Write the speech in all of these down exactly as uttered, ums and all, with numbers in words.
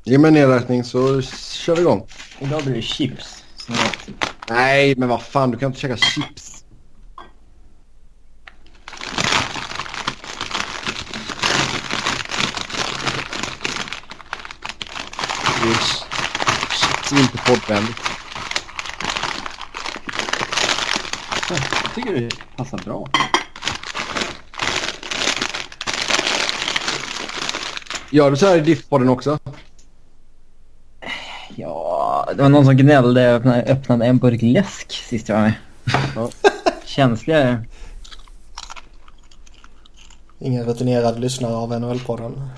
Ge mig en nedräkning så kör vi igång. Idag blir det chips. Snart. Nej, men vad fan, du kan inte käka chips. Det är chips är inte poddvänligt. Jag tycker det passar bra. Gör du så här i Diffpodden också? Ja, det var någon som gnällde och öppnade, öppnade en burk läsk sist jag var med. Ja. Känsligare. Ingen rutinerad lyssnare av N H L-podden.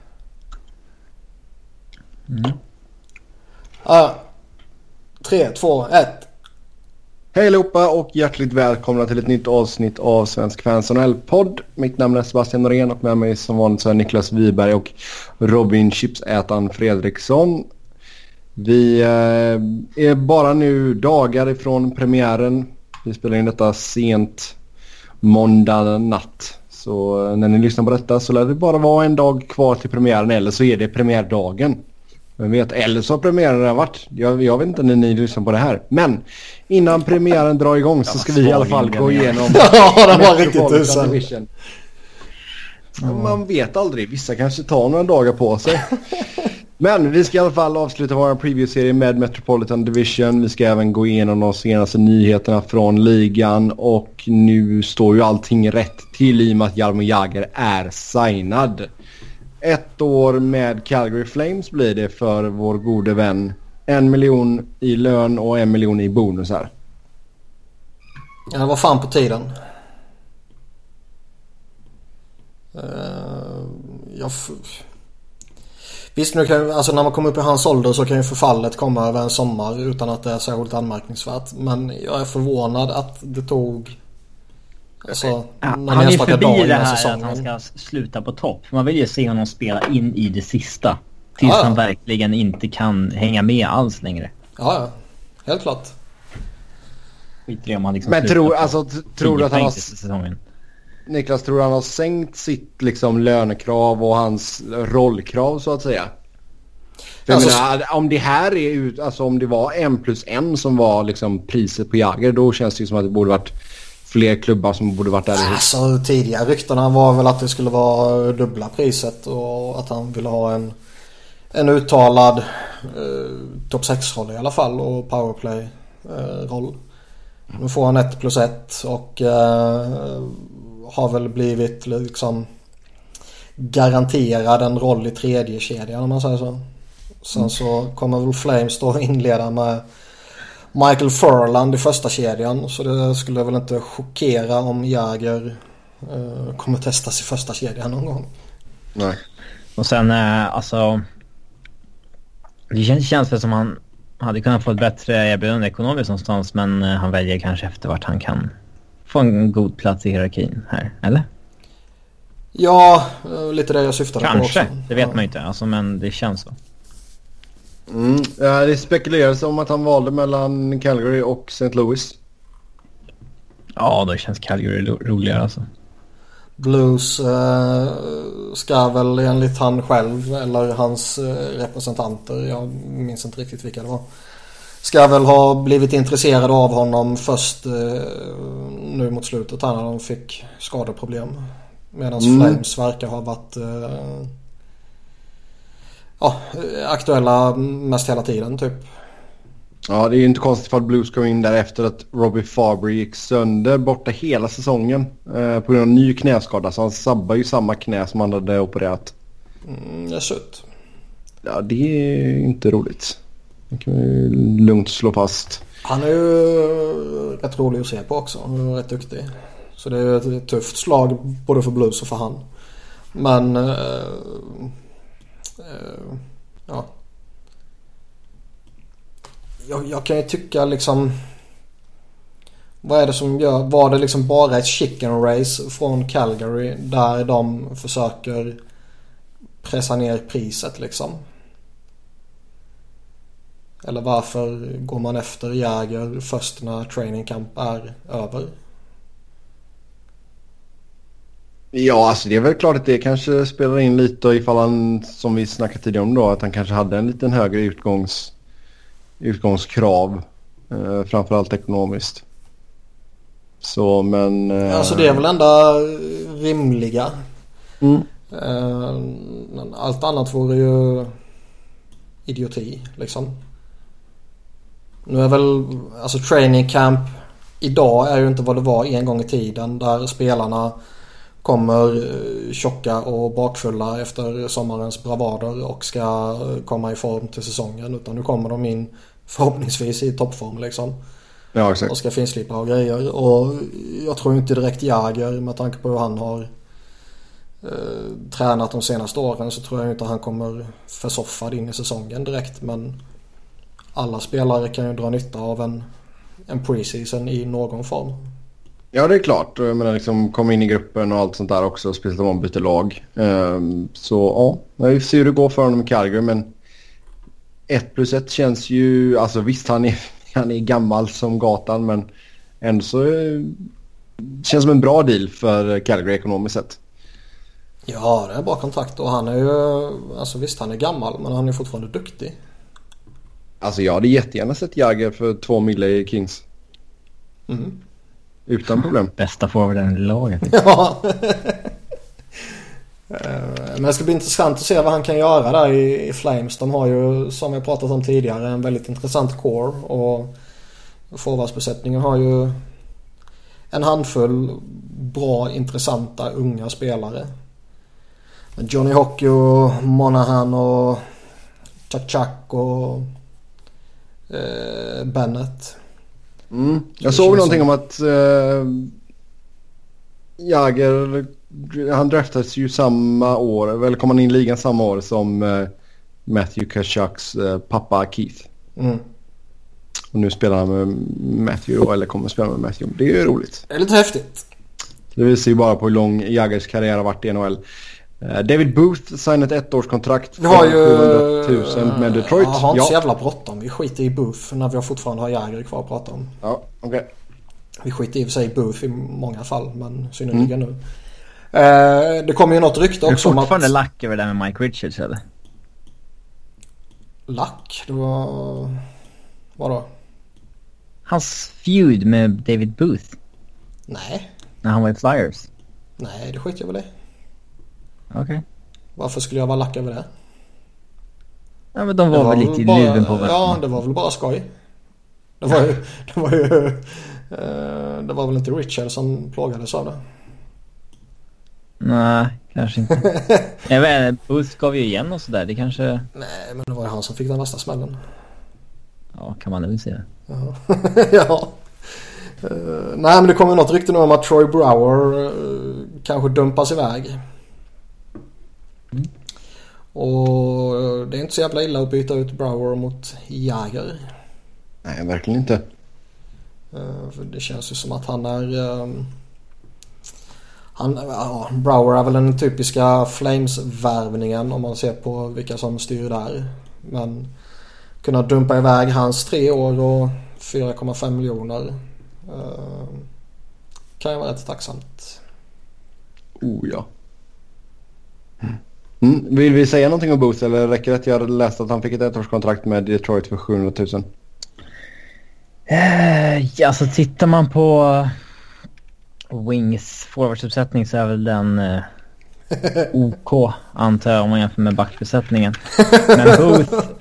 Mm. Ah, tre, två, ett. Hej allihopa och hjärtligt välkomna till ett nytt avsnitt av Svensk Fans N H L-podd. Mitt namn är Sebastian Norén och med mig som vanligt så är Niklas Wiberg och Robin Chipsätan Fredriksson. Vi eh, är bara nu dagar ifrån premiären. Vi spelar in detta sent måndag natt. Så eh, när ni lyssnar på detta så lär det bara vara en dag kvar till premiären, eller så är det premiärdagen. Jag vet, eller så har premiären redan varit. Jag, jag vet inte när ni lyssnar på det här. Men innan premiären drar igång så ska vi i alla fall gå igenom. Ja, det var riktigt tusen. Man vet aldrig. Vissa kanske tar några dagar på sig. Men vi ska i alla fall avsluta vår preview-serie med Metropolitan Division. Vi ska även gå igenom de senaste nyheterna från ligan. Och nu står ju allting rätt till i och med att Jaromir Jagr är signad. Ett år med Calgary Flames blir det för vår gode vän. En miljon i lön och en miljon i bonusar. Ja, det var fan på tiden. Uh, jag f- Visst, nu kan, alltså när man kommer upp i hans ålder så kan ju förfallet komma över en sommar utan att det är särskilt anmärkningsvärt. Men jag är förvånad att det tog... Alltså, ja, han är förbi det här säsongen. Att han ska sluta på topp. Man vill ju se honom spela in i det sista. Tills ja, ja. han verkligen inte kan hänga med alls längre. Ja, ja. Helt klart. Skiter om han liksom Men tror, alltså, t- tror du att han har... säsongen. Niklas, tror du han har sänkt sitt liksom lönekrav och hans rollkrav så att säga? För alltså, jag menar, om det här är ut, alltså om det var en plus en som var liksom priset på Jagr, då känns det ju som att det borde varit fler klubbar som borde varit där. Alltså tidigare ryktena var väl att det skulle vara dubbla priset och att han ville ha en en uttalad eh, topp sex-roll i alla fall och powerplay-roll. Eh, nu får han ett plus ett och eh, har väl blivit liksom garanterad en roll i tredje kedjan om man säger så. Sen mm. så kommer väl Flames då inleda med Michael Furland i första kedjan, så det skulle väl inte chockera om Jagr eh, kommer testas i första kedjan någon gång. Nej. Och sen eh, alltså det känns, känns väl som han hade kunnat få ett bättre erbjudande ekonomiskt någonstans, men eh, han väljer kanske efter vart han kan få en god plats i hierarkin här, eller? Ja, lite det jag syftade kanske, på också. Kanske, det vet ja. man ju inte, alltså, men det känns så. Mm, ja, det spekuleras om att han valde mellan Calgary och Saint Louis. Ja, då känns Calgary ro- roligare alltså. Blues eh, ska väl enligt han själv eller hans eh, representanter, jag minns inte riktigt vilka det var, ska väl ha blivit intresserade av honom först eh, nu mot slutet när de fick skadeproblem. Medan mm. Flames verkar ha varit eh, ja, aktuella mest hela tiden typ. Ja, det är ju inte konstigt för att Blues kom in där efter att Robbie Fabry gick sönder borta hela säsongen eh, på grund av en ny knäskada. Så han sabbar ju samma knä som han hade opererat. Mm, det är sött. Ja, det är inte roligt. Det kan vi lugnt slå fast. Han är ju rätt rolig att se på också. Han är rätt duktig. Så det är ett tufft slag både för Blues och för han. Men eh, eh, ja. Jag, jag kan ju tycka liksom, vad är det som gör, var det liksom bara ett chicken race från Calgary där de försöker pressa ner priset liksom? Eller varför går man efter Jagr först när training camp är över? Ja, alltså det är väl klart att det kanske spelar in lite ifall han, som vi snackade tidigare om då, att han kanske hade en liten högre utgångs, utgångskrav. Eh, framförallt ekonomiskt. Så, men... Eh... Alltså det är väl enda rimliga. Mm. Eh, allt annat vore ju idioti, liksom. Nu är väl... Alltså training camp idag är ju inte vad det var en gång i tiden, där spelarna kommer tjocka och bakfulla efter sommarens bravader och ska komma i form till säsongen, utan nu kommer de in förhoppningsvis i toppform, liksom. Ja, exakt. Och ska finslipa och grejer. Och jag tror inte direkt Jäger, med tanke på hur han har eh, tränat de senaste åren, så tror jag inte han kommer försoffad in i säsongen direkt. Men alla spelare kan ju dra nytta av en, en preseason i någon form. Ja, det är klart. Jag menar, liksom komma in i gruppen och allt sånt där också, speciellt om man byter lag. Um, så ja, vi får se hur det går för honom i Calgary, men ett plus ett känns ju, alltså visst han är han är gammal som gatan, men ändå så känns som en bra deal för Calgary ekonomiskt sett. Ja, det är bra kontrakt, och han är ju, alltså visst han är gammal, men han är fortfarande duktig. Alltså jag hade jättegärna sett Jäger för två mille i Kings. Mm. Utan problem. Bästa forwarden i laget. Ja. Men det ska bli intressant att se vad han kan göra där i, i Flames. De har ju, som jag pratat om tidigare, en väldigt intressant core, och forwardsbesättningen har ju en handfull bra, intressanta unga spelare. Johnny Hockey och Monahan och Chak och eh, Bennett. Mm. Jag såg någonting som... om att eh, Jäger, han draftades ju samma år, väl kom han in i ligan samma år som eh, Matthew Tkachuks eh, pappa Keith. Mm. Och nu spelar han med Matthew då, eller kommer spela med Matthew. Det är ju roligt. Det är lite häftigt. Det visar ju bara på hur lång Jägers karriär har varit i N H L. Uh, David Booth signat ett ettårskontrakt för sjuhundratusen med Detroit. Jag har inte ja. så jävla bråttom. Vi skiter i Booth när vi fortfarande har Jäger kvar att prata om. Ja, okej. Okay. Vi skiter i och för sig Booth i många fall, men synnerligen mm. nu. Uh, det kommer ju något rykte också om att... Är det fortfarande lack över det där med Mike Richards, eller? Lack? Det var... Vadå? Hans feud med David Booth. Nej. När han var i Flyers. Nej, det skiter jag väl i. Okej. Okay. Varför skulle jag vara lack över det? Ja, men de var, var väl lite bara, i luven på varandra. Ja, det var väl bara skoj. Det var ju... Det var ju... Uh, det var väl inte Richard som plågades av det? Nej, kanske inte. Jag vet inte, Booth gav ju igen och sådär. Det kanske... Nej, men det var ju han som fick den värsta smällen. Ja, kan man nog säga. Ja. ja. Uh, nej, men det kommer något rykte nu om att Troy Brouwer uh, kanske dumpas iväg. Mm. Och uh, det är inte så jävla illa att byta ut Brouwer mot Jäger. Nej, verkligen inte. Uh, för det känns ju som att han är... Um, han, uh, Brouwer är väl den typiska Flames-värvningen om man ser på vilka som styr där. Men kunna dumpa iväg hans tre år och fyra komma fem miljoner uh, kan ju vara rätt tacksamt. Oh ja. Mm. Vill vi säga någonting om Booth, eller räcker det att jag läste att han fick ett ettårskontrakt med Detroit för sjuhundratusen? Uh, alltså tittar man på Wings forwardsuppsättning så är väl den uh, OK, antar jag, om man jämför med backbesättningen. Men Booth, uh,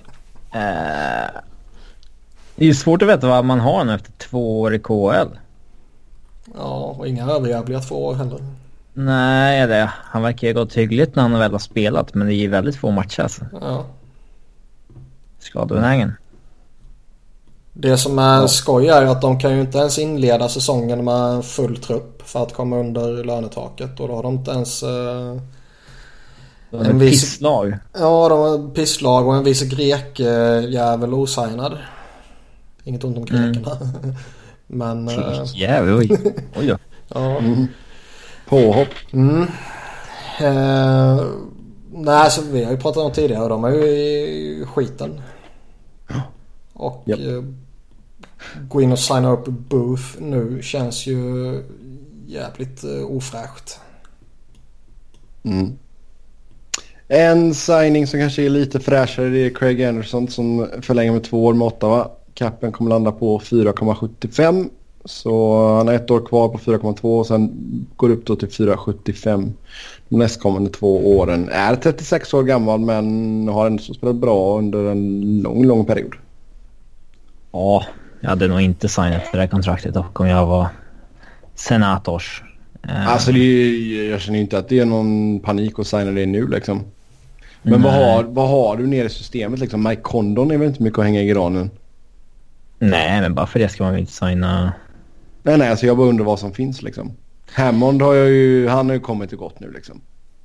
det är ju svårt att veta vad man har nu efter två år i K H L. Ja, och inga överjävliga två år heller. Nej, det, han verkar ju gått hyggligt när han väl har spelat, men det är ju väldigt få matcher alltså. Ja. Skadebenägen. Det som är ja. skoj är att de kan ju inte ens inleda säsongen med full trupp för att komma under lönetaket, och då har de inte ens uh, de en viss pisslag. Ja, de har pisslag och en viss grek uh, jävel osignad. Inget ont om grekerna. Mm. Men uh, jävel, oj. Oj då. Ja. Mm. Påhopp. Mm. Uh, nej, så vi har ju pratat om tidigare och de är ju i skiten. Och yep. uh, gå in och signa upp Booth nu känns ju jävligt uh, ofräscht. Mm. En signing som kanske är lite fräschare, det är Craig Anderson som förlänger med två år med Ottawa. Capen kommer landa på fyra komma sjuttiofem. Så han har ett år kvar på fyra komma två och sen går upp då till fyra komma sjuttiofem de nästkommande två åren. Är trettiosex år gammal men har ändå så spelat bra under en lång, lång period. Ja, jag hade nog inte signat för det här kontraktet och om jag var senators. Alltså det är, jag känner inte att det är någon panik att signa det nu liksom. Men vad har, vad har du nere i systemet liksom? Mike Condon är väl inte mycket att hänga i granen? Nej, men bara för det ska man väl inte signa. Nej, nej, alltså jag bara undrar vad som finns liksom. Hammond har jag ju, han har ju kommit och gått nu liksom.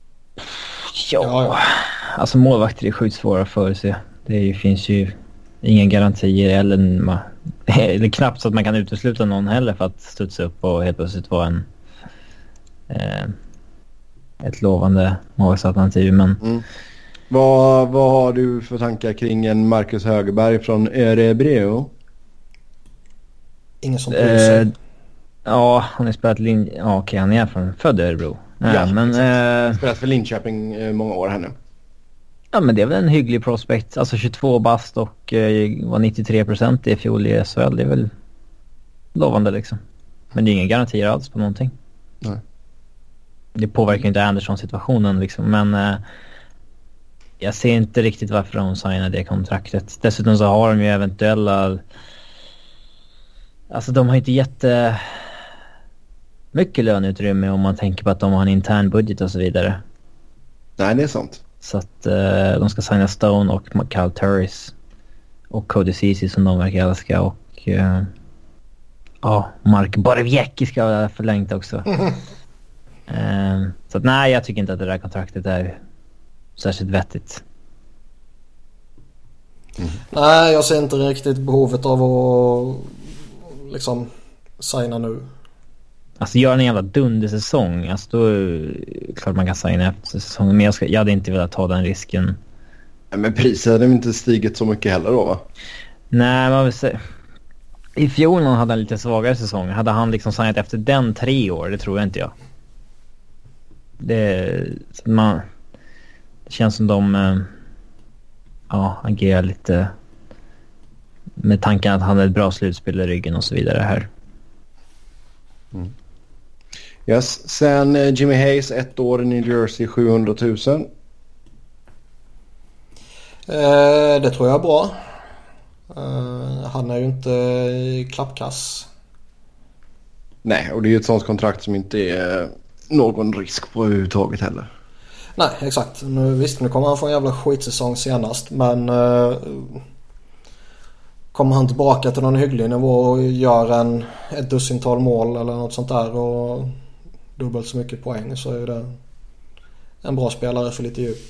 Ja, ja. Alltså målvakter är sjukt svåra att förutse. Det är ju, finns ju inga garantier eller, eller knappt så att man kan utesluta någon heller för att studsa upp och helt plötsligt vara en eh, ett lovande målvaktsalternativ. Men mm. vad, vad har du för tankar kring en Marcus Högerberg från Örebro? Ingen som bryr sig. Eh, ja, han har spelat Lin... Ja, okej, han är från född Örebro. Ja, ja, men eh, spelat för Linköping eh, många år här nu. Ja, men det är väl en hygglig prospect. Alltså tjugotvå bast och eh, var nittiotre procent i fjol i S H L. Det är väl lovande liksom. Men det är ingen garantier alls på någonting. Nej. Det påverkar inte Andersons situationen liksom. Men eh, jag ser inte riktigt varför de signar det kontraktet. Dessutom så har de ju eventuella... Alltså de har inte jätte... mycket löneutrymme om man tänker på att de har en intern budget och så vidare. Nej, det är sant. Så att uh, de ska signa Stone och Cal Turris och Cody Ceci som de verkar älska och uh, ja, Mark Borowiecki ska vara förlängt också. uh, så att nej, jag tycker inte att det där kontraktet är särskilt vettigt. Mm. Nej, jag ser inte riktigt behovet av att liksom signa nu. Alltså gör en jävla dundersäsong. Alltså då är det klart man kan signa efter säsongen. Men jag, ska, jag hade inte velat ta den risken. Ja, men priset hade inte stigit så mycket heller då, va? Nej, man vill säga... I fjol hade han en lite svagare säsong. Hade han liksom signat efter den tre år? Det tror jag inte jag. Det, man, det känns som de äh, ja, agerar lite med tanken att han är ett bra slutspel i ryggen och så vidare här. Mm. Yes. Sen eh, Jimmy Hayes, ett år i New Jersey, sjuhundratusen. Eh, det tror jag är bra. Eh, han är ju inte klappkass. Nej, och det är ju ett sånt kontrakt som inte är någon risk på överhuvudtaget heller. Nej, exakt. Nu, visst, nu kommer han få en jävla skitsäsong senast. Men eh, kommer han tillbaka till någon hygglig nivå och gör en, ett dussintal mål eller något sånt där och dubbelt så mycket poäng, så är det en bra spelare för lite djup.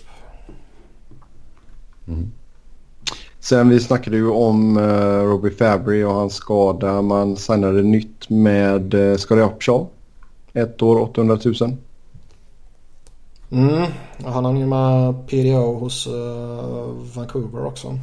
Mm. Sen vi snackade ju om uh, Robbie Fabry och hans skada. Man signade nytt med uh, Scottie Upshaw. Ett år, åttahundratusen. Mm, han har ju med P D O hos uh, Vancouver också.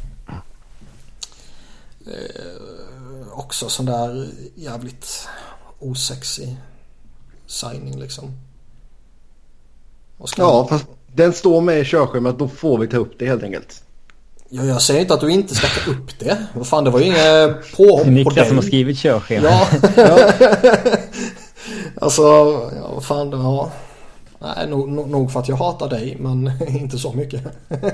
Eh, också sån där jävligt osexy signing liksom. Ska... Ja, fast den står med i körschemat, då får vi ta upp det helt enkelt. Ja, jag säger inte att du inte ska ta upp det. Vad fan, det var ju inget påhopp på dig. Niklas som har skrivit körschema. Ja. Ja. Alltså, ja, vad fan det var. Nej, nog, nog för att jag hatar dig, men inte så mycket.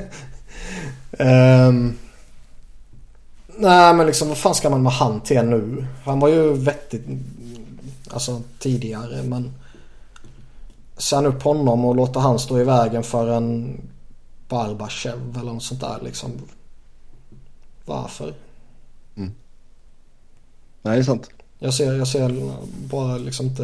um... Nej, men liksom, vad fan ska man med han till nu? Han var ju vettigt alltså tidigare, men sen upp honom och låta han stå i vägen för en Barbachev eller något sånt där liksom. Varför? Mm. Nej, det är sant. Jag ser, jag ser bara liksom inte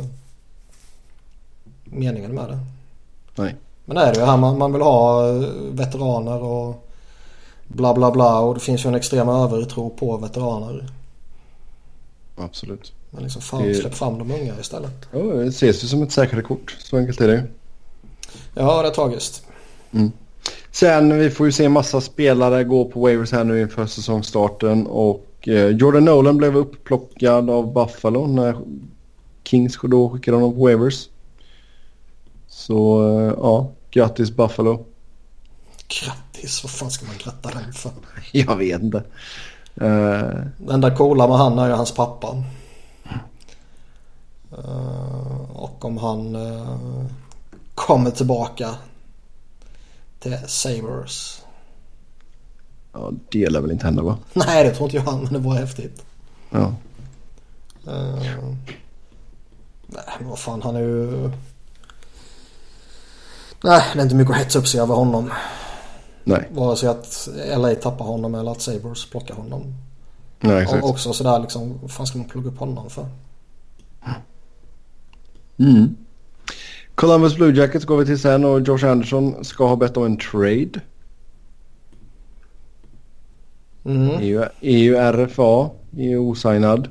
meningen med det. Nej. Men är det ju här man, man vill ha veteraner och bla bla bla, och det finns ju en extrem övertro på veteraner. Absolut. Men liksom fan, det... släpp fram de unga istället. Ja, det ses ju som ett säkrare kort. Så enkelt är det. Ja, det är tragiskt. Mm. Sen, vi får ju se en massa spelare gå på waivers här nu inför säsongstarten. Och eh, Jordan Nolan blev upplockad av Buffalo när Kings då skickade honom på waivers. Så ja, grattis Buffalo. Grattis, vad fan ska man gratta den för? Jag vet inte. Uh... Det enda coola med han är ju hans pappa. Uh, och om han uh, kommer tillbaka till Sabres. Ja, det lär väl inte hända, va? Nej, det tror inte jag, men det var häftigt. Ja. Uh, nej, men vad fan, han är ju... Nej, det är inte mycket att hetsa upp sig över honom. Nej. Vare sig att L A tappar honom eller att Sabres plockar honom. Nej, exakt. Och också sådär liksom, vad fan ska man plugga upp honom för? Mm. Columbus Blue Jackets går vi till sen och Josh Anderson ska ha bett om en trade. Mm. E U, E U R F A är osignad.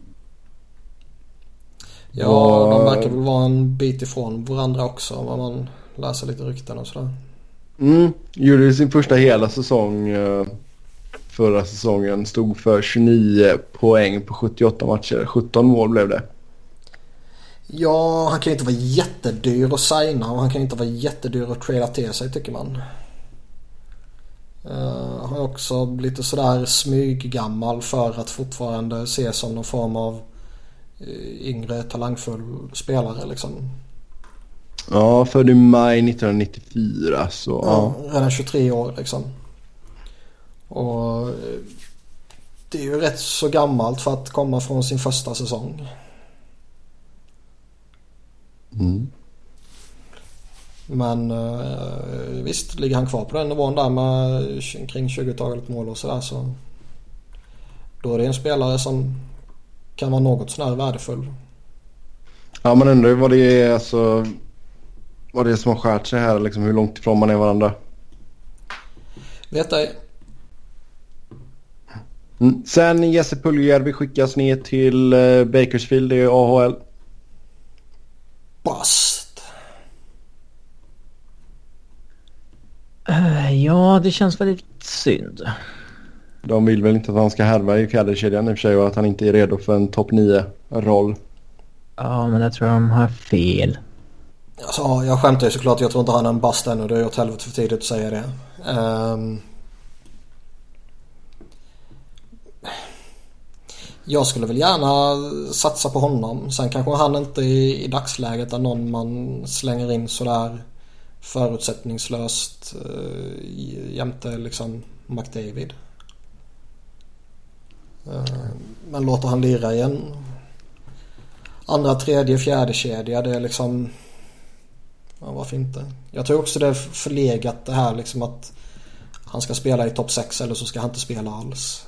Ja, och... de verkar väl vara en bit ifrån varandra också, vad man läser lite rykten och sådär. Mm, gjorde sin första hela säsong förra säsongen, stod för tjugonio poäng på sjuttioåtta matcher, sjutton mål blev det. Ja, han kan ju inte vara jättedyr att signa och han kan inte vara jättedyr att trada till sig, tycker man. Uh, han har också lite sådär smyggammal för att fortfarande ses som någon form av uh, yngre talangfull spelare liksom. Ja, född i maj nittonhundranittiofyra så ja, ja. Redan tjugotre år liksom. Och det är ju rätt så gammalt för att komma från sin första säsong. Mm. Men uh, visst, ligger han kvar på den nivån där med kring tjugo-talet mål och sådär, så då är det en spelare som kan vara något sådär värdefull. Ja, man undrar ju vad det är, alltså vad det är som har skärt sig här, liksom hur långt ifrån man är varandra. Vet ej. Mm. Sen Jesse Puljujärvi skickas ner till uh, Bakersfield i A H L. Bast. Uh, ja, det känns väldigt synd. De vill väl inte att han ska härva i fjärdekedjan i och för sig, och att han inte är redo för en topp nio-roll. Ja, men jag tror de har fel. Alltså, jag skämtar ju såklart, jag tror inte han är en bast ännu, det är ju åt helvete för tidigt att säga det. Um... Jag skulle väl gärna satsa på honom. Sen kanske han inte i, i dagsläget är någon man slänger in sådär förutsättningslöst uh, jämte liksom McDavid. Uh, men låter han lira igen. Andra, tredje, fjärde kedja, det är liksom... Ja, varför inte? Jag tror också det är förlegat det här liksom att han ska spela i topp sex eller så ska han inte spela alls.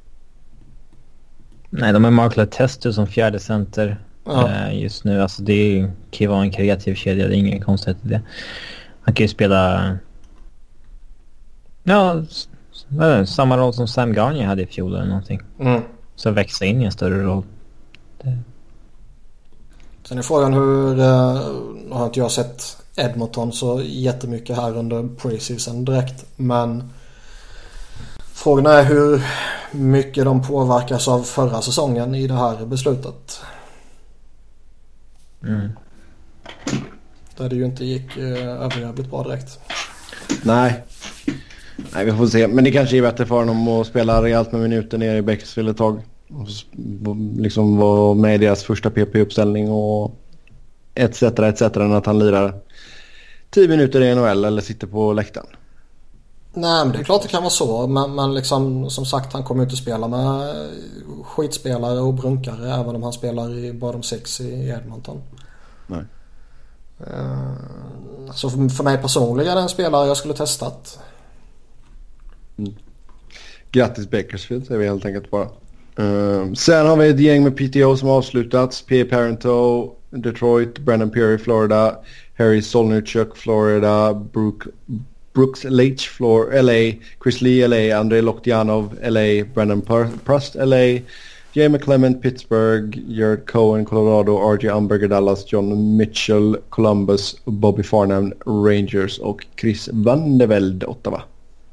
Nej, de är Mark Letestu som fjärde center ja. just nu. Alltså det kan ju vara en kreativ kedja, det är ingen konstigt i det. Han kan ju spela ja, samma roll som Sam Gagner hade i fjol eller någonting. Mm. Så växa in i en större roll. Det... Sen är frågan hur, nu har inte jag sett Edmonton så jättemycket här under preseason direkt, men frågan är hur mycket de påverkas av förra säsongen i det här beslutet. Mm. Där det ju inte gick eh, överjävligt bra direkt. Nej. Nej, vi får se. Men det kanske är bättre för honom att spela rejält med minuter nere i Bakersfield ett tag. Och liksom vara med i deras första P P-uppställning och et cetera et cetera än att han lirar tio minuter i N H L eller sitter på läktaren. Nej, men det är klart det kan vara så. Men, men liksom, som sagt, han kommer inte spela med skitspelare och brunkare även om han spelar i bottom sex i Edmonton. Nej. Uh, så för, för mig personligen är det en spelare jag skulle testat. Mm. Grattis Bakersfield säger vi helt enkelt bara. Uh, sen har vi ett gäng med P T O som har avslutats. P. Parento, Detroit, Brandon Perry, Florida, Harry Solnichuk, Florida, Brooke, Brooks Leach, Flor, L A, Chris Lee, L A, Andrei Lokdianov, L A, Brandon Prust, L A, Jamie Clement, Pittsburgh, Jared Cohen, Colorado, R J Umberger, Dallas, John Mitchell, Columbus, Bobby Farnham, Rangers och Chris Vandeveld, Ottawa.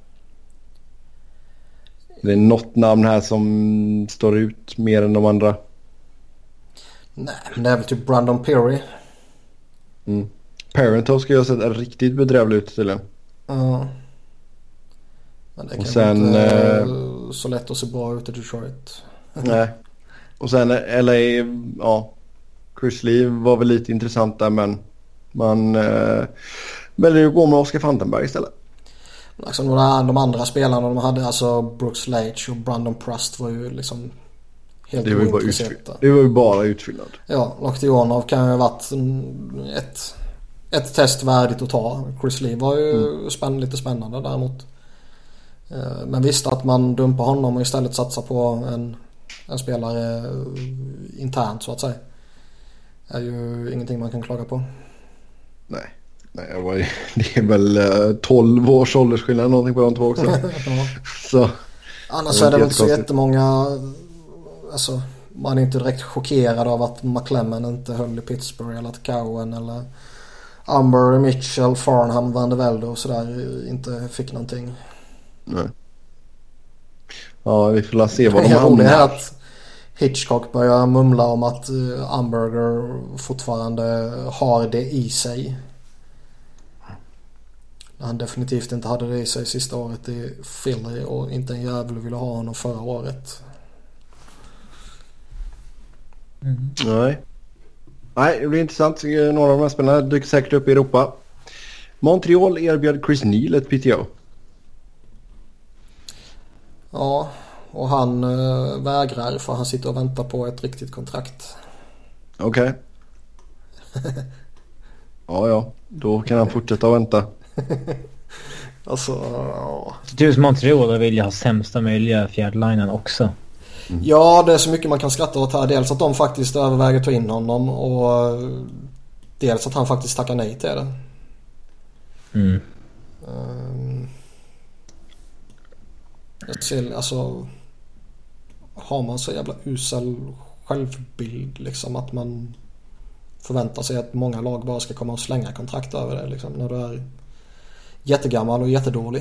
Det är något namn här som står ut mer än de andra. Nej, men det är väl typ Brandon Perry. Mm. Parenthouse ska ju ha sett riktigt bedrävligt ut tydligen. Ja. Men det kan sen, inte eh, så lätt att se bra ut i Detroit. Nej. Och sen L A, ja. Chris Lee var väl lite intressant där, men man eh, väljer att gå med Oscar Fantenberg istället. Alltså, de andra spelarna de hade, alltså Brooks Leach och Brandon Prust var ju liksom helt det var ju bara utfyllnad. Det var ju bara utfyllnad. Ja, Loktionov kan ju ha varit ett, ett test värdigt att ta. Chris Lee var ju mm. spänn, lite spännande däremot. Men visst, att man dumpar honom och istället satsar på en, en spelare internt så att säga, är ju ingenting man kan klaga på. Nej. Nej, jag var, det är väl tolv års åldersskillnad någonting på de två också. Ja. Så, annars är det väl inte så jättemånga, alltså, man är inte direkt chockerad av att McClellan inte höll i Pittsburgh eller att Cowan eller Umber, Mitchell, Farnham, Van der Velde och sådär inte fick någonting. Nej. Ja, vi får se vad de hamnar. hamnar. Det är att Hitchcock börjar mumla om att Umberger fortfarande har det i sig. Han definitivt inte hade det i sig sista året i Philly och inte en jävel ville ha honom förra året. Mm. Nej. Nej, det blir intressant. Några av de här spelarna dyker säkert upp i Europa. Montreal erbjöd Chris Neal ett P T O. Ja, och han äh, vägrar för han sitter och väntar på ett riktigt kontrakt. Okej. Okay. Ja, ja. Då kan han fortsätta att vänta. Alltså, ja. Du som Montreal vill ju ha sämsta möjliga fjärdlinen också. Mm. Ja, det är så mycket man kan skratta åt här. Dels att de faktiskt överväger ta in honom och dels att han faktiskt tackar nej till det. Mm. Um, jag ser, alltså, har man så jävla usel självbild liksom att man förväntar sig att många lag bara ska komma och slänga kontrakt över det liksom, när du är jättegammal och jättedålig.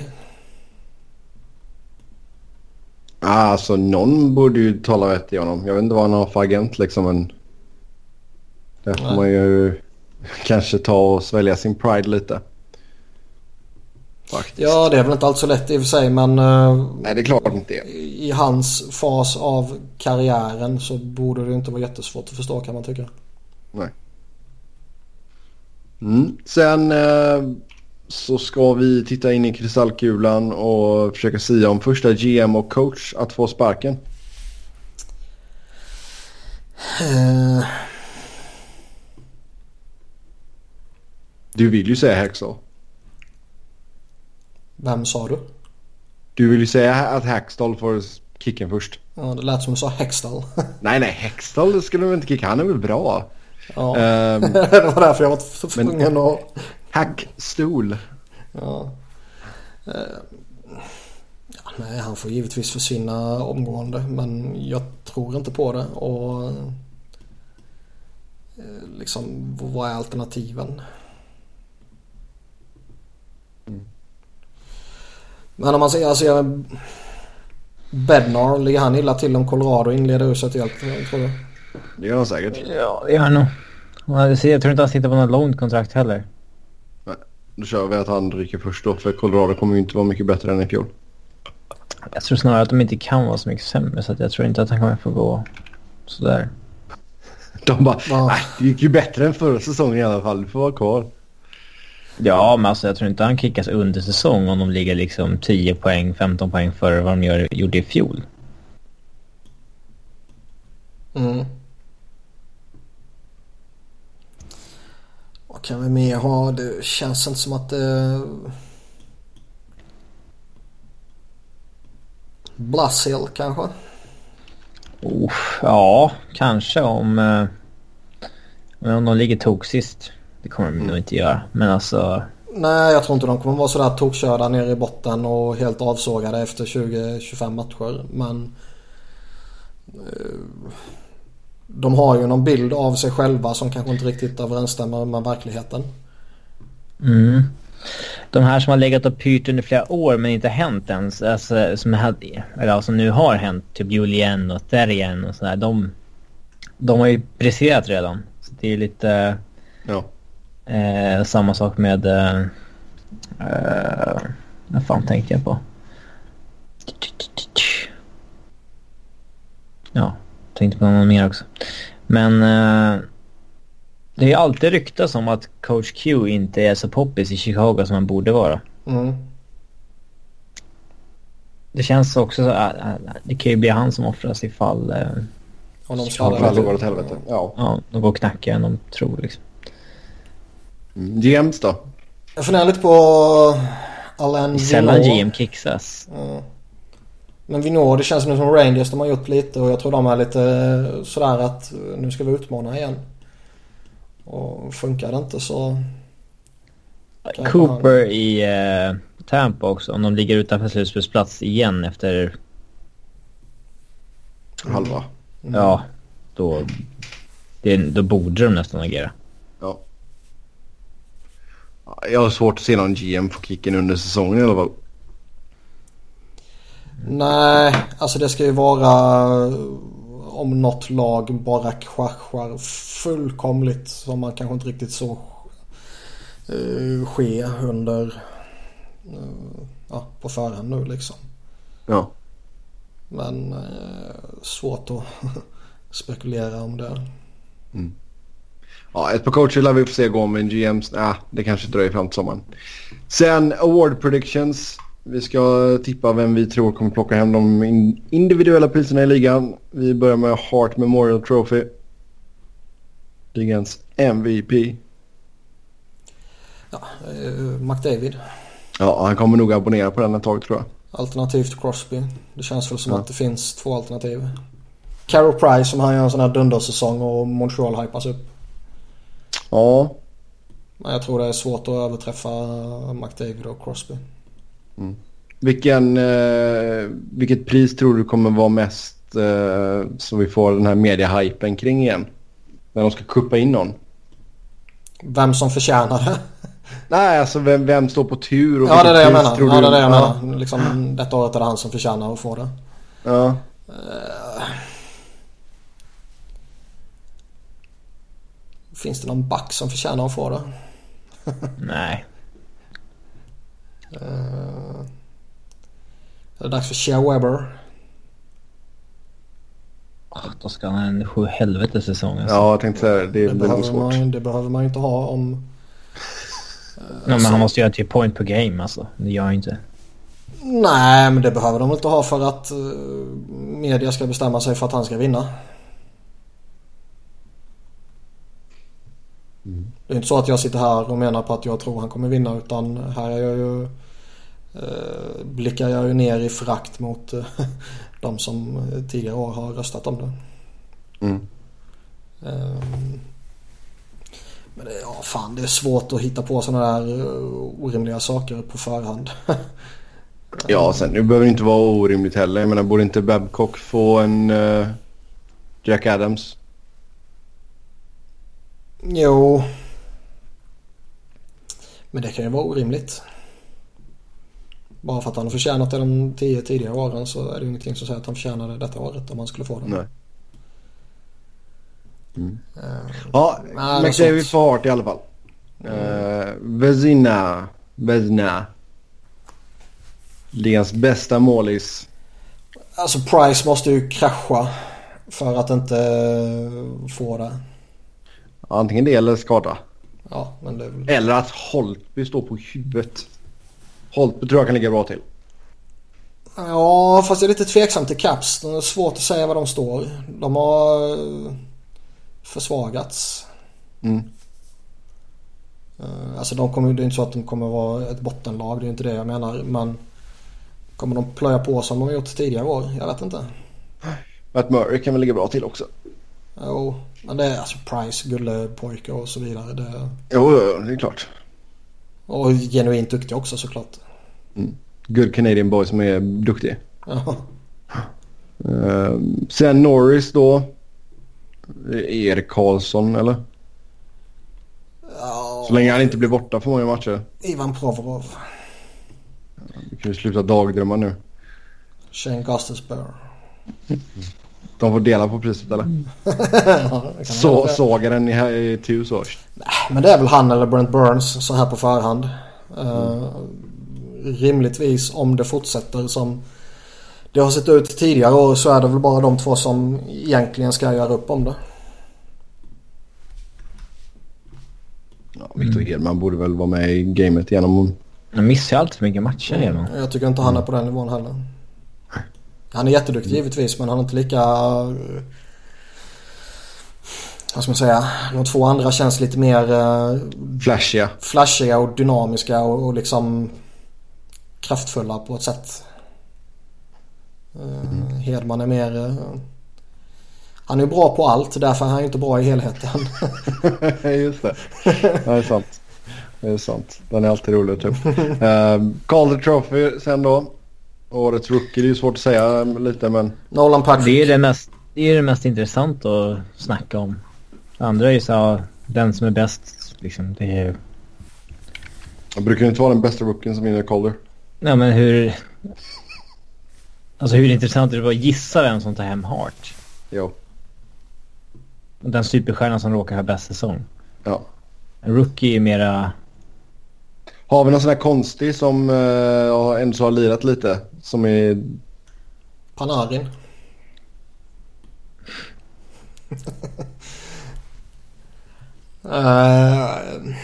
Alltså någon borde ju tala rätt i honom. Jag vet inte vad han har för agent liksom, men där får man ju kanske ta och svälja sin pride lite. Faktiskt. Ja, det är väl inte alls så lätt i och för sig, men nej, det är klart inte det. I hans fas av karriären så borde det inte vara jättesvårt att förstå, kan man tycka. Nej. Mm. Sen eh, så ska vi titta in i kristallkulan och försöka sia om första G M och coach att få sparken. Uh... Du vill ju säga Hackstall. Vem sa du? Du vill ju säga att Hackstall får kicken först. Ja, det lät som du sa Hextall. nej, nej, Hextall skulle du inte kicka. Han är väl bra. Ja, um, det var därför jag var tvungen att... Hackstol. Ja. Uh, ja. Nej, han får givetvis försvinna omgående. Men jag tror inte på det. Och uh, liksom, vad är alternativen? Mm. Men om man säger, alltså, Bednar, ligger han illa till om Colorado inleder U S A helt, tror du? Det gör han säkert. Ja, det gör han nog. Jag tror inte han sitter på någon långt kontrakt heller. Nej, då kör vi att han ryker först då. För Colorado kommer ju inte vara mycket bättre än i fjol. Jag tror snarare att de inte kan vara så mycket sämre. Så att jag tror inte att han kommer få gå sådär. De bara, ja. Nej, det gick ju bättre än förra säsongen i alla fall. Du får vara kvar. Ja, men alltså jag tror inte han kickas under säsong om de ligger liksom tio poäng, femton poäng för vad de gör, gjorde i fjol. Mm. Vad kan vi mer ha? Det känns inte som att det... Blassill kanske? Oh, ja, kanske om, om de ligger tok sist. Det kommer de mm. nog inte göra. Men alltså... Nej, jag tror inte de kommer vara sådär tokkörda nere i botten och helt avsågade efter tjugo till tjugofem matcher. Men eh, de har ju någon bild av sig själva som kanske inte riktigt överensstämmer med verkligheten. Mm. De här som har legat och pyrt under flera år men inte hänt ens, alltså, som, hade, eller alltså nu har hänt, typ Julien och Therrien och sådär, de, de har ju presterat redan. Så det är lite... Ja. Eh, samma sak med... Eh, eh, vad fan tänkte jag på? Ja, tänkte på någon mer också. Men eh, det är ju alltid ryktas om att Coach Q inte är så poppis i Chicago som han borde vara. Mm. Det känns också så att äh, det kan ju bli han som offras ifall äh, Om de Ja, skadar för att det lite. går åt helvete. Ja. ja, de går knackigare än de tror liksom. Mm. G Ms då? Jag funderar lite på Alain Sällan Vigneault. G M kicksas. Mm. Men Vigneault, det känns som som Rangers de har gjort lite och jag tror de är lite sådär att nu ska vi utmana igen. Och funkar det inte så... Cooper han... i äh, Tampa också, om de ligger utanför slutspelsplats igen efter... Mm. Halva. Mm. Ja, då, det, då borde de nästan agera. Ja. Jag har svårt att se någon G M få kicken under säsongen i alla fall. Nej, alltså det ska ju vara om något lag bara kraschar fullkomligt som man kanske inte riktigt så uh, ske under uh, ja, på förhand nu liksom. Ja. Men uh, svårt att spekulera om det. Mm. Ja, ett par coacher lär vi få se gå med G Ms. Nej, det kanske dröjer fram till sommaren. Sen award predictions. Vi ska tippa vem vi tror kommer plocka hem de individuella priserna i ligan. Vi börjar med Hart Memorial Trophy. Ligans M V P. Ja, uh, McDavid. Ja, han kommer nog abonnera på den ett tag tror jag. Alternativt Crosby. Det känns väl som ja. att det finns två alternativ. Carey Price som han gör en sån här dundersäsong och Montreal hypas upp. Ja. Men jag tror det är svårt att överträffa McDavid och Crosby. Mm. Vilken, eh, vilket pris tror du kommer vara mest eh, så vi får den här media-hypen kring igen? När de ska kuppa in någon. Vem som förtjänar det? Nej, alltså vem, vem står på tur? Och ja, det är det jag menar. Tror ja, du? det är det jag ja. menar. Liksom, detta året är det han som förtjänar att få det. Ja. Uh, finns det någon back som förtjänar att få det? Nej. Uh, är det dags för Shea Weber? Oh, då ska han ha en sju helvete säsong. Alltså. Ja, jag tänkte säga det. Det, det, det behöver svårt. man, det behöver man ju inte ha om... Uh, ja, men han måste göra till point per game alltså. Det gör jag inte. Nej, men det behöver de inte ha för att uh, media ska bestämma sig för att han ska vinna. Mm. Det är inte så att jag sitter här och menar på att jag tror han kommer vinna, utan här är jag ju, uh, blickar jag ju ner i förakt mot uh, de som tidigare år har röstat om det. Mm. Um, men det, ja, fan, det är svårt att hitta på sådana där uh, orimliga saker på förhand. Ja, sen det behöver inte vara orimligt heller. Jag menar, borde inte Babcock få en uh, Jack Adams? Jo. Men det kan ju vara orimligt. Bara för att han har förtjänat det de tio tidigare åren så är det ju ingenting som säger att han förtjänade detta året om han skulle få det. Nej. Mm. Uh, ja, McDavid får Hart i alla fall. Mm. Uh, Vezina. Vezina. Ligans bästa målis. Alltså Price måste ju krascha för att inte få det. Antingen det eller skada. Ja, men det är väl... Eller att Holtby står på huvudet. Holtby tror jag kan ligga bra till. Ja, fast jag är lite tveksam till Caps. Det är svårt att säga var de står. De har försvagats. Mm. Alltså de kommer, det är inte så att de kommer vara ett bottenlag. Det är inte det jag menar. Men kommer de plöja på som de har gjort tidigare år? Jag vet inte. Matt Murray kan väl ligga bra till också. Jo, men det är alltså Price, gullepojke och så vidare. Det... Jo, det är klart. Och genuint duktig också såklart. Mm. Good Canadian boy som är duktig. Ja. Uh, sen Norris då. Erik Karlsson eller? Ja. Så länge han inte blir borta för många matcher. Ivan Provorov. Vi kan ju sluta dagdrömma nu. Shane Gostisbehere. Mm. De får dela på priset eller? Ja, så sågar den i, i tu så. Nej, men det är väl han eller Brent Burns så här på förhand. Mm. Uh, rimligtvis om det fortsätter som det har sett ut tidigare år så är det väl bara de två som egentligen ska göra upp om det. Ja, Victor mm. Hedman borde väl vara med i gamet genom... Han missar alltid för mycket matcher. Mm. Jag tycker inte han är på den nivån heller. Han är jätteduktig mm. givetvis, men han är inte lika... Vad ska man säga? De två andra känns lite mer... Uh, flashiga. Flashiga och dynamiska och, och liksom kraftfulla på ett sätt. Uh, mm. Hedman är mer... Uh, han är bra på allt, därför är han inte bra i helheten. Just det. Det är sant. Det är sant. Den är alltid rolig typ. uh, Calder Trophy sen då. Årets rookie, det är ju svårt att säga lite, men... Nolan Patrick. Det är det mest, det är det mest intressant att snacka om. Det andra är ju så den som är bäst, liksom, det är... Jag brukar inte vara den bästa rookien som vinner Calder. Nej, men hur... Alltså hur intressant är det att gissa vem som tar hem Hart? Jo. Den superstjärnan som råkar ha bäst säsong. Ja. En rookie är mera... Har vi någon sån här konstig som uh, ändå har lirat lite? Som är... Panarin. uh...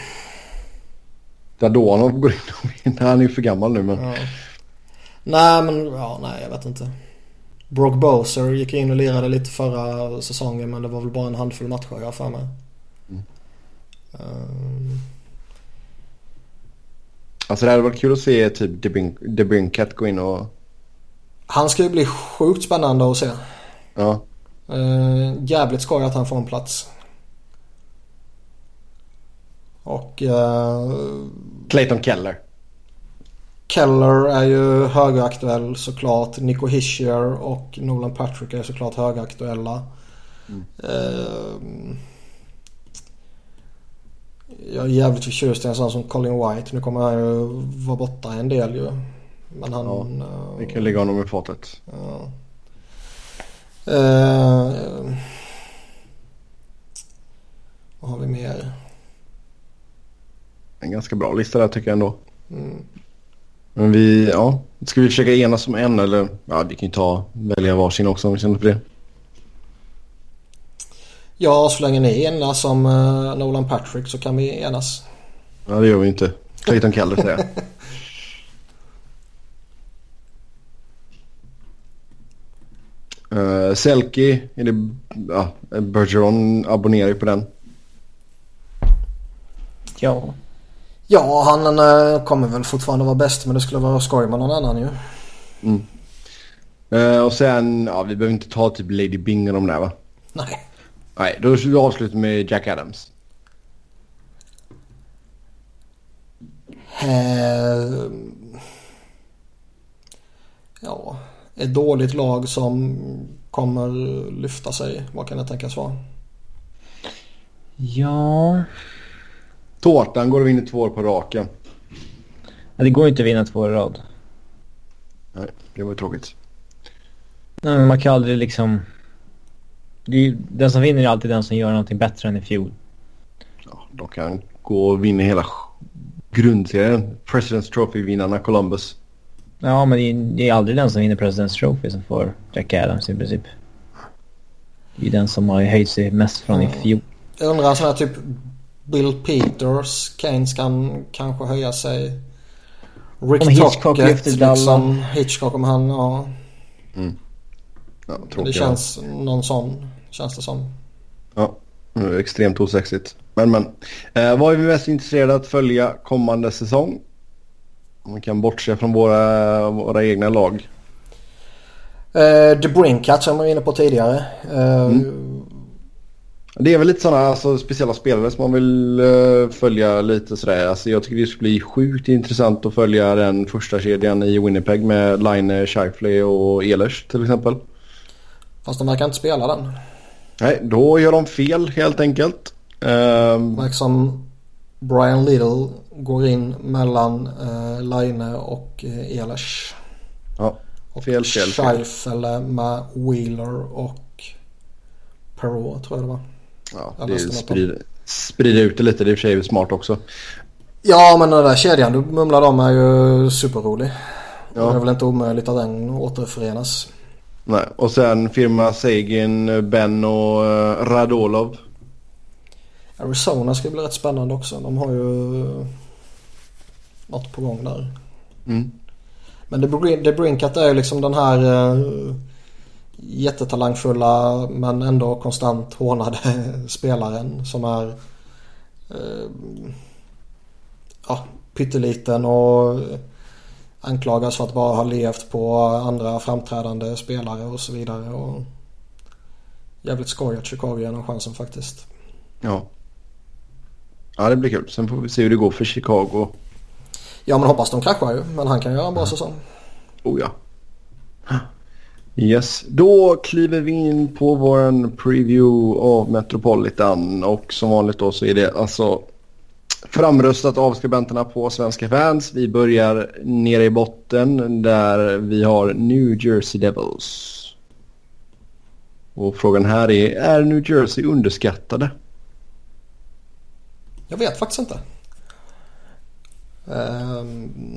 Dadonov går in och vinner. Han är ju för gammal nu, men... Ja. Nej, men... Ja, nej, jag vet inte. Brock Boser gick in och lirade lite förra säsongen, men det var väl bara en handfull matcher jag för mig. Mm. Um... Alltså det hade varit kul att se typ DeBrincat gå in och... Han ska ju bli sjukt spännande att se. Ja. Uh, jävligt skoj att han får en plats. Och... Uh... Clayton Keller. Keller är ju högaktuell såklart. Nico Hischier och Nolan Patrick är såklart högaktuella. Mm. Uh... Jag är jävligt förtjust i en sån som Colin White. Nu kommer han ju vara borta en del ju. Men han... Ja, vi kan lägga honom i fatet. Ja. Uh, vad har vi mer? En ganska bra lista där tycker jag ändå. Mm. Men vi, ja. Ska vi försöka enas som en eller? Ja, vi kan ju ta, välja varsin också om vi känner för det. Ja, så länge ni enas som uh, Nolan Patrick så kan vi enas. Ja, det gör vi inte. Clayton Keller säger jag. uh, Selke, är det, ja, Bergeron abonnerar ju på den. Ja. Ja, han uh, kommer väl fortfarande vara bäst, men det skulle vara skoj med någon annan ju. Mm. Uh, och sen, ja, vi behöver inte ta typ Lady Bing och de där, va? Nej. Nej, då ska vi avsluta med Jack Adams. Uh, ja, ett dåligt lag som kommer lyfta sig. Vad kan det tänkas vara? Ja... Tårtan går att vinna två år på raken. Ja, det går inte att vinna två år i rad. Nej, det var tråkigt. Nej, men man kan aldrig liksom... Det är ju, den som vinner är alltid den som gör någonting bättre än i fjol. Ja, de kan gå och vinna hela grundserien. President's Trophy-vinnarna Columbus. Ja, men det är, det är aldrig den som vinner President's Trophy som får Jack Adams i princip. Det är den som har höjt sig mest från mm. i fjol. Jag undrar sån här typ Bill Peters, Keynes kan kanske höja sig. Rick om Hitchcock Tocket, liksom Hitchcock om han, ja. Mm. Ja, det känns någon sån, känns det som. Ja, extremt osexigt. Men men, eh, vad är vi mest intresserade att följa kommande säsong? Om vi kan bortse från våra, våra egna lag. Eh, The Brinkat som jag var inne på tidigare. Eh, mm. Det är väl lite sådana alltså, speciella spelare som man vill uh, följa lite sådär. Alltså, jag tycker det skulle bli sjukt intressant att följa den första kedjan i Winnipeg med Line, Scheifele och Ehlers till exempel. Fast de verkar inte spela den. Nej, då gör de fel helt enkelt. Um, Verkar som Brian Little går in mellan uh, Line och uh, Ehlers. Ja, fel, fel, fel. Scheifele med Wheeler och per år tror jag det var. Ja, jag det sprider, sprider ut det lite. Det är i och för sig smart också. Ja, men den där kedjan du mumlar om är ju superrolig. Ja. Det är väl inte omöjligt att den återförenas. Nej, och sen firma Sagan, Ben och uh, Radulov. Arizona ska bli rätt spännande också. De har ju något på gång där. Mm. Men det Brinkat är ju liksom den här uh, jättetalangfulla men ändå konstant hånade spelaren som är uh, ja, pytteliten och anklagas för att bara ha levt på andra framträdande spelare och så vidare. Och jävligt skoj att Chicago ger den chansen faktiskt. Ja. Ja, det blir kul. Sen får vi se hur det går för Chicago. Ja, men hoppas de kraschar ju. Men han kan göra en bra säsong. Oh ja. Yes. Då kliver vi in på vår preview av Metropolitan. Och som vanligt då så är det alltså framröstat av skribenterna på Svenska Fans. Vi börjar nere i botten där vi har New Jersey Devils. Och frågan här är, är New Jersey underskattade? Jag vet faktiskt inte. Um,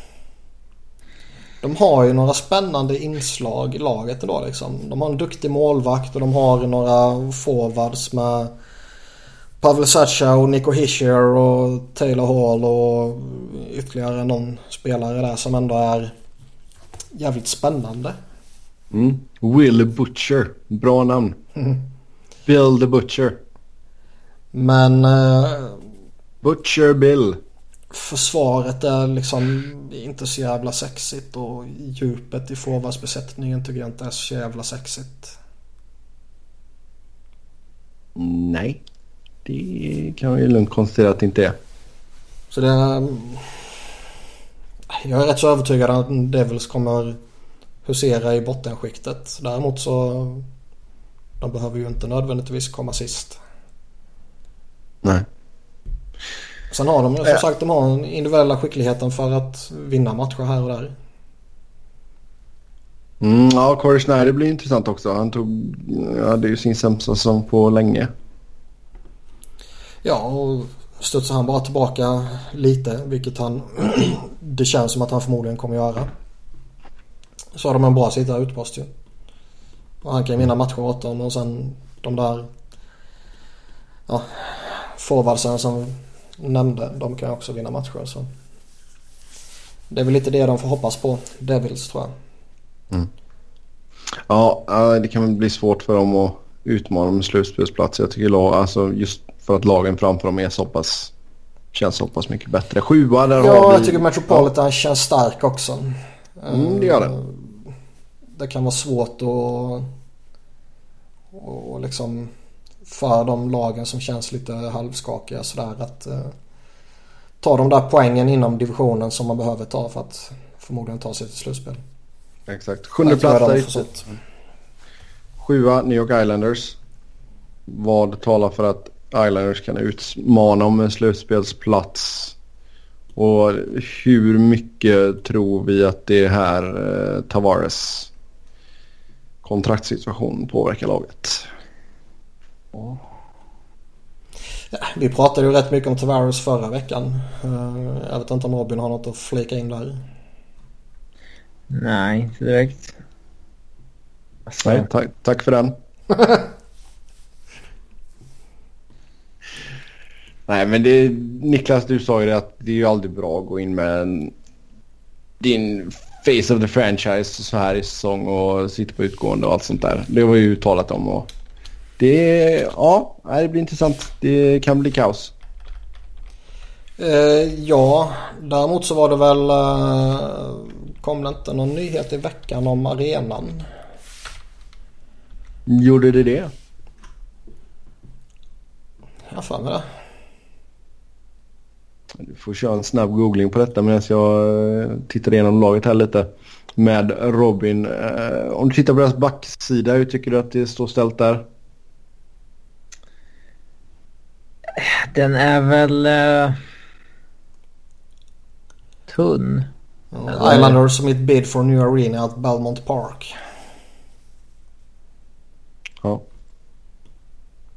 de har ju några spännande inslag i laget idag liksom. De har en duktig målvakt och de har några forwards med Pavel Zacha och Nico Hischier och Taylor Hall och ytterligare någon spelare där som ändå är jävligt spännande. Mm. Will Butcher, bra namn. Mm. Bill the Butcher. Men uh, Butcher Bill. Försvaret är liksom inte så jävla sexigt och djupet i forwardsbesättningen tycker jag inte är så jävla sexigt. Nej, det kan man ju lugnt konstatera att det inte är. Så det är, jag är rätt så övertygad att Devils kommer husera i bottenskiktet. Däremot så de behöver ju inte nödvändigtvis komma sist. Nej. Sen har de, som sagt, de har en individuella skickligheten för att vinna matcher här och där. Mm, ja, Corey Schneider blir intressant också. Han tog, ja, det är ju sin sämsta säsong på länge. Ja, och studsar han bara tillbaka lite, vilket han det känns som att han förmodligen kommer göra. Så har de en bra sitta utpost ju. Och han kan vinna matcher åt dem och sen de där ja, forwardsen som nämnde, de kan också vinna matcher så. Det är väl lite det de får hoppas på, Devils tror jag. Mm. Ja, det kan väl bli svårt för dem att utmana med slutspelsplats. Jag tycker lag, alltså just för att lagen framför dem är så pass, känns så pass mycket bättre. Sjua där ja, har vi... jag tycker Metropolitan ja. Känns stark också. Mm, det gör det. Det kan vara svårt att och liksom för de lagen som känns lite halvskakiga sådär att uh, ta de där poängen inom divisionen som man behöver ta för att förmodligen ta sig till slutspel. Exakt. Sjunde plats där. Sjua New York Islanders. Vad talar för att Islanders kan utmana om en slutspelsplats? Och hur mycket tror vi att det här eh, Tavares kontraktssituation påverkar laget? Ja. Vi pratade ju rätt mycket om Tavares förra veckan. Jag vet inte om Robin har något att flika in där. Nej, inte direkt. Alltså... Nej, tack, tack för den. Nej, men det, Niklas, du sa ju det att det är ju aldrig bra att gå in med en, din face of the franchise så här i säsong och sitta på utgående och allt sånt där. Det var ju uttalat om och det, ja, det blir intressant. Det kan bli kaos. Eh, ja, däremot så var det väl eh, kom det inte någon nyhet i veckan om arenan? Gjorde det det? Jag får med det. Du får köra en snabb googling på detta medan jag tittar igenom laget här lite med Robin. Eh, om du tittar på deras backsida, hur tycker du att det står ställt där? Den är väl uh, tunn. Ja, Islanders som ett bid for new arena at Belmont Park. Ja.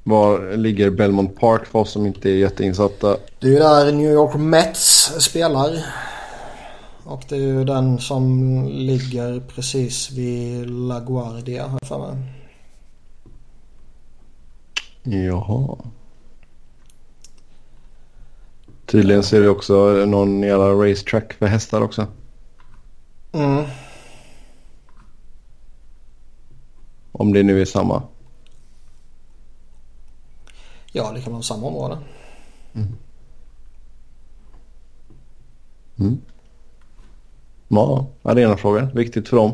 Var ligger Belmont Park för oss som inte är jätteinsatta? Det är ju där New York Mets spelar. Och det är ju den som ligger precis vid LaGuardia här för mig. Jaha. Tydligen ser det också någon jävla racetrack för hästar också. Mm. Om det nu är samma. Ja, det kan vara samma område. Mm. Mm. Ja, arenafrågan. Viktigt för dem.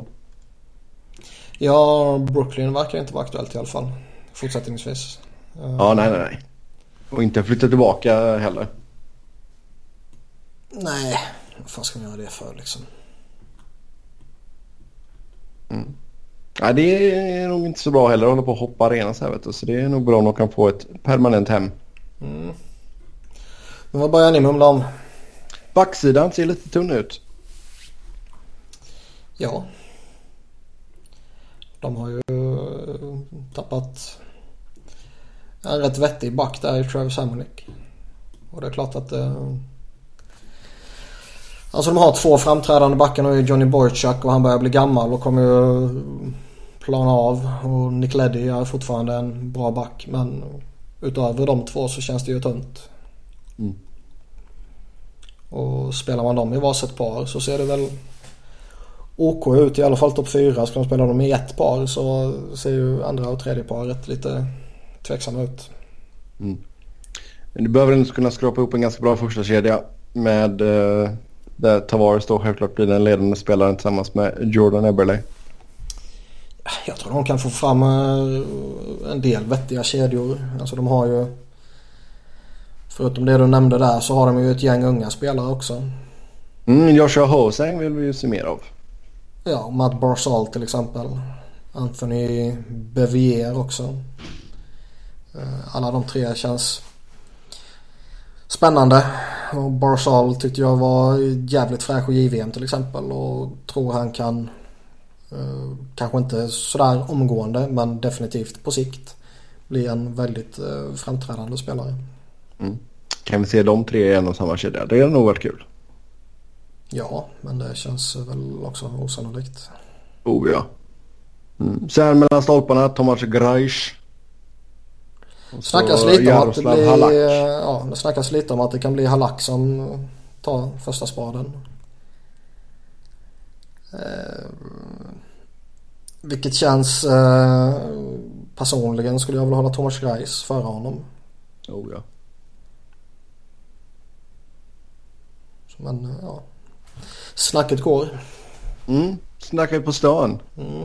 Ja, Brooklyn verkar inte vara aktuellt i alla fall. Fortsättningsvis. Ja, nej, nej, nej. Och inte flytta tillbaka heller. Nej, vad fan ska man göra det för liksom? Mm. Nej, det är nog inte så bra heller att hålla på och hoppa arena så här, vet du. Så det är nog bra om de kan få ett permanent hem. Mm. Men vad börjar ni mumla om? Backsidan ser lite tunn ut. Ja. De har ju tappat en rätt vettig back där i Travis Hamonic. Och det är klart att det... Alltså de har två framträdande backar nu, Johnny Boychuk, och han börjar bli gammal och kommer ju plana av. Och Nick Leddy är fortfarande en bra back, men utöver de två så känns det ju tunt. Mm. Och spelar man dem i varsitt par så ser det väl OK ut, i alla fall topp fyra. Ska de spela dem i ett par så ser ju andra och tredje paret lite tveksamma ut. Mm. Du behöver ändå kunna skrapa upp en ganska bra första kedja med eh, där Tavares då självklart blir den ledande spelaren tillsammans med Jordan Eberle. Jag tror de kan få fram en del vettiga kedjor. Alltså de har ju, förutom det du nämnde där, så har de ju ett gäng unga spelare också. Mm, Joshua Hosang vill vi ju se mer av. Ja, Matt Barzal till exempel. Anthony Bevier också. Alla de tre känns spännande. Och Barzal tyckte jag var jävligt fräsch i J V M till exempel. Och tror han kan, eh, kanske inte sådär omgående, men definitivt på sikt bli en väldigt eh, framträdande spelare. Mm. Kan vi se de tre i en och samma kedja? Det är nog varit kul. Ja, men det känns väl också osannolikt. Oh ja. Mm. Sen mellan stolparna, Tomas Grajs. Snackas lite om att det blir, Halak. ja, det snackas lite om att det kan bli Halak som tar första spaden. Eh, vilket känns eh, personligen skulle jag vilja hålla Tomas Grajs före honom. Oh ja. Men ja, snacket går. Mm. Snackar vi på stan. Mm.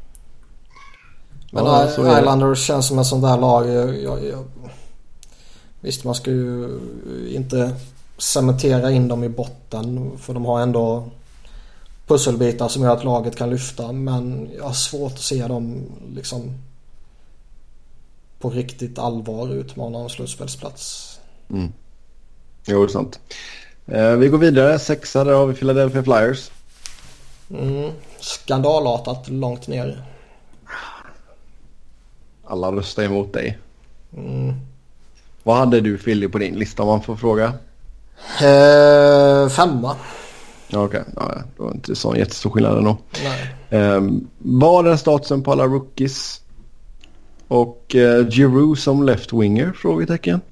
Men ja, Islanders känns som en sån där lag. Jag, jag, jag, visst, man ska ju inte cementera in dem i botten, för de har ändå pusselbitar som gör att laget kan lyfta. Men jag har svårt att se dem liksom på riktigt allvar utmana en slutspelsplats. Mm. Jo, det är sant. Eh, vi går vidare. Sexa, där har vi Philadelphia Flyers. Mm. Skandalartat långt ner. Alla röstar emot dig. Mm. Vad hade du, Philly, på din lista om man får fråga? Eh, femma. Ja, okej. Okay. Ja, det var inte så jättestor skillnad ändå. Nej. Eh, var den statusen på alla rookies? Och eh, Giroux som left-winger? Frågetecken.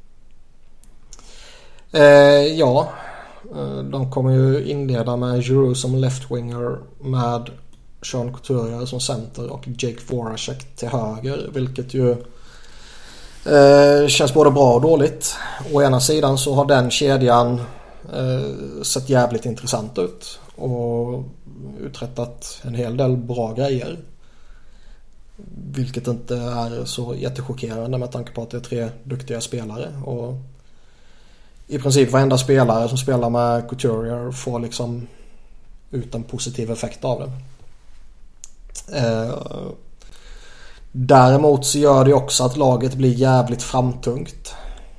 Eh, ja. De kommer ju inleda med Giroux som left-winger med Sean Couturier som center och Jake Voracek till höger, vilket ju eh, känns både bra och dåligt. Å ena sidan så har den kedjan eh, sett jävligt intressant ut och uträttat en hel del bra grejer, vilket inte är så jättechockerande med tanke på att det är tre duktiga spelare, och i princip varenda spelare som spelar med Couturier får liksom ut en positiv effekt av det. Eh, däremot så gör det också att laget blir jävligt framtungt.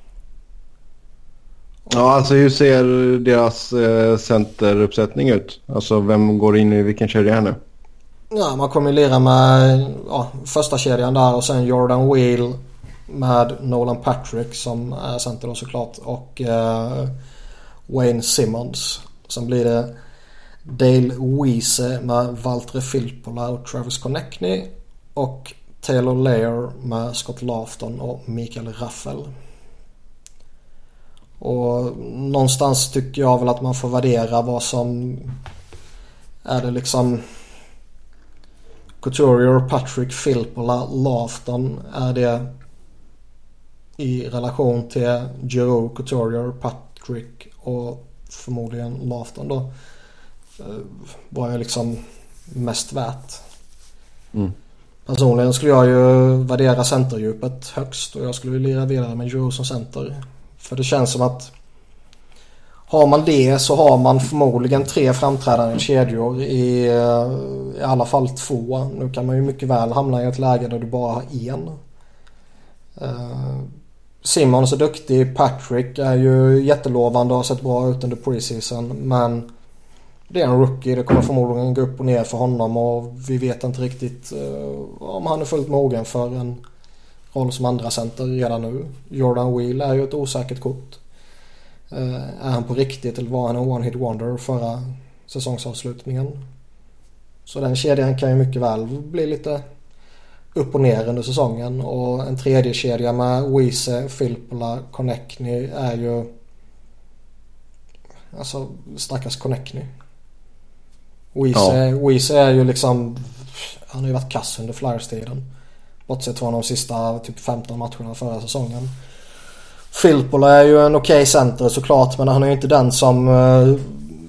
Ja, alltså hur ser deras eh, centeruppsättning ut? Alltså vem går in i vilken kedja här nu? Ja, man kommer lira med ja, första kedjan där och sen Jordan Wheel, med Nolan Patrick som är center då såklart och uh, Wayne Simmons. Sen blir det Dale Weise med Valtteri Filppula och Travis Konechny och Taylor Lair med Scott Laughton och Mikael Raffel. Och någonstans tycker jag väl att man får värdera vad som är det liksom Couturier, Patrick, Filppula, Laughton, är det i relation till Giroux, Couturier, Patrick och förmodligen Laughton då, var jag liksom mest värt. Mm. Personligen skulle jag ju värdera centerdjupet högst och jag skulle lira vidare med Giroux som center. För det känns som att har man det så har man förmodligen tre framträdande kedjor i, i alla fall två. Nu kan man ju mycket väl hamna i ett läge där du bara har en. Uh, Simmons är duktig, Patrick är ju jättelovande och har sett bra ut under preseason, men det är en rookie, det kommer förmodligen gå upp och ner för honom och vi vet inte riktigt uh, om han är fullt mogen för en roll som andra center redan nu. Jordan Wheel är ju ett osäkert kort. Uh, är han på riktigt eller var han en one-hit wonder förra säsongsavslutningen? Så den kedjan kan ju mycket väl bli lite upp och ner under säsongen, och en tredje kedja med Weise, Filppula, Konechny är ju alltså stackars Konechny. Weise, ja. Weise är ju liksom, han har ju varit kass under Flyers-tiden bortsett från de sista typ femton matcherna förra säsongen. Filppula är ju en okej okay center såklart, men han är ju inte den som uh,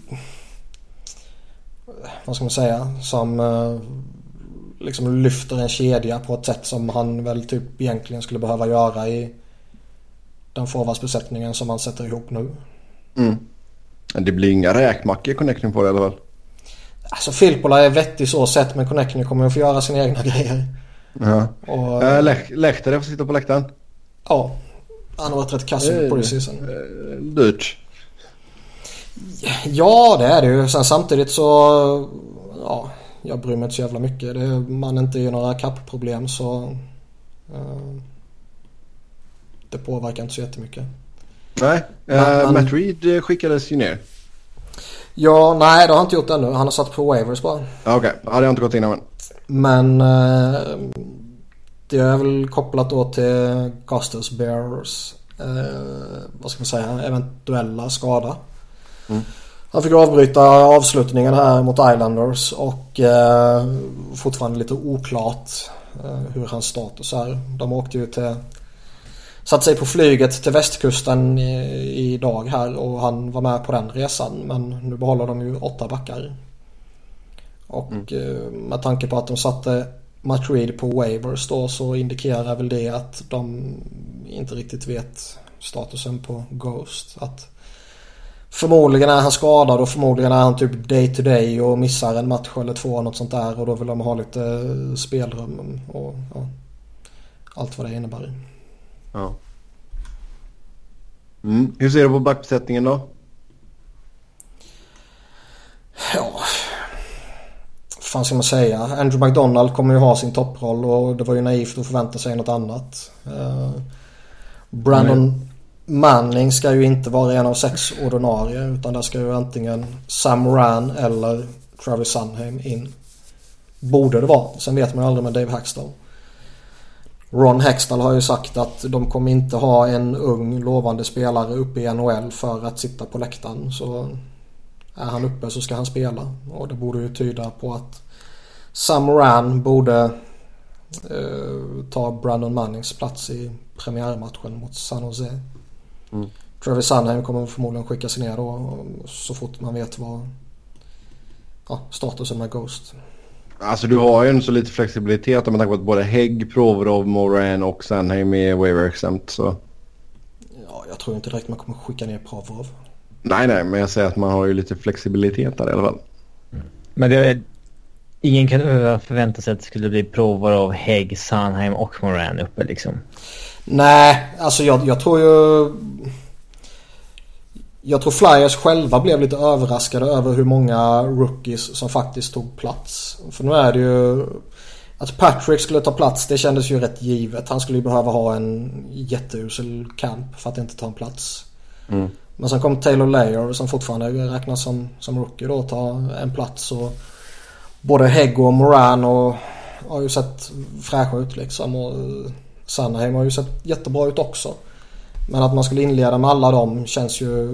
vad ska man säga som uh, liksom lyfter en kedja på ett sätt som han väl typ egentligen skulle behöva göra i den forwardsbesättningen som han sätter ihop nu. Mm. Det blir inga räkmackor Konechny på det i alla fall. Alltså Filppula är vettig så sett, men Konechny kommer att få göra sina egna grejer. Ja. Och, äh, Lä- Läktare får sitta på läktaren. Ja. Han har varit rätt kass under preseason. Äh, dyrt. Ja, det är det ju. Sen samtidigt så ja, jag bryr mig inte så jävla mycket. Det är, man inte i några kappproblem så uh, det påverkar inte så jättemycket. Nej, men, uh, men, Matt Reed skickades ju ner. Ja, nej det har han inte gjort ännu. Han har satt på waivers bara. Okej, okay. Ja, det har inte gått in än. Men uh, det är väl kopplat då till Costas Bears uh, vad ska man säga, eventuella skada. Mm. Han fick avbryta avslutningen här mot Islanders och eh, fortfarande lite oklart eh, hur hans status är. De åkte ju till satt sig på flyget till västkusten i, idag här och han var med på den resan, men nu behåller de ju åtta backar. Och mm. eh, med tanke på att de satte Matt Reed på waivers då, så indikerar väl det att de inte riktigt vet statusen på Ghost. Att förmodligen är han skadad och förmodligen är han typ day to day och missar en match eller två något sånt där, och då vill de ha lite spelrum och ja, allt vad det innebär. Ja. Mm. Hur ser du på backbesättningen då? Ja, fan ska man säga? Andrew McDonald kommer ju ha sin topproll och det var ju naivt att förvänta sig något annat. Uh, Brandon mm. Manning ska ju inte vara en av sex ordinarie, utan där ska ju antingen Sam Moran eller Travis Sunheim in. Borde det vara. Sen vet man ju aldrig med Dave Hackstall. Ron Hextall har ju sagt att de kommer inte ha en ung lovande spelare uppe i N H L för att sitta på läktaren. Så är han uppe så ska han spela. Och det borde ju tyda på att Sam Moran borde eh, ta Brandon Mannings plats i premiärmatchen mot San Jose. Mm. Travis Sunheim kommer förmodligen skicka sig ner då så fort man vet vad ja, statusen med Ghost. Alltså du har ju en så lite flexibilitet med tanke på att både Hägg, Provorov, Moran och Sunheim är waiver exempt, så ja, jag tror inte direkt man kommer skicka ner Provorov. Nej, nej, men jag säger att man har ju lite flexibilitet där i alla fall. Mm. Men det är, ingen kan förvänta sig att det skulle bli Provorov, Hägg, Sunheim och Moran uppe liksom. Nej, alltså jag, jag tror ju jag tror Flyers själva blev lite överraskade över hur många rookies som faktiskt tog plats. För nu är det ju Att Patrick skulle ta plats, det kändes ju rätt givet. Han skulle ju behöva ha en jätteusel camp för att inte ta en plats. Mm. Men sen kom Taylor Layer som fortfarande räknas som, som rookie då, ta en plats. Och både Heggo och Moran och, har ju sett fräscha ut liksom. Och Sanheim har ju sett jättebra ut också. Men att man skulle inleda med alla dem känns ju...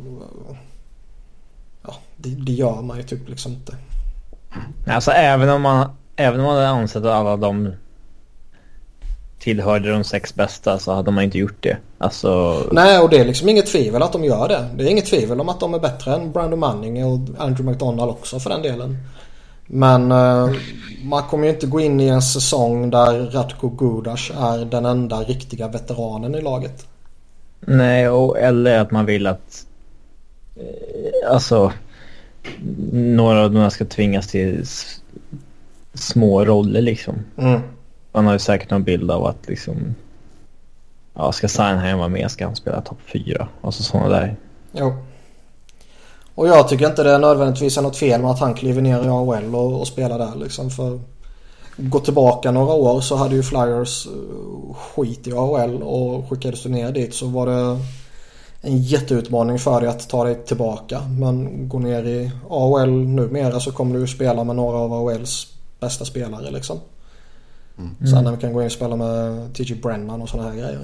Ja, det, det gör man ju typ liksom inte. Alltså även om man även om man hade ansett att alla de tillhörde de sex bästa så hade man inte gjort det. Alltså... Nej, och det är liksom inget tvivel att de gör det. Det är inget tvivel om att de är bättre än Brandon Manning och Andrew McDonald också för den delen. Men uh, man kommer ju inte gå in i en säsong där Ratko Gudas är den enda riktiga veteranen i laget. Nej, och eller att man vill att eh, alltså några av dem ska tvingas till s- små roller liksom. Mm. Man har ju säkert någon bild av att liksom ja, ska Sanheim vara med, ska han spela topp fyra och så sådana där. Jo. Och jag tycker inte det är nödvändigtvis är något fel med att han kliver ner i A H L och, och spelar där liksom. För gå tillbaka några år så hade ju Flyers uh, skit i A H L och skickades du ner dit så var det en jätteutmaning för dig att ta dig tillbaka. Men gå ner i A H L numera så kommer du spela med några av A H L's bästa spelare liksom. Mm. Sen när vi kan gå in och spela med T J Brennan och sådana här grejer.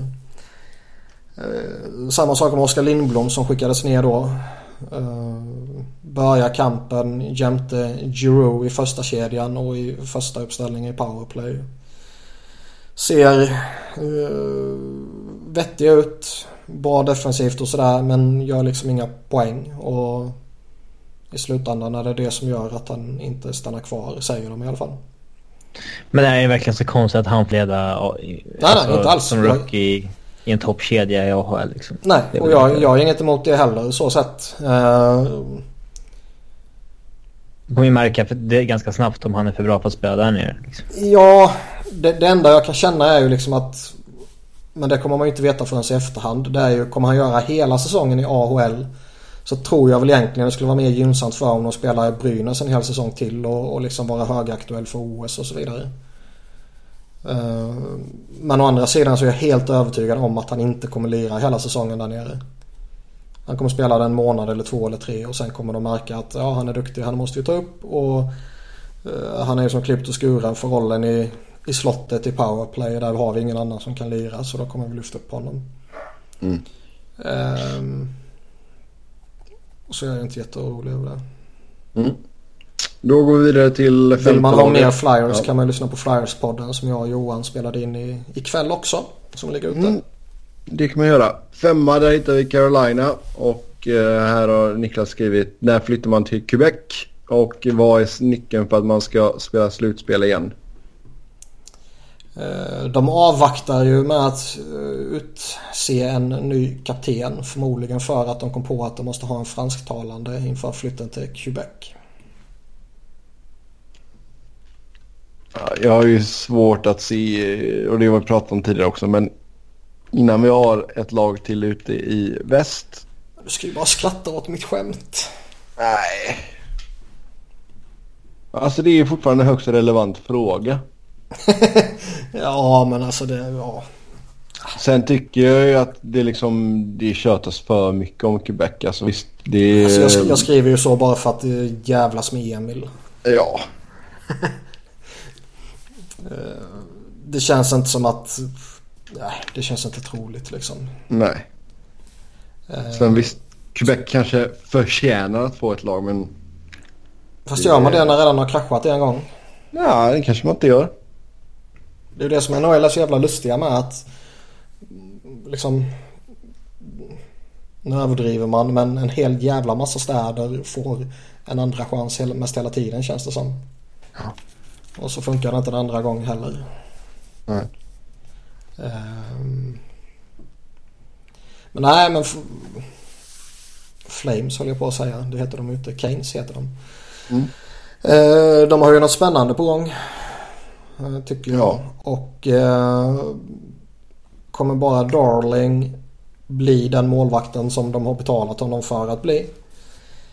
Uh, samma sak med Oskar Lindblom som skickades ner då. Uh, börja kampen jämte Giroux i första kedjan och i första uppställningen i powerplay. Ser uh, vettig ut, bra defensivt och sådär, men gör liksom inga poäng och i slutändan är det det som gör att han inte stannar kvar, säger de i alla fall. Men det är ju verkligen så konstigt att han leder alltså, nej, nej, inte alls. som rookie i en toppkedja i A H L liksom. Nej, och jag, jag har inget emot det heller så sett. Uh... Du kommer ju märka för det är ganska snabbt om han är för bra för att spela där nere. Liksom. Ja, det, det enda jag kan känna är ju liksom att, men det kommer man ju inte veta förrän i efterhand. Det är ju, kommer han göra hela säsongen i A H L så tror jag väl egentligen det skulle vara mer gynnsamt för honom att spela i Brynäs en hel säsong till och, och liksom vara högaktuell för O S och så vidare. Men å andra sidan så är jag helt övertygad om att han inte kommer lira hela säsongen där nere. Han kommer spela den en månad eller två eller tre och sen kommer de märka att ja, han är duktig, han måste ju ta upp och uh, han är ju som klippt och skuren för rollen i, i slottet i powerplay, där har vi ingen annan som kan lira, så då kommer vi lyfta upp honom. Mm. Um, och så är jag inte jätteorolig över det. Mm. Då går vi vidare till vill man ha mer Flyers, ja, kan man lyssna på Flyers-podden som jag och Johan spelade in i, ikväll också, som ligger ute. Mm. Det kan man göra. Femma, där hittar vi Carolina och eh, här har Niklas skrivit när flyttar man till Quebec och vad är nyckeln för att man ska spela slutspel igen? Eh, de avvaktar ju med att uh, utse en ny kapten, förmodligen för att de kom på att de måste ha en fransktalande inför flytten till Quebec. Jag har ju svårt att se, och det har vi pratat om tidigare också, men innan vi har ett lag till ute i väst. Du ska ju bara skratta åt mitt skämt. Nej. Alltså det är fortfarande en högst relevant fråga. Ja, men alltså det, ja. Sen tycker jag ju att det liksom, det tjötas för mycket om Quebec. Alltså visst, det... Alltså jag, sk- jag skriver ju så bara för att det jävlas med Emil. Ja. Det känns inte som att, nej, det känns inte troligt liksom. Nej. Sen visst, Quebec kanske förtjänar att få ett lag, men... Fast gör man det när redan har kraschat en gång? Ja, det kanske man inte gör. Det är det som är N H L är så jävla lustiga med att liksom, nu överdriver man, men en hel jävla massa städer får en andra chans mest hela tiden, känns det som. Ja. Och så funkar det inte den andra gången heller. Nej. Um, men nej, men f- Flames håller jag på att säga. Det heter de inte. Canes heter de. Mm. Uh, de har ju något spännande på gång, uh, tycker jag. Ja. Och uh, kommer bara Darling bli den målvakten som de har betalat honom för att bli,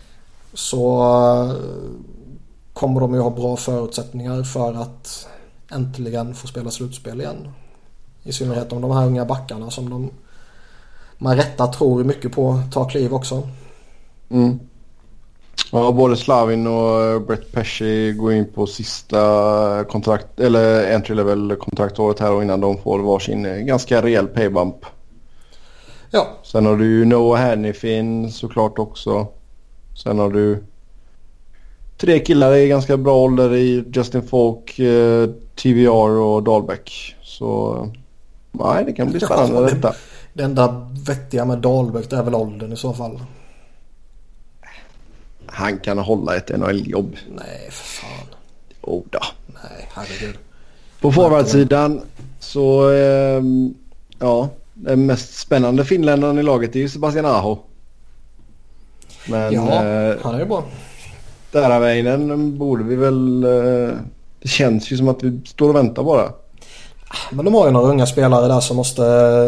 så uh, kommer de ju ha bra förutsättningar för att äntligen får spela slutspel igen. I synnerhet om de här unga backarna som de med rätta tror mycket på tar kliv också. Mm. Ja, både Slavin och Brett Pesci går in på sista kontrakt eller entry level kontraktåret här och innan de får varsin ganska rejäl paybump. Ja. Sen har du ju Noah Hannifin såklart också. Sen har du tre killar i ganska bra ålder i Justin Falk, eh, T V R och Dahlbäck. Så nej, det kan bli spännande ja, detta. Det enda vettiga med Dahlbäck är väl åldern i så fall. Han kan hålla ett N H L-jobb. Nej, för fan. Oh, då. Nej, herregud. På forwardsidan så eh, ja, den mest spännande finländaren i laget är ju Sebastian Aho. Men ja, eh, han är ju bra. Taraväinen borde vi väl eh, det känns ju som att vi står och väntar bara. Men de har ju några unga spelare där som måste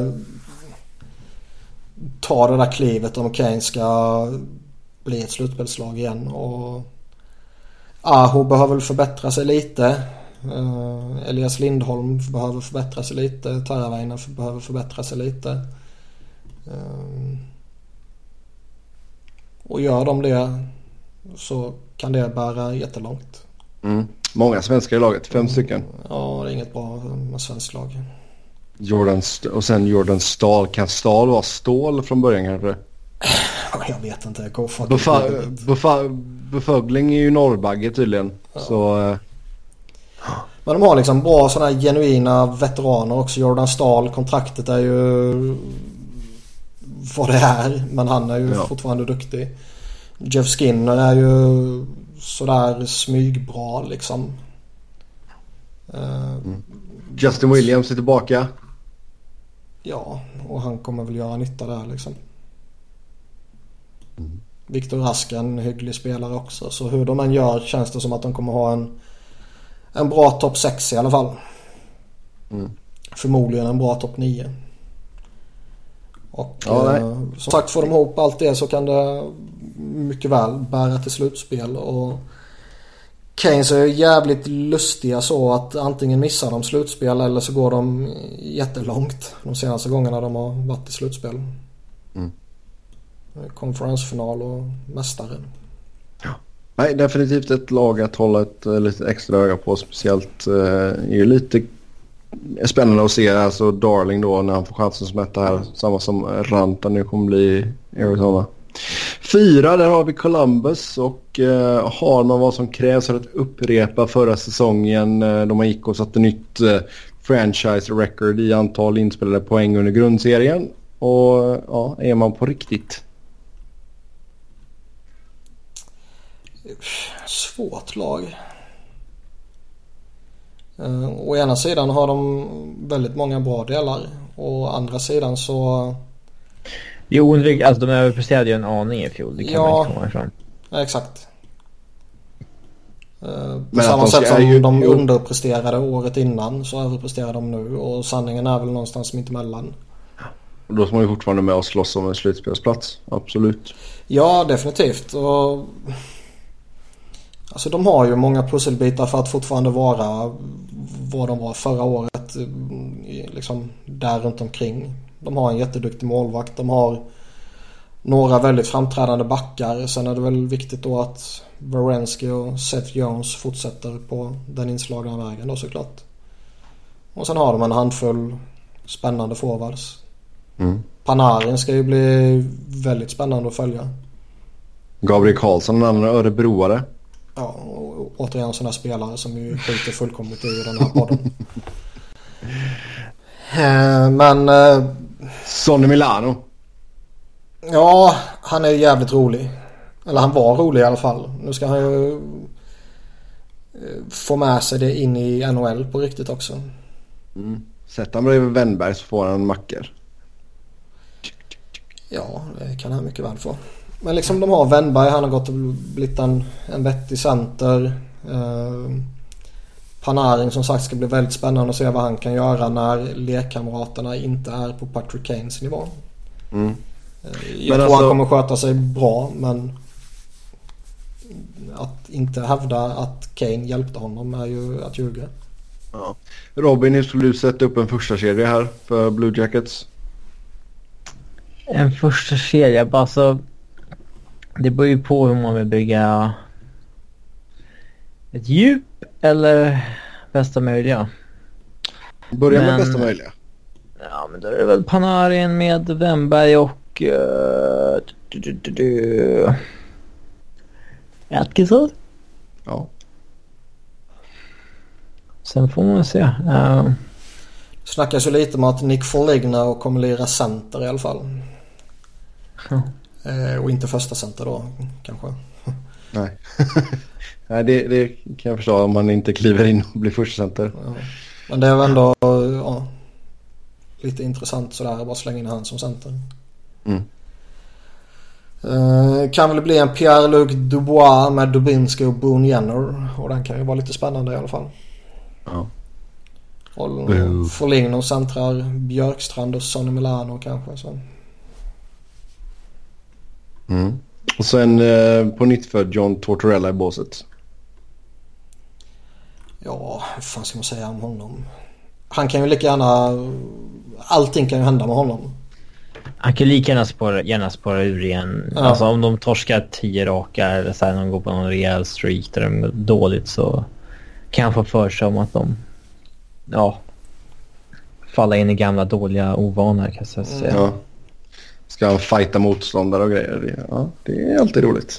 ta det där klivet om Kane ska bli ett slutspelslag igen. Och Aho behöver förbättra sig lite. Uh, Elias Lindholm behöver förbättra sig lite. Taraväinen behöver förbättra sig lite. Uh, och gör de det så kan det bära jättelångt. Mm. Många svenskar i laget, fem stycken. Ja, det är inget bra med svensk lag. Jordan St- och sen Jordan Stahl. Kan Stahl vara stål från början kanske? Jag vet inte. Go fuck Befa- befa- Befögling är ju norrbagge tydligen. Ja. Så... Uh... Men de har liksom bra sådana här genuina veteraner också. Jordan Stahl, kontraktet är ju vad det är. Men han är ju ja. fortfarande duktig. Jeff Skinner är ju sådär smygbra liksom. Mm. Justin Williams är tillbaka. Ja, och han kommer väl göra nytta där liksom. Mm. Viktor Rask är en hygglig spelare också. Så hur de än gör känns det som att de kommer ha en en bra topp sex i alla fall. Mm. Förmodligen en bra topp nio. Och ja, eh, som sagt, får de ihop allt det så kan det mycket väl bära till slutspel. Och Keynes är jävligt lustiga så att antingen missar de slutspel eller så går de jättelångt de senaste gångerna de har varit i slutspel. Mm. Konferensfinal och mästare. Ja. Nej, definitivt ett lag att hålla ett uh, lite extra öga på. Speciellt uh, är ju lite spännande att se alltså Darling då när han får chansen som etta här. Samma som Ranta nu kommer bli i Arizona. Fyra, där har vi Columbus och uh, har man vad som krävs för att upprepa förra säsongen uh, då man gick och satte nytt uh, franchise record i antal inspelade poäng under grundserien. Och uh, ja, är man på riktigt? Svårt lag. Uh, å ena sidan har de väldigt många bra delar och å andra sidan så jo, alltså de överpresterade ju en aning i fjol. Det kan ja, man inte komma ifrån. Ja, exakt. Uh, på samma sätt som ju, de underpresterade året innan så överpresterar de nu och sanningen är väl någonstans mitt emellan. Och då ska man ju fortfarande med och slåss om en slutspelsplats. Absolut. Ja, definitivt. Och alltså de har ju många pusselbitar för att fortfarande vara vad de var förra året liksom där runt omkring. De har en jätteduktig målvakt. De har några väldigt framträdande backar. Sen är det väl viktigt då att Werenski och Seth Jones fortsätter på den inslagna vägen då såklart. Och sen har de en handfull spännande forwards. Mm. Panarin ska ju bli väldigt spännande att följa. Gabriel Karlsson, en annan örebroare. Ja, och återigen sådana spelare som ju skjuter fullkomligt i den här podden. Men Sonny Milano. Ja, han är ju jävligt rolig. Eller han var rolig i alla fall. Nu ska han ju få med sig det in i N H L på riktigt också. Mm. Sätt han bredvid Wennberg så får han en macker. Ja, det kan han mycket väl få. Men liksom de har Wennberg, han har gått och blivit en, en vettig center. Eh, Panarin som sagt ska bli väldigt spännande att se vad han kan göra när lekkamraterna inte är på Patrick Kanes nivå. Mm. Eh, jag men tror alltså, han kommer sköta sig bra, men att inte hävda att Kane hjälpte honom är ju att ljuga. Ja. Robin, hur skulle du sätta upp en första kedja här för Blue Jackets? En första kedja, bara så... Det beror ju på hur man vill bygga ett djup eller bästa möjliga. Börja men, med bästa möjliga. Ja, men då är det väl Panarin med Wennberg och... Uh, du, du, du, du. Atkinson? Ja. Sen får man se. Uh, Snackas ju lite om att Nick Foligno kommer lira center i alla fall. ja. Eh, och inte första center då, kanske. Nej. Nej, det, det kan jag förstå om man inte kliver in och blir första center. Ja. Men det är väl ändå ja, lite intressant sådär att bara slänga in han som center. Mm. Eh, kan väl bli en Pierre-Luc Dubois med Dubinsky och Boone Jenner. Och den kan ju vara lite spännande i alla fall. Ja. Och Foligno centrar Björkstrand och Sonny Milano kanske. Så. Mm. Och sen eh, på nytt för John Tortorella i båset. Ja, hur fan ska man säga om honom? Han kan ju lika gärna... Allting kan ju hända med honom. Han kan lika gärna spåra, gärna spåra ur igen. Ja. Alltså om de torskar tio raka eller så här, de går på någon rejäl streak där de är dåligt, så kan han få för sig om att de ja falla in i gamla dåliga ovanor, kan jag säga. Ja. Ska han fighta motståndare och grejer. Ja, det är alltid roligt.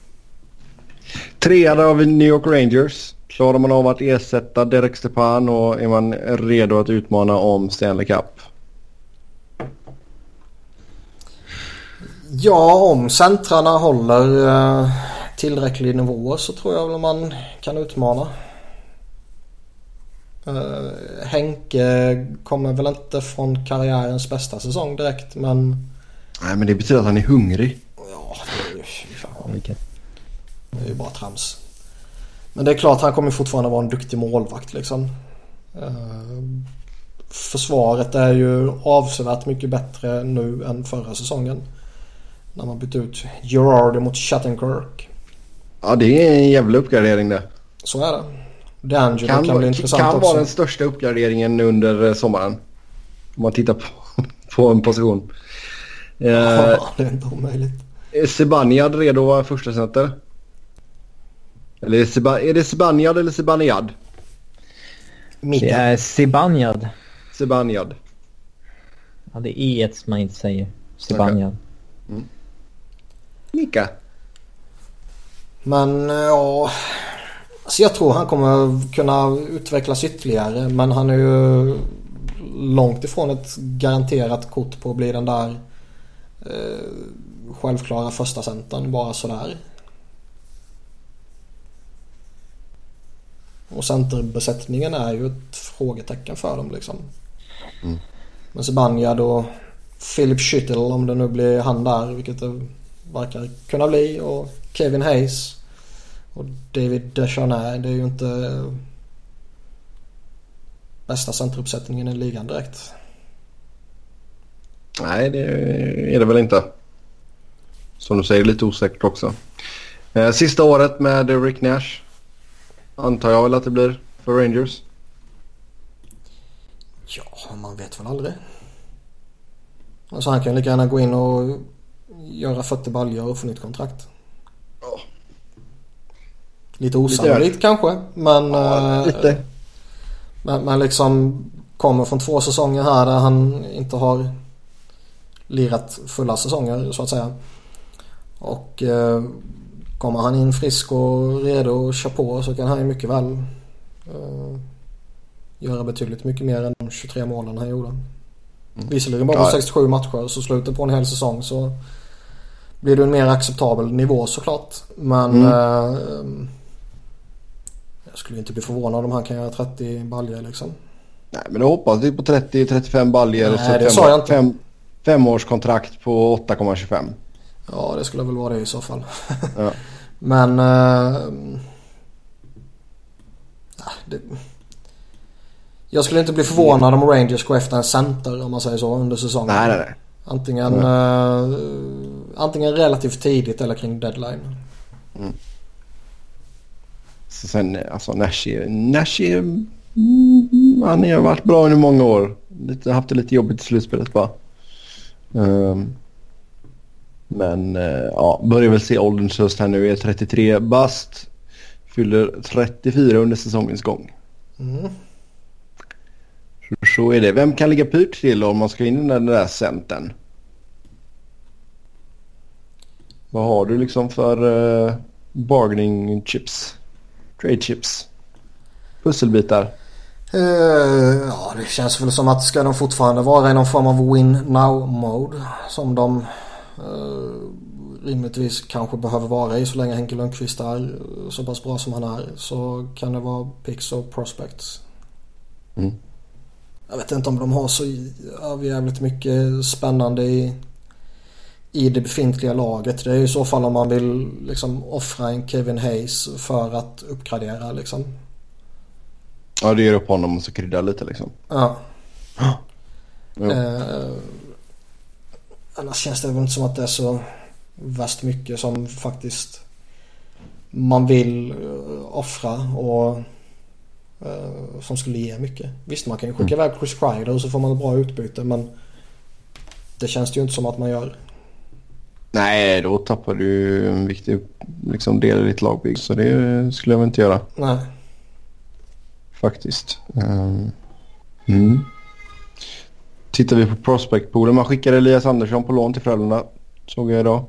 Trea där har vi New York Rangers. Klarar man av att ersätta Derek Stepan och är man redo att utmana om Stanley Cup? Ja, om centrarna håller eh, tillräcklig nivå så tror jag väl man kan utmana. Uh, Henke kommer väl inte från karriärens bästa säsong direkt, men... Nej, men det betyder att han är hungrig. Ja, det är ju, fan, det är ju bara trams. Men det är klart, han kommer fortfarande vara en duktig målvakt liksom. Uh, försvaret är ju avsevärt mycket bättre nu än förra säsongen. När man bytt ut Girardi mot Shattenkirk. Ja, det är en jävla uppgradering det. Så är det. D'Angelo kan, kan bli intressant kan också. Kan vara den största uppgraderingen under sommaren. Om man tittar på, på en position. Ja, eh, det är inte omöjligt. Är Zibanejad redo att vara första center? Eller är, Seba, är det Zibanejad eller Zibanejad? Det är Zibanejad. Zibanejad. Ja, det är ett som man inte säger. Zibanejad. Okay. Mm. Mika. Men ja... Så jag tror han kommer kunna utvecklas ytterligare, men han är ju långt ifrån ett garanterat kort på att bli den där eh, självklara första centern bara sådär. Och centerbesättningen är ju ett frågetecken för dem liksom. Mm. Men Zibanejad och Philip Schüttel, om det nu blir han där, vilket det verkar kunna bli, och Kevin Hayes och David Deschanel, det är ju inte bästa centeruppsättningen i ligan direkt. Nej, det är det väl inte. Som du säger, lite osäkert också. Eh, sista året med Rick Nash. Antar jag väl att det blir för Rangers. Ja, man vet väl aldrig. Alltså han kan lika gärna gå in och göra fyrtio baljor och få nytt kontrakt. Ja. Lite osannolikt kanske, men, ja, lite. Eh, men men liksom kommer från två säsonger här där han inte har lirat fulla säsonger så att säga. Och eh, kommer han in frisk och redo och kör på, så kan han ju mycket väl eh, göra betydligt mycket mer än de tjugotre målen han gjorde. Mm. Visserligen bara på ja. sextiosju matcher, så slutet på en hel säsong så blir det en mer acceptabel nivå såklart. Men mm. eh, jag skulle inte bli förvånad om han kan göra trettio baljor liksom. Nej, men då hoppas vi på trettio till trettiofem baljor. Nej, och så det fem, sa jag inte. Fem, femårskontrakt på åtta komma tjugofem. Ja, det skulle väl vara det i så fall. Ja. Men eh, det, jag skulle inte bli förvånad om Rangers går efter en center, om man säger så, under säsongen. Nej, nej, nej. Antingen, mm. eh, antingen relativt tidigt eller kring deadline. Mm. Så sen, alltså Nash är, Nash är Mm, han har varit bra under många år. Lite, haft det lite jobbigt i slutspelet bara. Um, men uh, ja, börjar väl se ålderns höst här nu. Är trettiotre bast. Fyller trettiofyra under säsongens gång. Mm. Så, så är det. Vem kan ligga pyrt till om man ska in i den där centern? Vad har du liksom för uh, bargaining chips? Trade chips? Pusselbitar? Uh, ja, det känns väl som att ska de fortfarande vara i någon form av win now mode som de uh, rimligtvis kanske behöver vara i så länge Henke Lundqvist är så pass bra som han är, så kan det vara picks och prospects. Mm. Jag vet inte om de har så jävligt mycket spännande i, i det befintliga laget. Det är i så fall om man vill liksom offra en Kevin Hayes för att uppgradera liksom. Ja, det gör upp honom och så krydda lite liksom. Ja. Jo. Eh, annars känns det väl inte som att det är så värst mycket som faktiskt man vill uh, offra och uh, som skulle ge mycket. Visst, man kan ju skicka mm. iväg Chris Kreider och så får man ett bra utbyte, men det känns ju inte som att man gör. Nej, då tappar du en viktig liksom, del i ditt lagbygg, så det skulle jag väl inte göra. Nej. Faktiskt. Um, mm. Tittar vi på prospect-poolen. Man skickade Elias Andersson på lån till Frölunda, såg jag idag.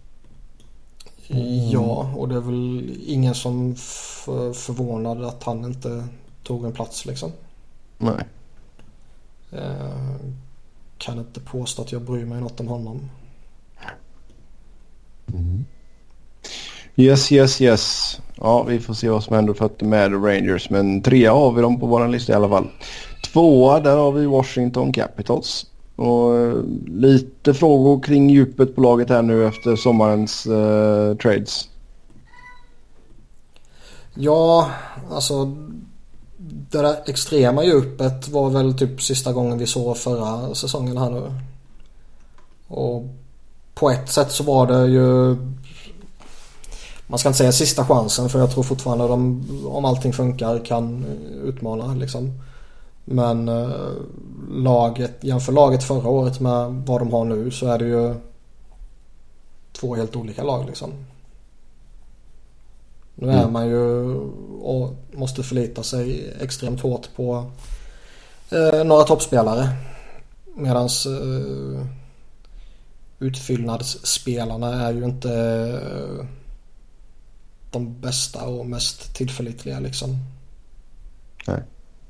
Mm. Ja, och det är väl ingen som f- förvånade att han inte tog en plats liksom. Nej. Uh, kan inte påstå att jag bryr mig något om honom. Mm. Yes, yes, yes. Ja, vi får se vad som händer för med Rangers. Men trea har vi dem på vår lista i alla fall. Tvåa, där har vi Washington Capitals. Och uh, lite frågor kring djupet på laget här nu efter sommarens uh, trades. Ja, alltså det där extrema djupet var väl typ sista gången vi såg förra säsongen här nu. Och på ett sätt så var det ju, man ska inte säga sista chansen, för jag tror fortfarande de, om allting funkar, kan utmana liksom. Men eh, laget, jämför laget förra året med vad de har nu, så är det ju två helt olika lag liksom. Nu är man ju och måste förlita sig extremt hårt på eh, några toppspelare, medans eh, utfyllnadsspelarna är ju inte eh, de bästa och mest tillförlitliga liksom. Nej.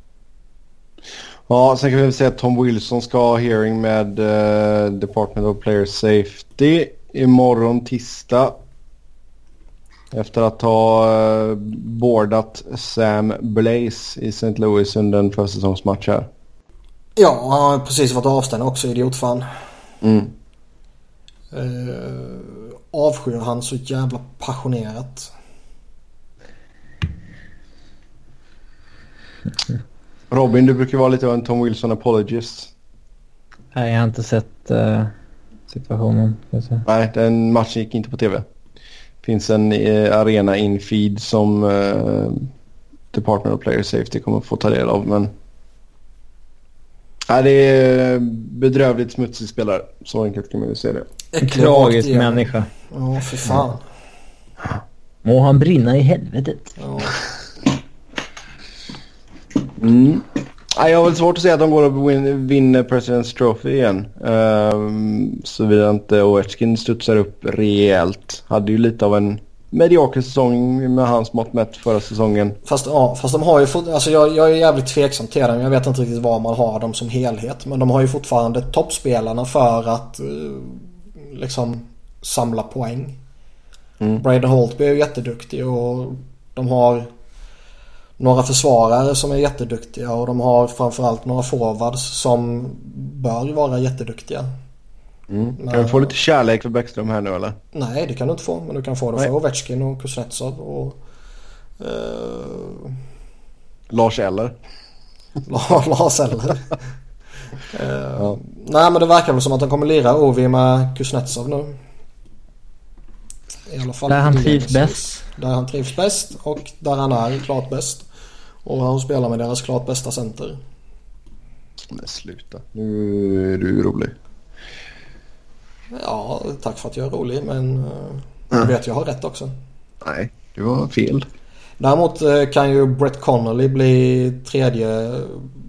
Ja, sen kan vi väl säga att Tom Wilson ska ha hearing med uh, Department of Player Safety imorgon tisdag. Efter att ha uh, boardat Sam Blaze i Saint Louis under en försäsongsmatch här. Ja, han har precis varit avstängd också, idiotfan. Mm. Uh, avskyr han så jävla passionerat. Robin, du brukar vara lite av en Tom Wilson apologist. Nej, jag har inte sett uh, situationen. Nej, den matchen gick inte på tv. Finns en uh, arena infeed som uh, Department of Player Safety kommer få ta del av, men nej, det är bedrövligt smutsig spelare. Så enkelt kan man ju se det. En tragisk människa. Ja, för fan. Må han brinna i helvetet. Ja. Mm. Jag har väl svårt att säga att de går och win, vinner President's Trophy igen. Um, så vidare inte Ovechkin studsar upp rejält. Hade ju lite av en medioker säsong med hans mått mätt förra säsongen. Fast, ja, fast de har ju fått, alltså jag, jag är jävligt tveksam till dem. Jag vet inte riktigt vad man har dem som helhet. Men de har ju fortfarande toppspelarna för att uh, liksom samla poäng. Mm. Braden Holtby är ju jätteduktig och de har några försvarare som är jätteduktiga och de har framförallt några forwards som bör vara jätteduktiga. Mm. Men, kan du få lite kärlek för Bäckström här nu eller? Nej, det kan du inte få, men du kan få det nej. för Ovechkin och Kuznetsov och uh, Lars Eller. Lars Eller. uh, ja. Nej, men det verkar väl som att de kommer lira Ovi med Kuznetsov nu. I alla fall där han trivs bäst. Där han trivs bäst och där han är klart bäst. Och han spelar med deras klart bästa center. Men sluta. Nu är du rolig. Ja, tack för att jag är rolig. Men uh, jag vet jag har rätt också. Nej, du har fel. Däremot uh, kan ju Brett Connolly bli tredje uh,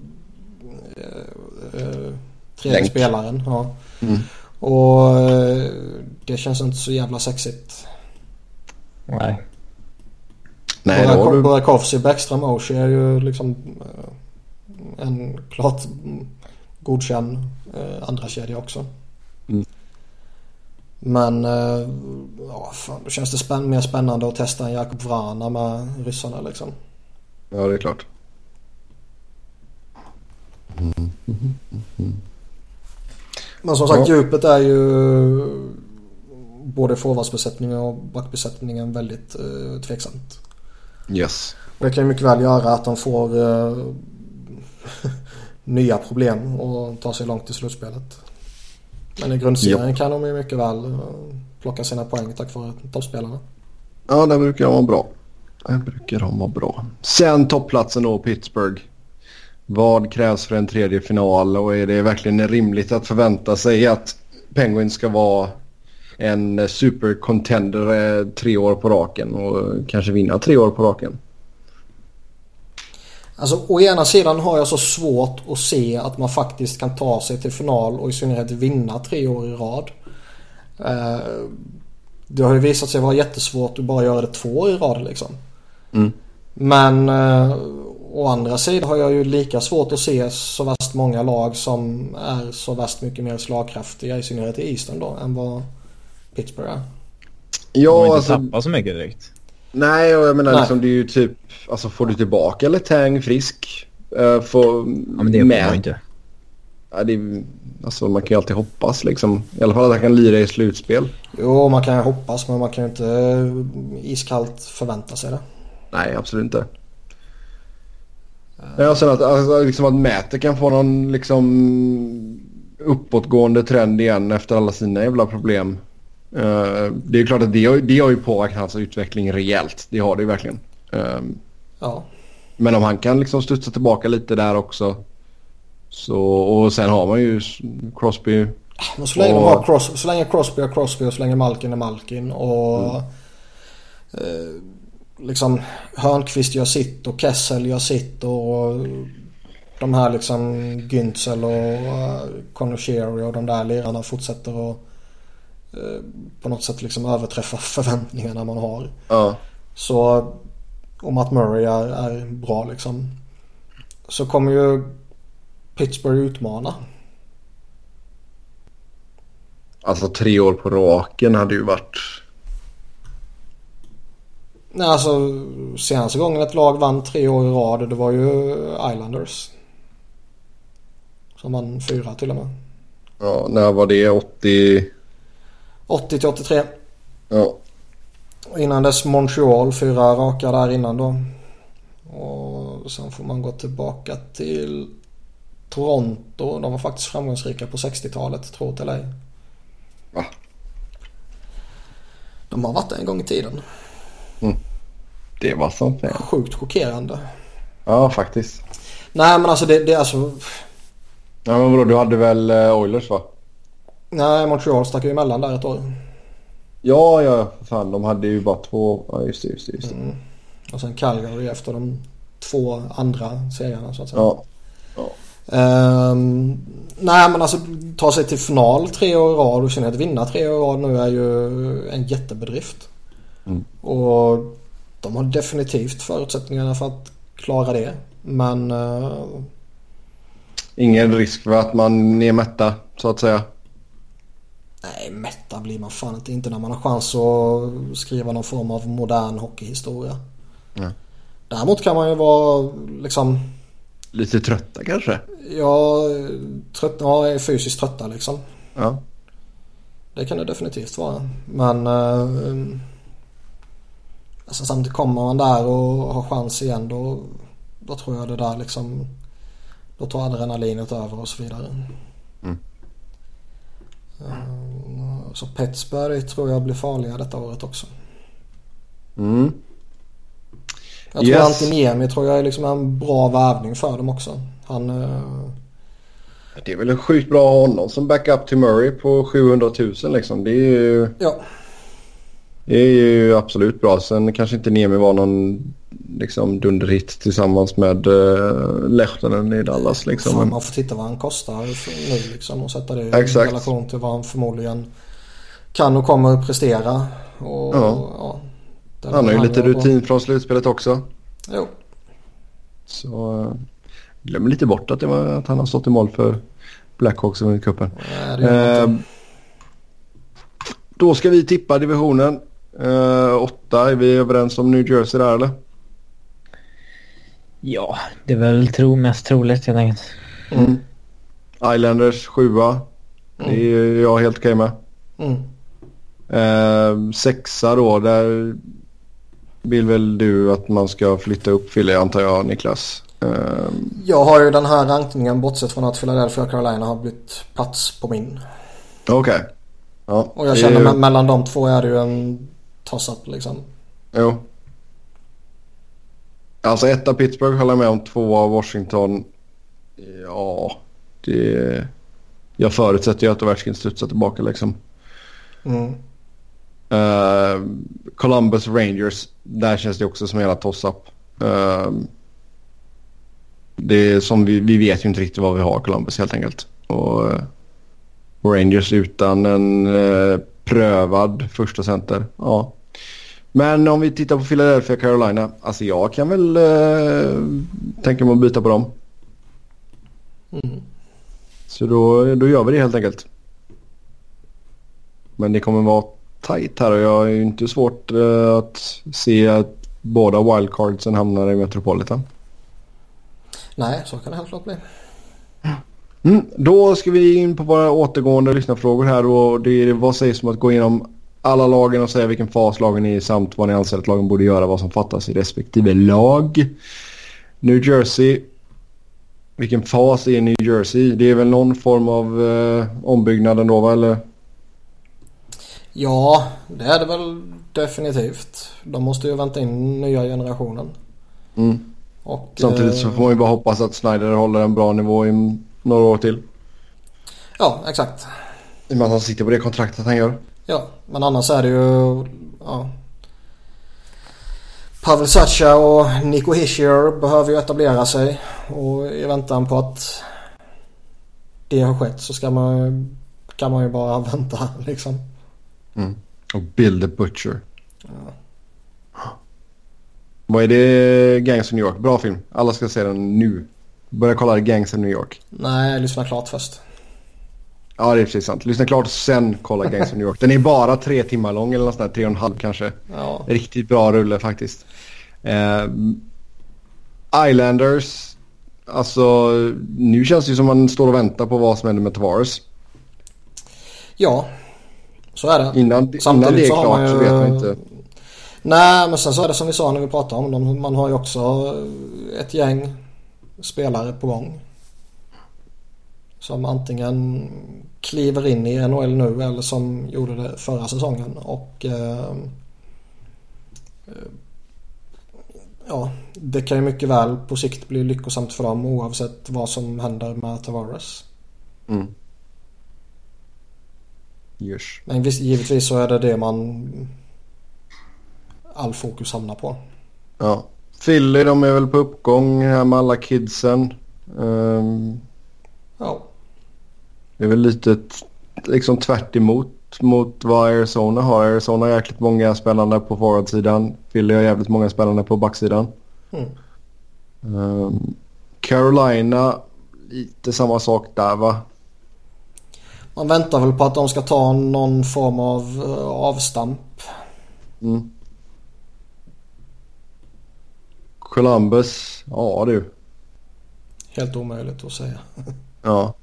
uh, tredje Länk. spelaren. Ja. Mm. Och uh, det känns inte så jävla sexigt. Nej. Nej, då har du... Burakovsky, Bäckström, Oshie är ju liksom uh, en klart godkänd uh, andra kedja också. Mm. Men uh, ja, fan, då känns det spänn- mer spännande att testa en Jakub Vrana med ryssarna liksom. Ja, det är klart. Mm. Mm. Mm. Men som sagt, ja. djupet är ju både forwardsbesättningen och backbesättningen väldigt uh, tveksamt. Yes. Det kan ju mycket väl göra att de får uh, nya problem och ta sig långt i slutspelet. Men i grundserien yep. kan de ju mycket väl uh, plocka sina poäng tack vare toppspelarna. Ja, det brukar vara bra. Det brukar de vara bra. Sen toppplatsen då, Pittsburgh. Vad krävs för en tredje final och är det verkligen rimligt att förvänta sig att Penguins ska vara en supercontender tre år på raken och kanske vinna tre år på raken? Alltså å ena sidan har jag så svårt att se att man faktiskt kan ta sig till final och i synnerhet vinna tre år i rad. Eh, det har ju visat sig vara jättesvårt att bara göra det två år i rad liksom. Mm. Men eh, å andra sidan har jag ju lika svårt att se så värst många lag som är så värst mycket mer slagkraftiga i synnerhet i Eastern då än vad Pittsburgh är. Ja, de har inte alltså, tappat så mycket direkt. Nej, och jag menar Nej. liksom det är ju typ, alltså får du tillbaka Letang frisk uh, får Ja, men det får man inte. Ja, det är, alltså man kan ju alltid hoppas liksom, i alla fall att han kan lira i slutspel. Jo, man kan ju hoppas, men man kan ju inte iskallt förvänta sig det. Nej, absolut inte. Men jag känner att, alltså, liksom att Mäter kan få någon liksom uppåtgående trend igen efter alla sina jävla problem. Uh, det är klart att det har, det har ju påverkat hans utveckling rejält. Det har det ju verkligen. Uh, Ja. Men om han kan liksom studsa tillbaka lite där också. Så, och sen har man ju Crosby. Men så länge, och... de har Cros- så länge Crosby är Crosby och så länge Malkin är Malkin och mm. eh, liksom Hörnqvist gör sitt och Kessel gör sitt och de här liksom Güntzel och uh, Conor Sheary och de där lirarna fortsätter att uh, på något sätt liksom överträffa förväntningarna man har. Ja. Så om att Murray är, är bra liksom, så kommer ju Pittsburgh utmana. Alltså tre år på raken hade ju varit... Nej, alltså senaste gången ett lag vann tre år i rad, det var ju Islanders. Som vann fyra till och med. Ja, när var det? åttio... åttio till åttiotre. Ja. Och innan dess Montreal, fyra raka där innan då. Och sen får man gå tillbaka till Toronto. De var faktiskt framgångsrika på sextiotalet, tro det eller ej. Va? De har varit där en gång i tiden. Mm. Det var sånt. Ja. Sjukt chockerande. Ja, faktiskt. Nej, men alltså det, det är alltså... Ja, men vadå, du hade väl Oilers, va? Nej, Montreal stack ju emellan där ett år. Ja, ja, fan, de hade ju bara två... Ja, just det, just det. Just det. Mm. Och sen Calgary efter de två andra serierna, så att säga. Ja. Ja. Um, nej, men alltså ta sig till final tre år i rad och känna att vinna tre år i rad nu är ju en jättebedrift. Mm. Och de har definitivt förutsättningarna för att klara det. Men... Uh, ingen risk för att man är mätta, så att säga. Nej, mätta blir man fan inte, inte när man har chans att skriva någon form av modern hockeyhistoria. Mm. Däremot kan man ju vara liksom... Lite trötta kanske? Ja, trött, ja, är fysiskt trötta liksom. Ja. Det kan det definitivt vara. Men uh, alltså, samtidigt kommer man där och har chans igen, då, då tror jag det där liksom, då tar adrenalinet över och så vidare. Mm. Uh, så Pittsburgh tror jag blir farliga detta året också. Mm. Jag tror yes. Antiniemi tror jag är liksom en bra värvning för dem också. Han... Uh... Det är väl en sjukt bra honom som backup till Murray på sjuhundratusen liksom. Det är ju... Ja. Det är ju absolut bra. Sen kanske inte Niemi var någon liksom dunderhit tillsammans med uh, Lehtonen i Dallas liksom. Fan, man får titta vad han kostar nu liksom och sätta det i Exakt. relation till vad han förmodligen kan och kommer att prestera. Och, ja. Ja, han har ju lite rutin bra. Från slutspelet också. Jo. Så uh, glöm lite bort att, det var, att han har stått i mål för Blackhawks i cupen. Uh, då ska vi tippa divisionen. Uh, åtta, är vi överens om New Jersey där eller? Ja, det är väl tro, mest troligt helt enkelt. Mm. Islanders sjua. Mm. Det är jag helt okej med. Mm. Uh, sexa då, där vill väl du att man ska flytta upp Philly antar jag, Niklas? Uh, jag har ju den här rankningen bortsett från att Philadelphia och Carolina har blivit plats på min. Okej. Okay. Ja, och jag känner ju... mellan de två är det ju en toss-up liksom. Jo. Alltså etta Pittsburgh håller med om, två av Washington. Ja, det... Jag förutsätter ju att Ovechkin studsar tillbaka liksom. Mm. Uh, Columbus Rangers, där känns det också som hela toss-up. Uh, det är som vi, vi vet ju inte riktigt vad vi har Columbus helt enkelt. Och uh, Rangers utan en uh, prövad första center. Ja. Men om vi tittar på Philadelphia Carolina, alltså jag kan väl uh, tänka mig att byta på dem. Mm. Så då, då gör vi det helt enkelt. Men det kommer vara tajt här och jag är ju inte svårt uh, att se att båda wildcardsen hamnar i Metropolitan. Nej, så kan det helt klart bli. Mm, då ska vi in på våra återgående lyssnarfrågor här och det är vad sägs om att gå igenom alla lagen och säga vilken fas lagen är i samt vad ni anser att lagen borde göra, vad som fattas i respektive lag. New Jersey, vilken fas är New Jersey? Det är väl någon form av eh, ombyggnad ändå va, eller? Ja, det är det väl definitivt. De måste ju vänta in nya generationen. Mm. Och, samtidigt så får man ju bara hoppas att Snyder håller en bra nivå i några år till. Ja, exakt. I och med att han sitter på det kontraktet han gör. Ja, men annars är det ju... Ja. Pavel Zacha och Nico Hischier behöver ju etablera sig. Och i väntan på att det har skett så ska man, kan man ju bara vänta liksom. Mm. Och Bill the Butcher. Ja. Vad är det? Gangs of New York? Bra film. Alla ska se den nu. Börja kolla Gangs of New York. Nej, lyssna klart först. Ja, det är precis sant. Lyssna klart och sen kolla Gangs of New York. Den är bara tre timmar lång eller något sånt där. Tre och en halv kanske. Ja. Riktigt bra rulle faktiskt. Eh, Islanders. Alltså, nu känns det ju som man står och väntar på vad som händer med Tavares. Ja, så är det. Innan, innan det är klart ju... så vet man inte. Nej, men sen så är det som vi sa när vi pratade om dem. Man har ju också ett gäng spelare på gång. Som antingen kliver in i N H L nu eller som gjorde det förra säsongen. Och eh, ja, det kan ju mycket väl på sikt bli lyckosamt för dem oavsett vad som händer med Tavares. Mm. Yes. Men givetvis så är det det man all fokus hamnar på. Ja. Philly, de är väl på uppgång här med alla kidsen. Um, ja. Det är väl lite liksom tvärt emot mot vad Arizona har. Arizona har jäkligt många spännande på forwardsidan. Philly har jävligt många spännande på backsidan. Mm. Um, Carolina, lite samma sak där va? Man väntar väl på att de ska ta någon form av uh, avstamp. Mm. Columbus, ja du. Helt omöjligt att säga. Ja.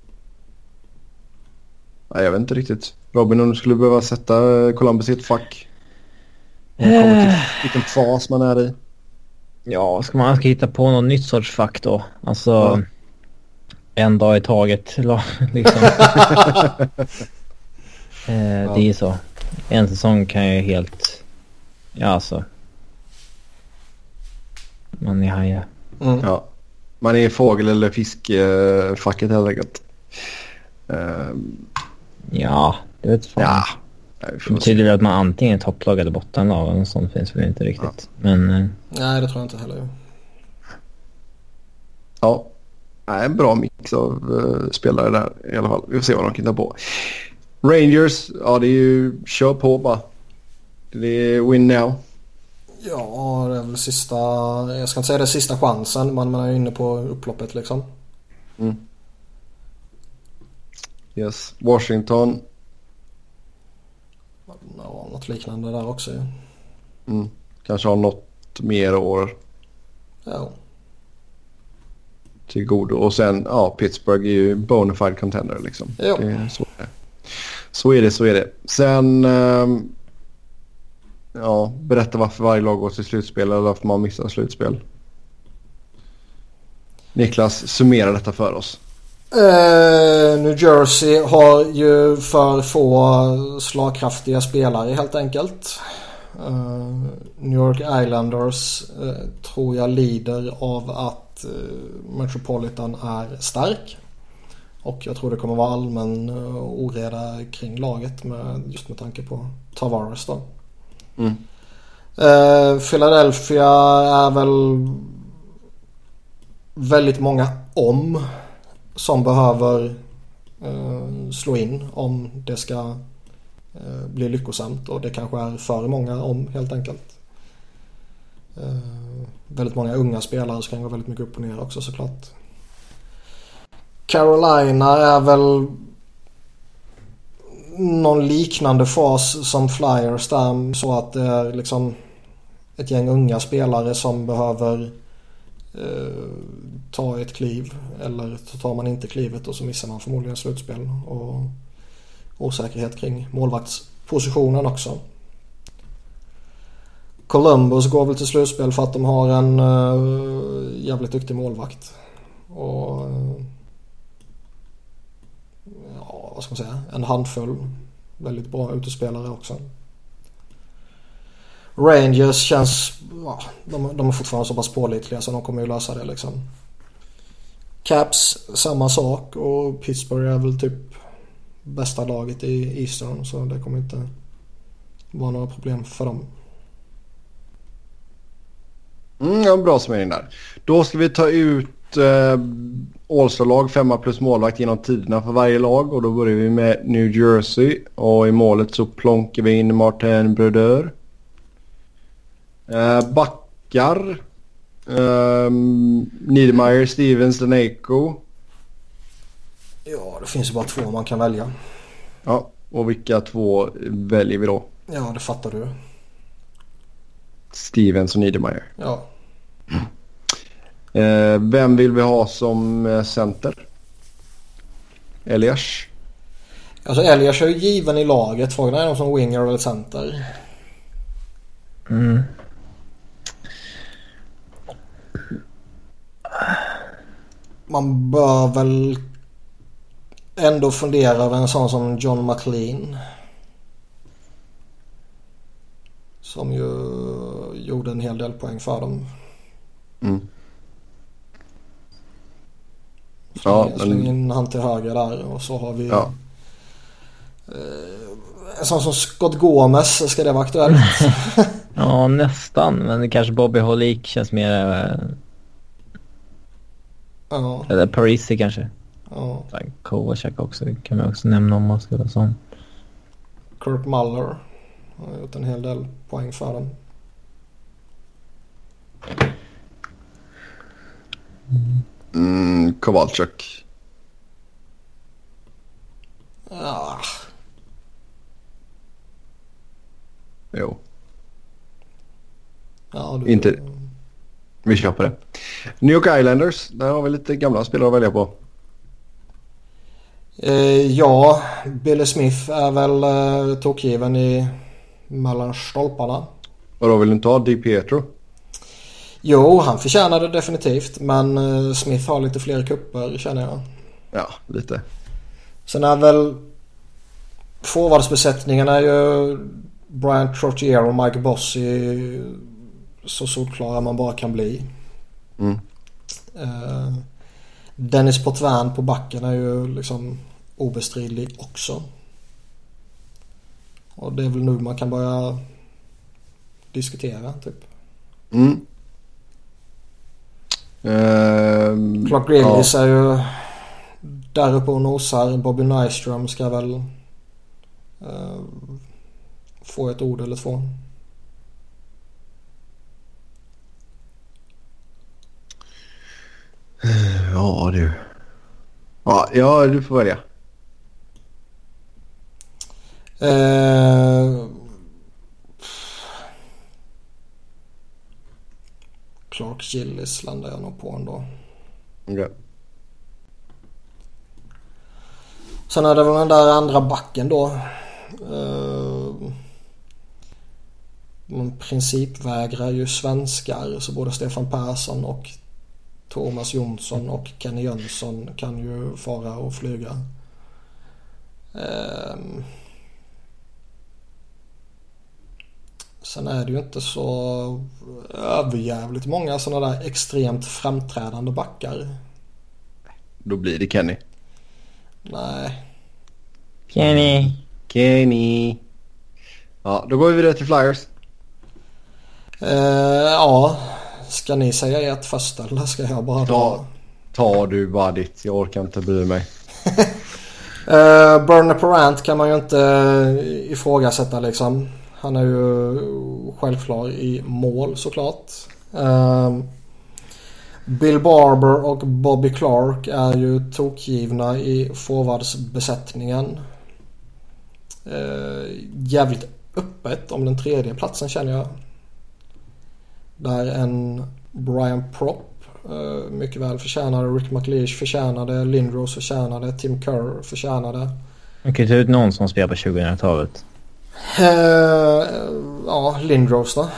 Nej, jag vet inte riktigt. Robin, om du skulle behöva sätta Columbus i ett fack. Man kommer till vilken fas man är i. Ja, ska man ska hitta på något nytt sorts fack då? Alltså ja. En dag i taget liksom. eh, ja. Det är så. En säsong kan ju helt ja alltså. Man är haja. Mm. Ja. Man är fågel- eller fiskfacket helt enkelt. Um, Ja, det vet fan. ja. Det betyder väl att man antingen är topplag eller bottenlag, och något sånt finns väl inte riktigt. Ja. Men eh, Nej, det tror jag inte heller. Ja, en bra mix av uh, spelare där i alla fall. Vi får se vad de kan ta på. Rangers, ja det är ju kör på bara. Det är win now. Ja, det är väl sista, jag ska inte säga det sista chansen, men man är inne på upploppet liksom. Mm. Yes, Washington. Ja, något liknande där också. Mm. Kanske har något mer år Ja. till godo. Och sen, ja, Pittsburgh är ju bona fide contender liksom. Ja. Det är så, är det. så är det, så är det. Sen, um, ja, berätta varför varje lag går till slutspel eller varför man missar slutspel. Niklas, summera detta för oss. Uh, New Jersey har ju för få slagkraftiga spelare helt enkelt. Uh, New York Islanders uh, tror jag lider av att uh, Metropolitan är stark. Och jag tror det kommer vara allmän uh, oreda kring laget med, just med tanke på Tavares då. Mm. Uh, Philadelphia är väl väldigt många om som behöver uh, slå in om det ska uh, bli lyckosamt, och det kanske är för många om helt enkelt. Uh, väldigt många unga spelare som kan gå väldigt mycket upp och ner också såklart. Carolina är väl någon liknande fas som Flyers där, så att det är liksom ett gäng unga spelare som behöver eh, ta ett kliv, eller så tar man inte klivet och så missar man förmodligen slutspel, och osäkerhet kring målvaktspositionen också. Columbus går väl till slutspel för att de har en eh, jävligt duktig målvakt, och ja, vad ska man säga, en handfull väldigt bra utespelare också. Rangers känns, ja, de, de är fortfarande så pass pålitliga så de kommer ju lösa det liksom. Caps samma sak, och Pittsburgh är väl typ bästa laget i Eastern, så det kommer inte vara några problem för dem. Mm, ja, bra summering där. Då ska vi ta ut eh, All-star-lag, femma plus målvakt genom tiderna för varje lag, och då börjar vi med New Jersey, och i målet så plonkar vi in Martin Brodeur. Eh, backar eh, Niedermeyer, Stevens, Daneyko. Ja, det finns ju bara två man kan välja. Ja, och vilka två väljer vi då? Ja, det fattar du. Stevens och Niedermeyer. Ja. Eh, vem vill vi ha som eh, center? Elias? Alltså Elias är ju given i laget. Frågan är om som winger eller center. Mm. Man bör väl ändå fundera över en sån som John McLean, som ju gjorde en hel del poäng för dem. Mm. Ja, Ja, släng men... in han till höger där, och så har vi ja. eh, en sån som Scott Gomez. Ska det vara aktuellt? Ja, nästan. Men kanske Bobby Holik känns mer... Äh, Ja. eller Parisi kanske. Ja. Kovacek också kan man också nämna om man ska vara sån. Kurt Muller har gjort en hel del poäng för dem. Mm, Kowalczyk. Ja. Jo, Ja, du... inte. Vi kör på det. New York Islanders, där har vi lite gamla spelare att välja på. Eh, ja, Billy Smith är väl eh, tokgiven i mellan stolparna. Och då vill du inte ha Di Pietro? Jo, han förtjänar det definitivt, men eh, Smith har lite fler kupper känner jag. Ja, lite. Sen är väl forwardsbesättningen är ju Brian Trottier och Mike Bossy så solklara man bara kan bli. Mm. Uh, Dennis Potvin på backen är ju liksom obestridlig också. Och det är väl nu man kan börja diskutera typ. Mm. Uh, Clark Grillis ja. är ju där uppe och nosar. Bobby Nyström ska väl uh, få ett ord eller två. Ja du. Ja, ja du får välja. Uh, Clark Gillis landar jag nog på ändå. Okay. Sen är det väl den där andra backen då. Uh, man principvägrar ju svenskar. Så både Stefan Persson och Thomas Jonsson och Kenny Jönsson kan ju fara och flyga. Uh, sen är det ju inte så överjävligt många sådana där extremt framträdande backar. Då blir det Kenny. Nej. Kenny. Kenny. Ja, då går vi vidare till Flyers. Uh, ja, ska ni säga ert först eller ska jag bara ta, ta du bara ditt, jag orkar inte bry mig. uh, Burner Parent kan man ju inte ifrågasätta liksom. Han är ju självklar i mål såklart. Uh, Bill Barber och Bobby Clark är ju tokgivna i forwardsbesättningen. Uh, jävligt öppet om den tredje platsen känner jag. Där en Brian Propp uh, mycket väl förtjänade, Rick McLeish förtjänade, Lindros förtjänade, Tim Kerr förtjänade. Man kan ju ta ut någon som spelar på tjugohundratalet. Uh, ja, Lindros då.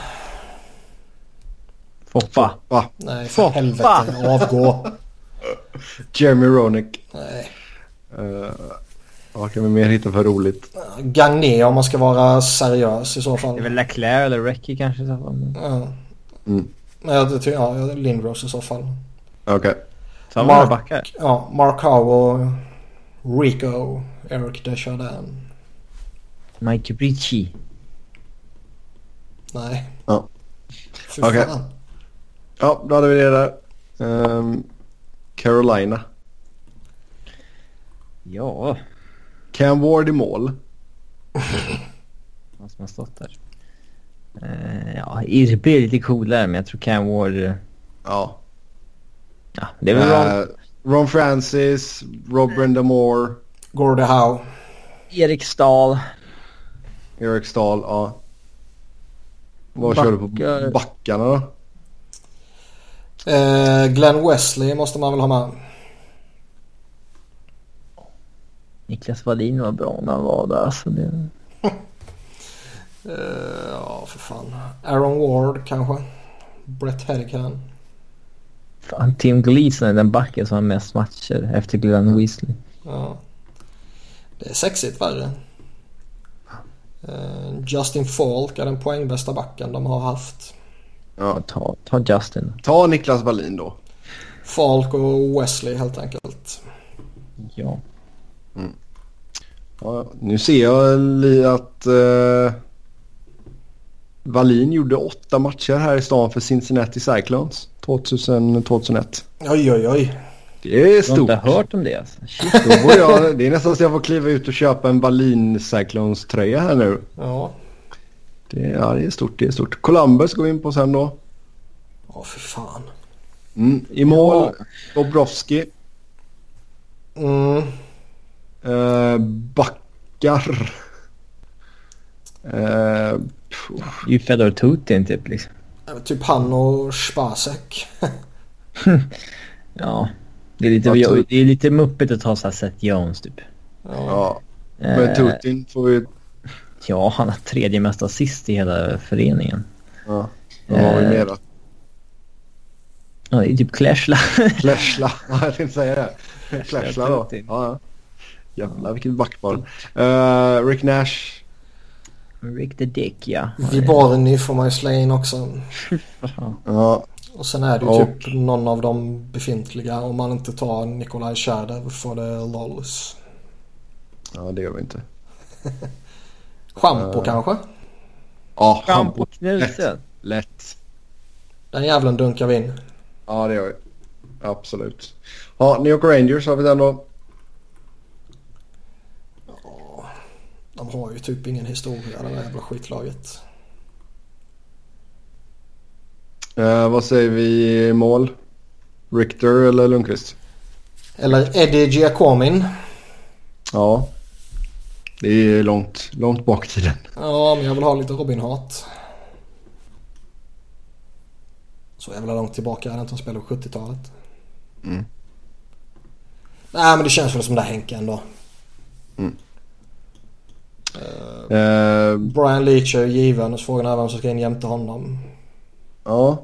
Foppa. Va? Nej, för Foppa. helvete, avgå. Jeremy Roenick. Nej. Uh, vad kan vi mer hitta för roligt? Gagné om man ska vara seriös i så fall. Det är väl Leclerc eller Recchi kanske i så fall. Ja. Mm. Men jag tycker ja, Lindros i så fall. Okej. Okay. Samma Mark, backar. Ja, Mark Howe och Rico, Eric Desjardins. Mike Ricci. Nej. Ja. Okej. Okay. Ja, då hade vi det där. Um, Carolina. Ja. Cam Ward i mål. Vad som har stått där. Uh, ja, Irby är lite coolare men jag tror Cam Ward... Ja. Ja, det är väl uh, Ron... Ron Francis, Rob Brindamore. Gordie Howe. Erik Stahl. Erik Stahl, ja. Vad kör du på backarna då? Uh, Glenn Wesley måste man väl ha med. Niklas Wallin var bra när han var där. Så det... uh, ja, för fan. Aaron Ward kanske. Brett Hedican. Fan, Tim Gleason är den backen som har mest matcher efter Glenn Wesley. Ja. Det är sexigt värre. Uh, Justin Falk är den poängbästa backen de har haft. Ja. Ta, ta Justin. Ta Niklas Wallin då. Falk och Wesley helt enkelt. Ja. Mm. Ja, nu ser jag att uh, Wallin gjorde åtta matcher här i stan för Cincinnati Cyclones tvåtusen, tvåtusenett. Oj, oj, oj. Det är stort. Jag har inte hört om det. Alltså. Då jag, det är nästan så jag får kliva ut och köpa en Wallin Cyclones tröja här nu. Ja. Det, ja, det är stort, det är stort. Columbus går vi in på sen då. Åh, för fan. Mm, i mål, ja. Bobrovski. Mm. Uh, backar. Uh, ju Fedor Tutin typ liksom. Typ han och Spasek. Ja. Det är lite, ja, det är lite muppigt att ta så här Seth Jones typ. Ja. Ja. Men Tutin får vi... Ja, han har tredje mest assist i hela föreningen. Ja. Vad har vi mer då? Ja, det är typ Kleshla. Kleshla. Ja, jag tänkte säga det. Kleshla då. Ja, ja. Jävlar, vilket backpar. Uh, Rick Nash. Rick the Dick, ja. Viborny får man ju slå in också. Ja. Och sen är det ju och... typ någon av de befintliga om man inte tar Nikolaj Tjärdev för det lolls. Ja, det gör vi inte. Schampo uh... kanske? Ja, Schampo Knutsen. Lätt. Lätt. Den jävlen dunkar vi in. Ja, det gör vi. Absolut. Ja, New York Rangers har vi den då. Ja, de har ju typ ingen historia, det där jävla skitlaget. Uh, vad säger vi i mål? Richter eller Lundqvist? Eller Eddie Giacomin. Ja. Det är långt, långt bak i tiden. Ja, men jag vill ha lite Robin-hat. Så jävla långt tillbaka är det inte att spela på sjuttiotalet. Mm. Nej, men det känns väl som det här Henke ändå. Mm. Uh, uh, Brian Leach är given och frågan är vem som ska in jämte honom. Ja.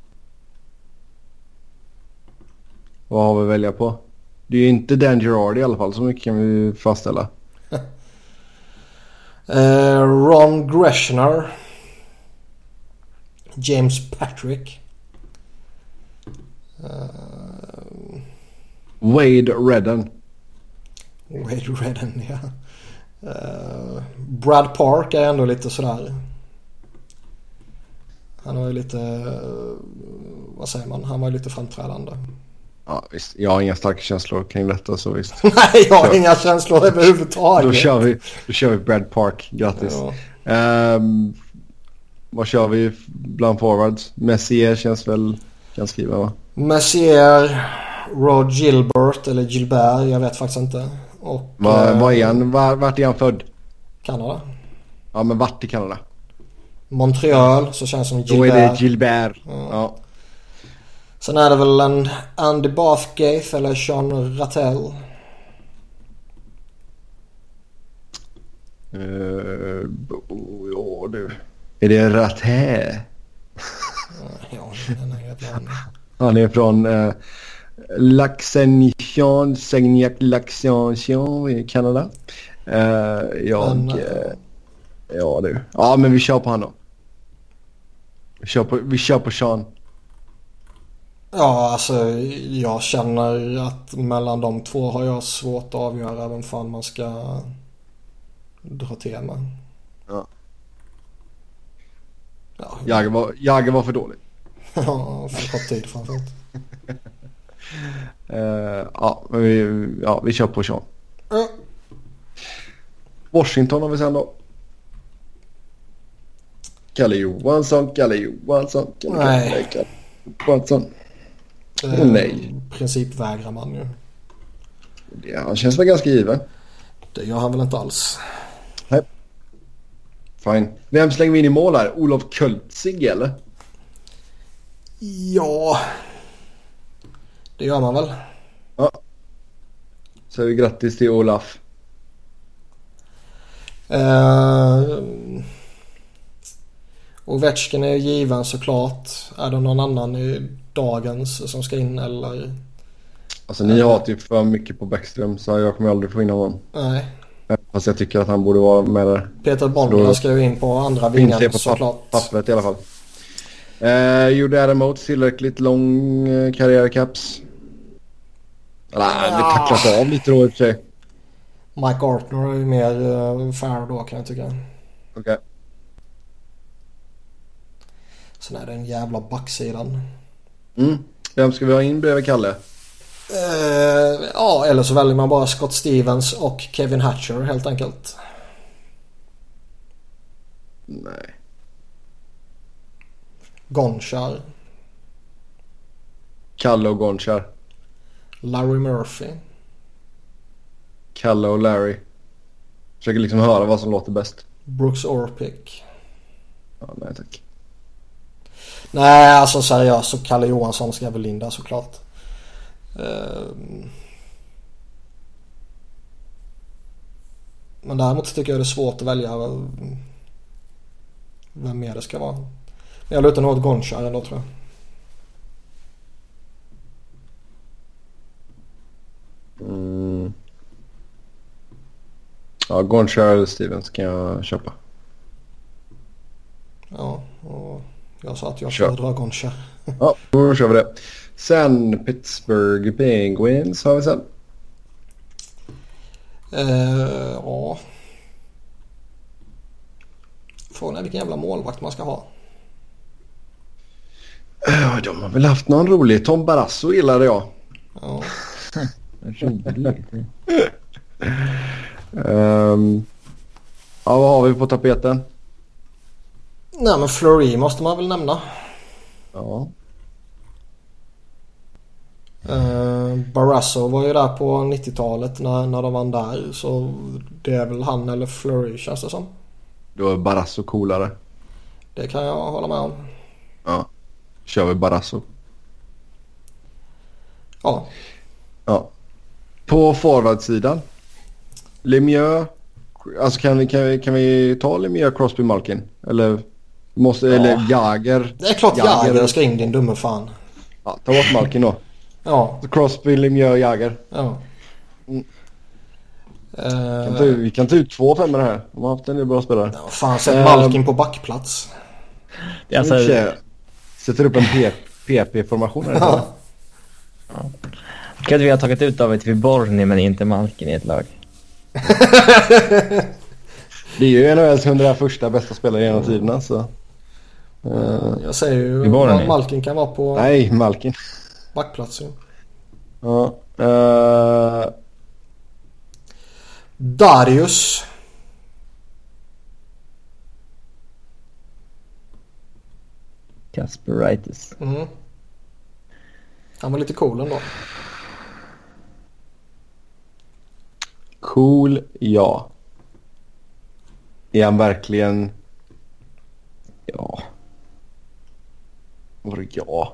Vad har vi att välja på? Det är ju inte Dan Girardi i alla fall, så mycket kan vi fastställa. uh, Ron Greschner. James Patrick. Uh, Wade Redden. Wade Redden, ja. Uh, Brad Park är ändå lite sådär. Han var ju lite, uh, vad säger man, han var ju lite framträdande. Ja, visst. Jag har inga starka känslor kring detta, så visst. Nej, jag har så. inga känslor överhuvudtaget. Då kör vi, då kör vi Brad Park, grattis. Ja. Um, vad kör vi bland forwards? Messier känns väl ganska skriva, va? Messier, Rod Gilbert eller Gilbert, jag vet faktiskt inte. Och, Va, eh, vad är han? Var, vart är han född? Kanada. Ja, men vart i Kanada? Montreal, så känns som Gilbert. Då är det Gilbert. Ja. Ja. Sen är det väl en Andy Bathgate eller Sean Rattel. Uh, ja, du. Är det Rattel? Ja, den är jävla... Han är från uh, Lac-Saint-Jean, Saguenay-Lac-Saint-Jean i Kanada. Uh, jag... Men, uh, ja, du. Ja, men vi kör på han då. Vi kör på, vi kör på Sean. Ja, alltså jag känner att mellan de två har jag svårt att avgöra vem fan man ska dra till med. Ja. Ja, Jagger var, Jagger var för dålig. ja, för kort tid framförallt. uh, ja, men vi, ja, vi kör på Sean. Ja. Washington har vi sen då. Kalle Johansson, Kalle Johansson, Kalle, Nej. Kalle Johansson. Eh, Nej. Princip vägrar man ju. Det, han känns väl ganska given. Det gör han väl inte alls. Nej. Fine. Vem slänger vi in i mål här? Olof Kultzig eller? Ja. Det gör man väl. Ja. Så är vi grattis till Olaf. Eh, Ovechkin är given såklart. Är det någon annan i dagens som ska in eller? Alltså ni har typ för mycket på Bäckström, så jag kommer aldrig få in honom. Nej. Fast jag tycker att han borde vara med där. Peter Bondra ska ju in på andra vingen såklart. Pappret i alla fall. Eh, gjorde Adam Oates tillräckligt lång eh, karriär caps? Nej, vi tacklas av lite då i och för sig. Mike Artner är ju mer uh, fair då kan jag tycka. Okej. Okay. Sen är det en jävla backsidan. Mm. Vem ska vi ha in bredvid Kalle? Uh, ja, eller så väljer man bara Scott Stevens och Kevin Hatcher helt enkelt. Nej. Gonchar. Kalle och Gonchar. Larry Murphy. Kalle och Larry. Försöker liksom höra vad som låter bäst. Brooks Orpik. Ja, nej tack. Nej, alltså seriöst så Kalle Johansson ska väl linda såklart. Uh, men däremot tycker jag det är svårt att välja vem mer det ska vara. Men jag lutar nog åt Gonchar ändå tror jag. Mm. Ja, Gonchar eller Stevens kan jag köpa. Ja, och jag Jag sa att jag skulle dra Goncha. Ja, då kör vi det. Sen Pittsburgh Penguins har vi sen. Uh, ja. Frågan är vilken jävla målvakt man ska ha. Ja, de har väl haft någon rolig. Tom Barrasso gillade jag. Ja. um, ja, vad har vi på tapeten? Nej, men Fleury måste man väl nämna. Ja. Uh, Barrasso var ju där på nittiotalet när, när de vann där. Så det är väl han eller Fleury, känns det som. Då är Barrasso coolare. Det kan jag hålla med om. Ja, kör vi Barrasso. Ja. Ja. På forwardsidan. Lemieux. Alltså kan vi, kan vi, kan vi ta Lemieux, Crosby, Malkin? Eller måste, Ja. eller Jagger? Det är klart Jagger, jag ska in din dumme fan. Ja, ta bort Malkin då. Ja. Crosby, Lemieux, Jagger. Ja. Mm. Uh, Kan ta, vi kan ta ut två femmor här. De har haft en del bra spelare. ja, fan, sätt Malkin uh, på backplats. Det är alltså... Sätter upp en P P-formation här. Ja. Ja. Kanske vi har tagit ut David Viborny men inte Malkin i ett lag. Det är ju en av N H L:s hundra första bästa spelare genom tiderna så. Uh, jag säger ju Viborny. Malkin kan vara på Nej, Malkin. backplatsen. Ja. Uh... Darius. Kasparaitis. Mm. Han var lite cool ändå. Cool, ja. Är han verkligen... Ja. Var det ja?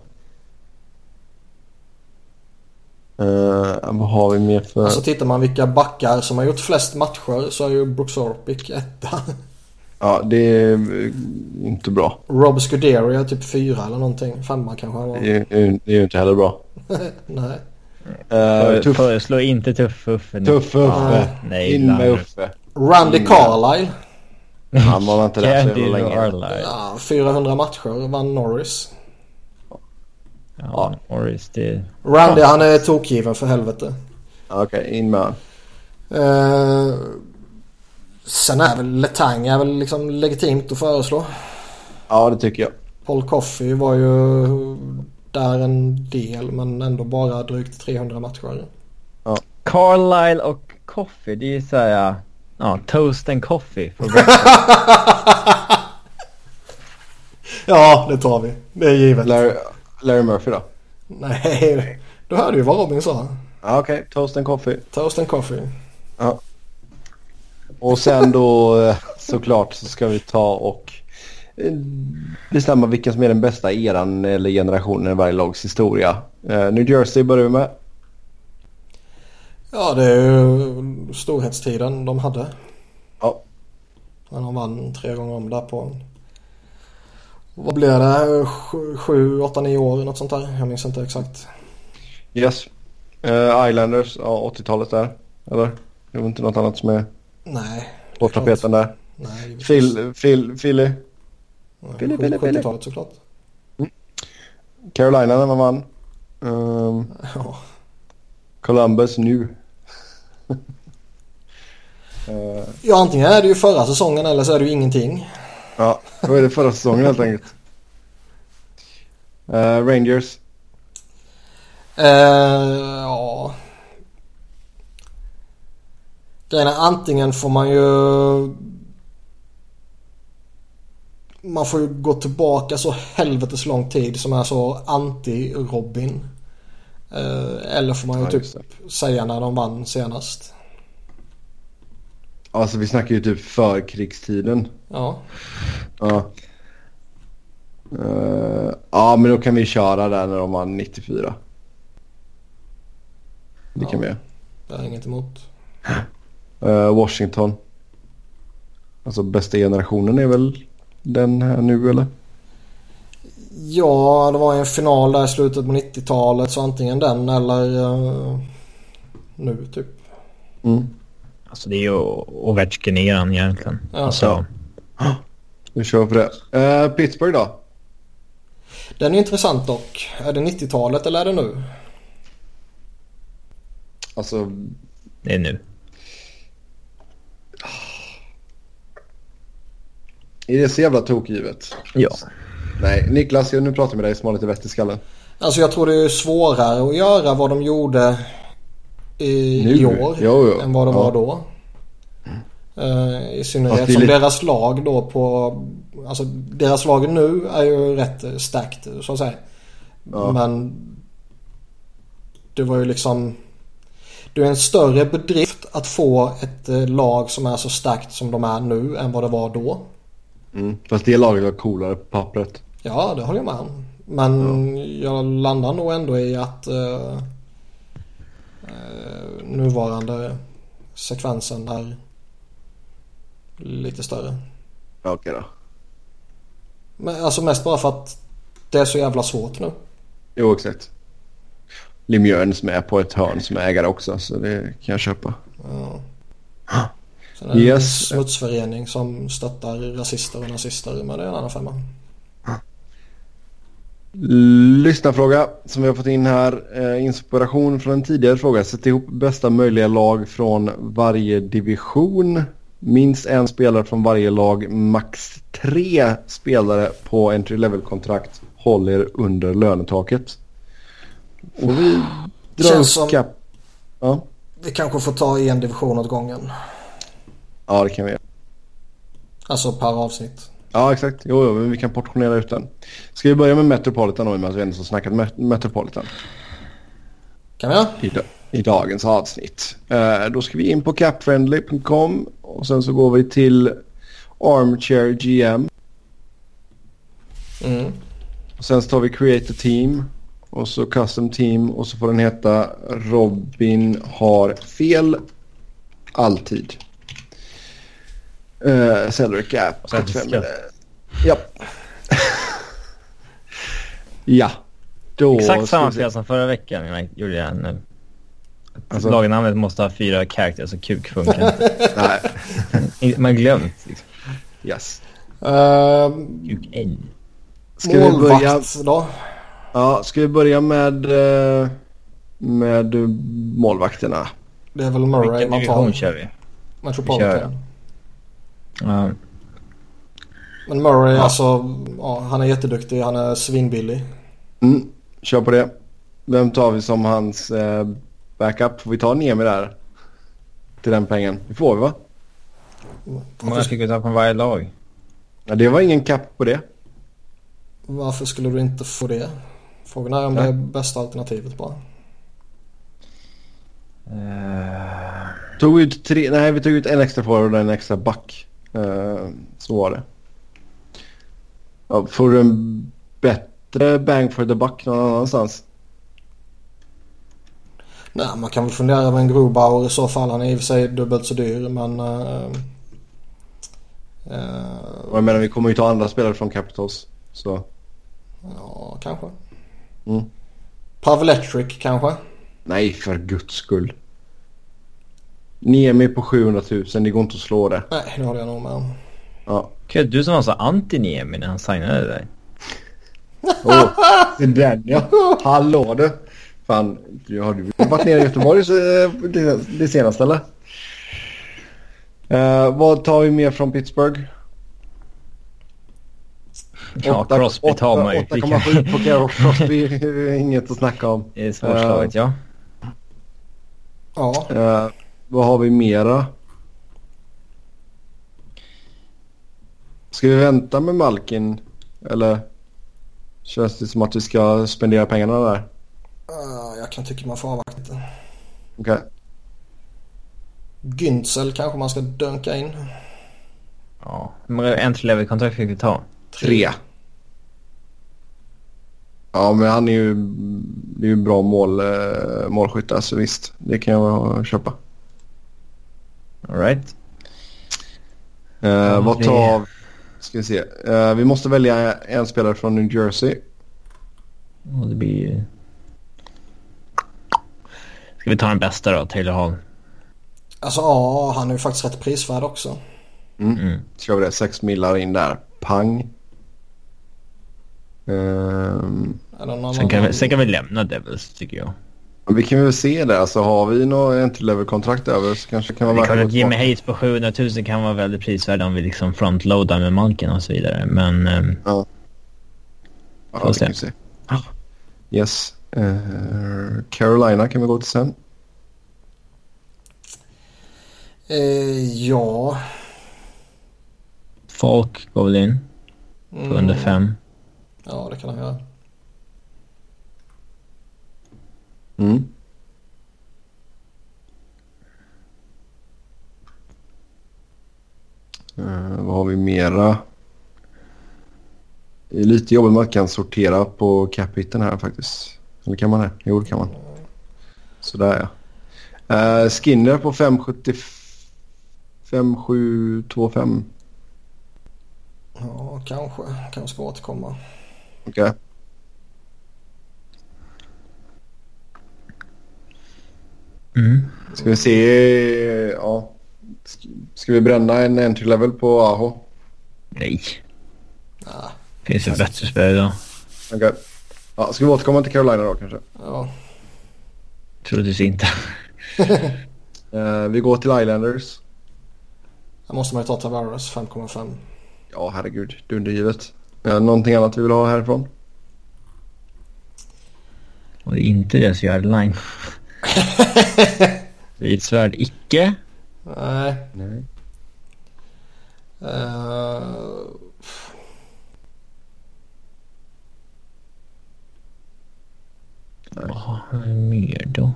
Uh, vad har vi mer för... Alltså tittar man vilka backar som har gjort flest matcher så är ju Brooks Orpik etta. Ja, det är inte bra. Rob Scuderi är typ fyra eller någonting. Femma kanske han var. Det är, det är ju inte heller bra. Nej. Uh, tuff. Föreslå inte Tuff Uffe. Tuff Uffe. Ja, nej, in med Uffe. Randy Carlyle. Han var inte där så länge. Ja, fyrahundra matcher vann Norris. Ja, Norris det... Randy han är tokgiven för helvete. Okej, okay, in med han. Uh, sen är väl Letang är väl liksom legitimt att föreslå. Ja, det tycker jag. Paul Coffey var ju där en del men ändå bara drygt trehundra matcher. Ja. Carlisle och Coffey, det är så här, ja, toast and coffee för ja, det tar vi. Det är givet. Larry, Larry Murphy då? Nej, du hörde ju vad Robin sa. Ja, okej. Okay. Toast and coffee. Toast and coffee. Ja. Och sen då såklart så ska vi ta och bestämma vilken som är den bästa eran eller generationen i varje lags historia. New Jersey börjar vi med. Ja, det är ju storhetstiden de hade. Ja. Men de vann tre gånger om där på... Vad blir det? Sju, åtta, nio år något sånt där. Jag minns inte exakt. Yes. Uh, Islanders, ja, åttiotalet där. Eller? Det var inte något annat som är... Nej. På tapeten där. Nej. Phil, Phil, Philly. Philly, Philly, sjuttiotalet såklart. Mm. Carolina när man vann. Um, ja. Columbus nu. uh. Ja, antingen är det ju förra säsongen eller så är det ju ingenting. Ja, då är det förra säsongen helt enkelt. Uh, Rangers. Uh, ja. Grejen är, antingen får man ju... Man får ju gå tillbaka så helvetes lång tid som är så anti-Robin. Uh, eller får man ju ja, typ säga när de vann senast. Alltså vi snackar ju typ förkrigstiden. Ja. Ja. Uh, ja, men då kan vi köra där när de var nittiofyra. Det ja, kan vi göra. Det är inget emot. Uh, Washington. Alltså bästa generationen är väl den här nu eller? Ja, det var en final där i slutet på nittiotalet. Så antingen den eller uh, nu typ. Mm. Alltså det är ju Ovechkin eran egentligen. Ja. Alltså. Vi kör på det. Uh, Pittsburgh då? Den är intressant dock. Är det nittiotalet eller är det nu? Alltså... Det är nu. Är det så jävla tokgivet? Ja. Nej, Niklas, jag nu pratar med dig som har lite vett i skallen. Alltså jag tror det är svårare att göra vad de gjorde i, nu. i år jo, jo. än vad det ja. var då. Uh, I synnerhet Fast som lite... deras lag då på... Alltså deras lag nu är ju rätt stacked så att säga. Ja. Men det var ju liksom... Det är en större bedrift att få ett uh, lag som är så stacked som de är nu än vad det var då. Mm. Fast det laget var coolare på pappret. Ja, det håller jag med om. Men ja. jag landar nog ändå i att uh, uh, nuvarande sekvensen är lite större. Ja, okej då. Men alltså mest bara för att det är så jävla svårt nu. Jo, exakt. Limjön som är på ett hörn som är ägare också, så det kan jag köpa. Ja. Sen är det yes. en smutsförening som stöttar rasister och nazister, men det är en annan femma. Lyssnarfråga som vi har fått in här. Eh, inspiration från en tidigare fråga. Sätt ihop bästa möjliga lag från varje division. Minst en spelare från varje lag. Max tre spelare på entry level kontrakt håller under lönetaket. Får vi dra upp cap? Ja. Vi kanske får ta en division åt gången. Ja, det kan vi göra. Alltså per avsnitt. Ja, exakt. Jo, jo, men vi kan portionera ut den. Ska vi börja med Metropolitan då, med att vi ändå har snackat med Metropolitan? Kan vi göra? I, I dagens avsnitt. Uh, då ska vi in på capfriendly punkt com och sen så går vi till Armchair G M. Mm. Och sen så tar vi Create a Team och så Custom Team och så får den heta Robin har fel alltid. Uh, salary cap trettiofem. Ja. Ja. Då exakt samma fel som förra veckan jag gjorde jag nu. Alltså, lagnamnet måste ha fyra characters och kuk funkar inte. Nej. Man glömt liksom. Yes. Uh, kuk L. Ska vi börja då? Ja, ska vi börja med med målvakterna. Det är väl Murray vilken man tar. Kör vi. Metropolitan. Ja. Men Murray, ja. alltså, ja, han är jätteduktig. Han är svinbillig. Mm, kör på det. Vem tar vi som hans eh, backup? Får vi ta Niemi där? Till den pengen. Det får vi, va? Hur många fick vi ta från varje lag? Ja, det var ingen cap på det. Varför skulle du inte få det? Frågan är om ja. det är bästa alternativet bara. Uh... Tog ut tre... Nej, vi tog ut en extra forward och en extra back. Uh, så var det. Ja, får du en bättre bang for the buck någon annanstans? Nej, man kan väl fundera över en Grubauer i så fall. Han är i och för sig dubbelt så dyr, men... Uh, uh, jag menar, vi kommer ju ta andra spelare från Capitals, så... Ja, kanske. Mm. Pavlectric kanske? Nej, för guds skull. Niemi på sjuhundratusen, det går inte att slå det. Nej, det håller jag nog med om. Ja. Okej, du som var så anti-Niemi när han signade det där. Åh, oh, det är den, ja. Hallå du. Fan, har du varit nere i Göteborg så, det, det senaste, eller? Uh, vad tar vi mer från Pittsburgh? Ja, åtta, Crosby tar man ju. åtta komma sju på Carol Crosby, inget att snacka om. Det är svårslaget, uh, ja. Ja. Uh, vad har vi mera? Ska vi vänta med Malkin? Eller känns det som att vi ska spendera pengarna där? Uh, jag kan tycka man får avvakta. Okej. Okay. Günzel kanske man ska dunka in. Ja, hur många entry-level-kontrakt fick vi ta? Tre. Ja, men han är ju, det är ju bra mål, äh, målskytt, så visst. Det kan jag köpa. All right. Uh, ja, vad tar... Ska vi se. Uh, vi måste välja en spelare från New Jersey. Och det blir... Ska vi ta den bästa då, Taylor Hall? Alltså ja, han är ju faktiskt rätt prisvärd också. Mm. Mm. Ska vi det? Sex millar in där. Pang. Um, sen, kan vi, sen kan vi lämna Devils tycker jag. Vi kan väl se det. Alltså, har vi något entry-level-kontrakt över så kanske kan man... Det är klart att Jimmy Hayes på sjuhundratusen kan vara väldigt prisvärd om vi liksom frontloadar med Malkin och så vidare. Men... Um, ja. Ja, får det se. kan vi se. Ah. Yes. Uh, Carolina kan vi gå till sen. Eh, ja. Folk går väl in. På mm. under fem. Ja, det kan han göra. Mm. Uh, vad har vi mera? Det är lite jobbigt man kan sortera på cap-hitten här faktiskt. Eller kan man det? Jo, det kan man. Sådär ja. Uh, Skinner på fem sjuttiofem sju tjugofem. Ja, kanske. Kanske ska återkomma. Okej. Okay. Mm. Ska vi se... Ja. Ska vi bränna en entry level på Aho? Nej. Nah. Finns det bättre spel då? Okej. Okay. Ja, ska vi återkomma till Carolina då kanske? Ja. Troligtvis inte. uh, vi går till Islanders. Här måste man ju ta Tavares fem komma fem. Ja, herregud. Dundergivet. Uh, någonting annat vi vill ha härifrån? Och det är inte deras yardline. Vidsvärd icke. Nej. Nej. Uh... Vad har vi mer då?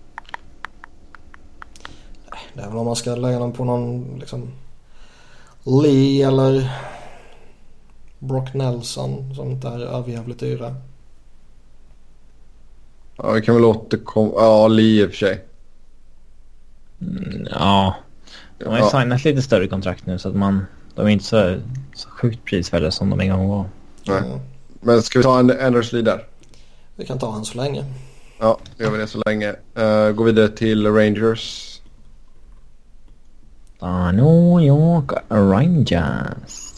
Det är väl om man ska lägga den på någon liksom Lee eller Brock Nelson som inte är överjävligt dyra. Ja, vi kan väl återkomma. Ja, Lee i och för sig. Mm, ja. De har ju ja. signat lite större kontrakt nu så att man, de är inte så, så sjukt prisvärda som de en gång var. Nej. Mm. Men ska vi ta en Anders Lee där? Vi kan ta han så länge. Ja, gör vi det så länge. Uh, gå vidare till Rangers. Ah, New York Rangers.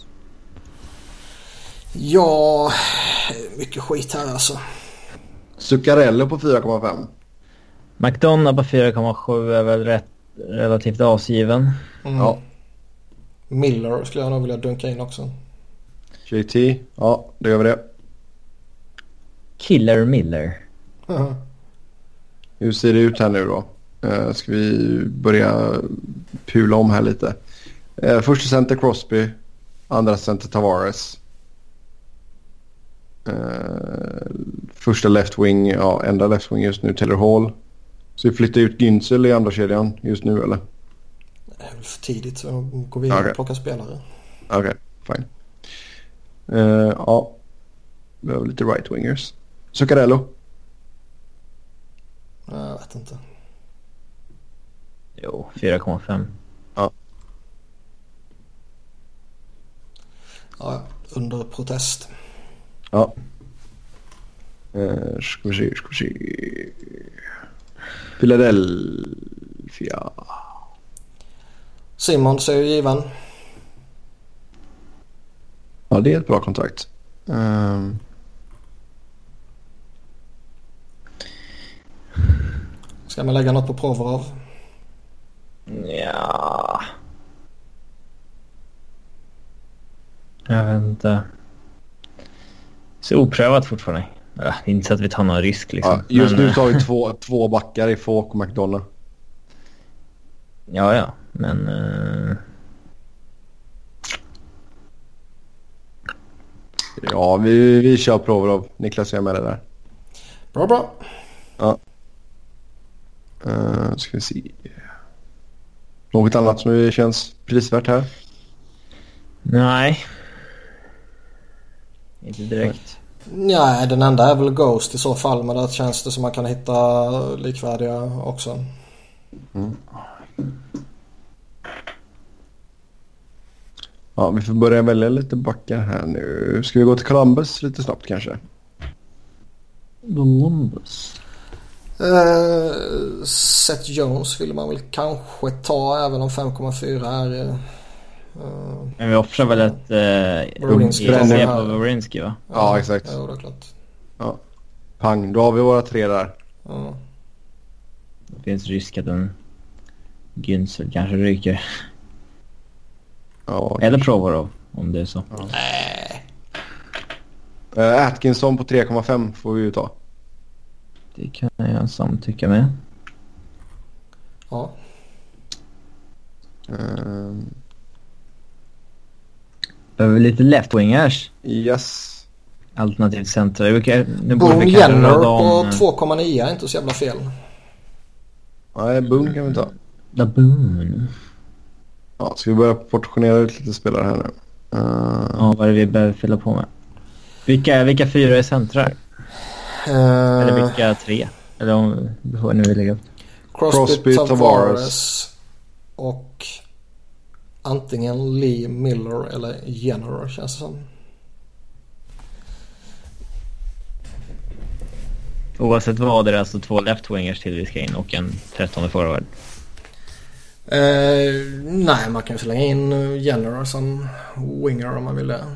Ja, mycket skit här alltså. Zuccarello på fyra komma fem. McDonough på fyra komma sju är väl rätt, relativt avgiven. Mm. Ja. Miller skulle jag nog vilja dunka in också. J T, ja, då gör vi det. Killer Miller. Uh-huh. Hur ser det ut här nu då? Uh, ska vi börja pula om här lite. Uh, första center Crosby. Andra center Tavares. Uh, första left wing, ja, enda left wing just nu Taylor Hall. Så vi flyttar ut Günzel i andra kedjan just nu eller? Det är väl för tidigt så går vi in okay. och plockar spelare. Okej, okay, fine. Uh, ja, vi har lite right wingers. Zuccarello. Jag vet inte. Jo, fyra komma fem. Ja. Ja, under protest. Ja. Uh, ska vi se, ska vi se. Philadelphia. Simmons är ju given. Ja, det är ett bra kontrakt. Um. Ska man lägga något på Provorov? Ja. Jag vet inte. Så oprövat fortfarande. Ja, inte så att vi tar någon risk liksom. Ja, just men, nu tar vi två, två backar i Falk och McDonough. Ja, ja. Men... Uh... Ja, vi, vi kör Provorov. Niklas är med det där. Bra, bra. Ja. Uh, ska vi se. Något annat som känns prisvärt här? Nej. Inte direkt. Nej, den enda är väl Ghost i så fall. Men det känns det som man kan hitta likvärdiga också. Mm. Ja, vi får börja välja lite backar här nu. Ska vi gå till Columbus lite snabbt kanske? Columbus. Uh, Seth Jones vill man väl kanske ta även om fem komma fyra är uh, Uh, Men vi offrar väl ett uh, Werenski på Werenski, va? Ja, ja, exakt. Ja, det är klart. Ja. Pang, då har vi våra tre där. Ja. Det finns risk att en Günsel kanske ryker. Ja, Eller Provorov, om det är så. Ja. Uh, Atkinson på tre komma fem får vi ju ta. Det kan jag samtycka med. Ja. Uh, Behöver vi lite left-wingers. yes. Alternativt center. Nu borde Boone vi kanske Jenner röra om... på två komma nio är inte så jävla fel. Nej, Boone kan vi ta. The Boone. Ja, ska vi börja portionera ut lite spelare här nu? Uh, Ja, vad är det vi behöver fylla på med? Vilka, vilka fyra är centrar? Uh, Eller vilka tre? Eller om du får nu lägga upp. Crosby, Crosby, Tavares, Tavares och antingen Lee Miller eller Jenner, känns det som. Oavsett vad är det alltså två left-wingers till vi ska in och en trettonde forward. Uh, nej, man kan ju slänga in Jenner som winger om man vill det.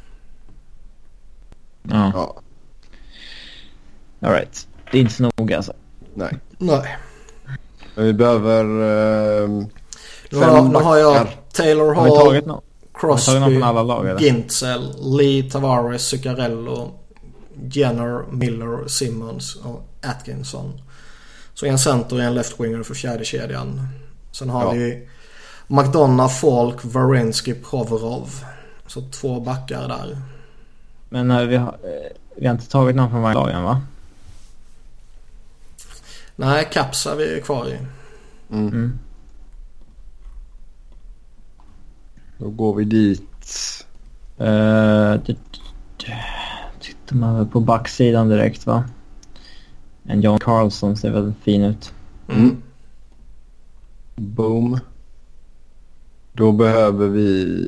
Ja. ja. All right. Det är inte så noga alltså. Nej. Nej. Men vi behöver uh, Nu har, nu har jag Taylor Har vi Hall, tagit någon? Crosby, Har vi tagit någon från alla lag, eller? Gintzel, Lee, Tavares, Zuccarello, Jenner, Miller, Simmons och Atkinson. Så en center och en left-winger för fjärde kedjan. Sen har Ja. vi McDonough, Falk, Werenski, Provorov. Så två backar där. Men uh, vi, har, uh, vi har inte tagit någon från varje lag än, va? Nej, Caps är vi kvar i. Mm. Mm. Då går vi dit. Uh, d- d- tittar man väl på backsidan direkt, va? En John Carlson ser väl fin ut. Mm. Boom. Då behöver vi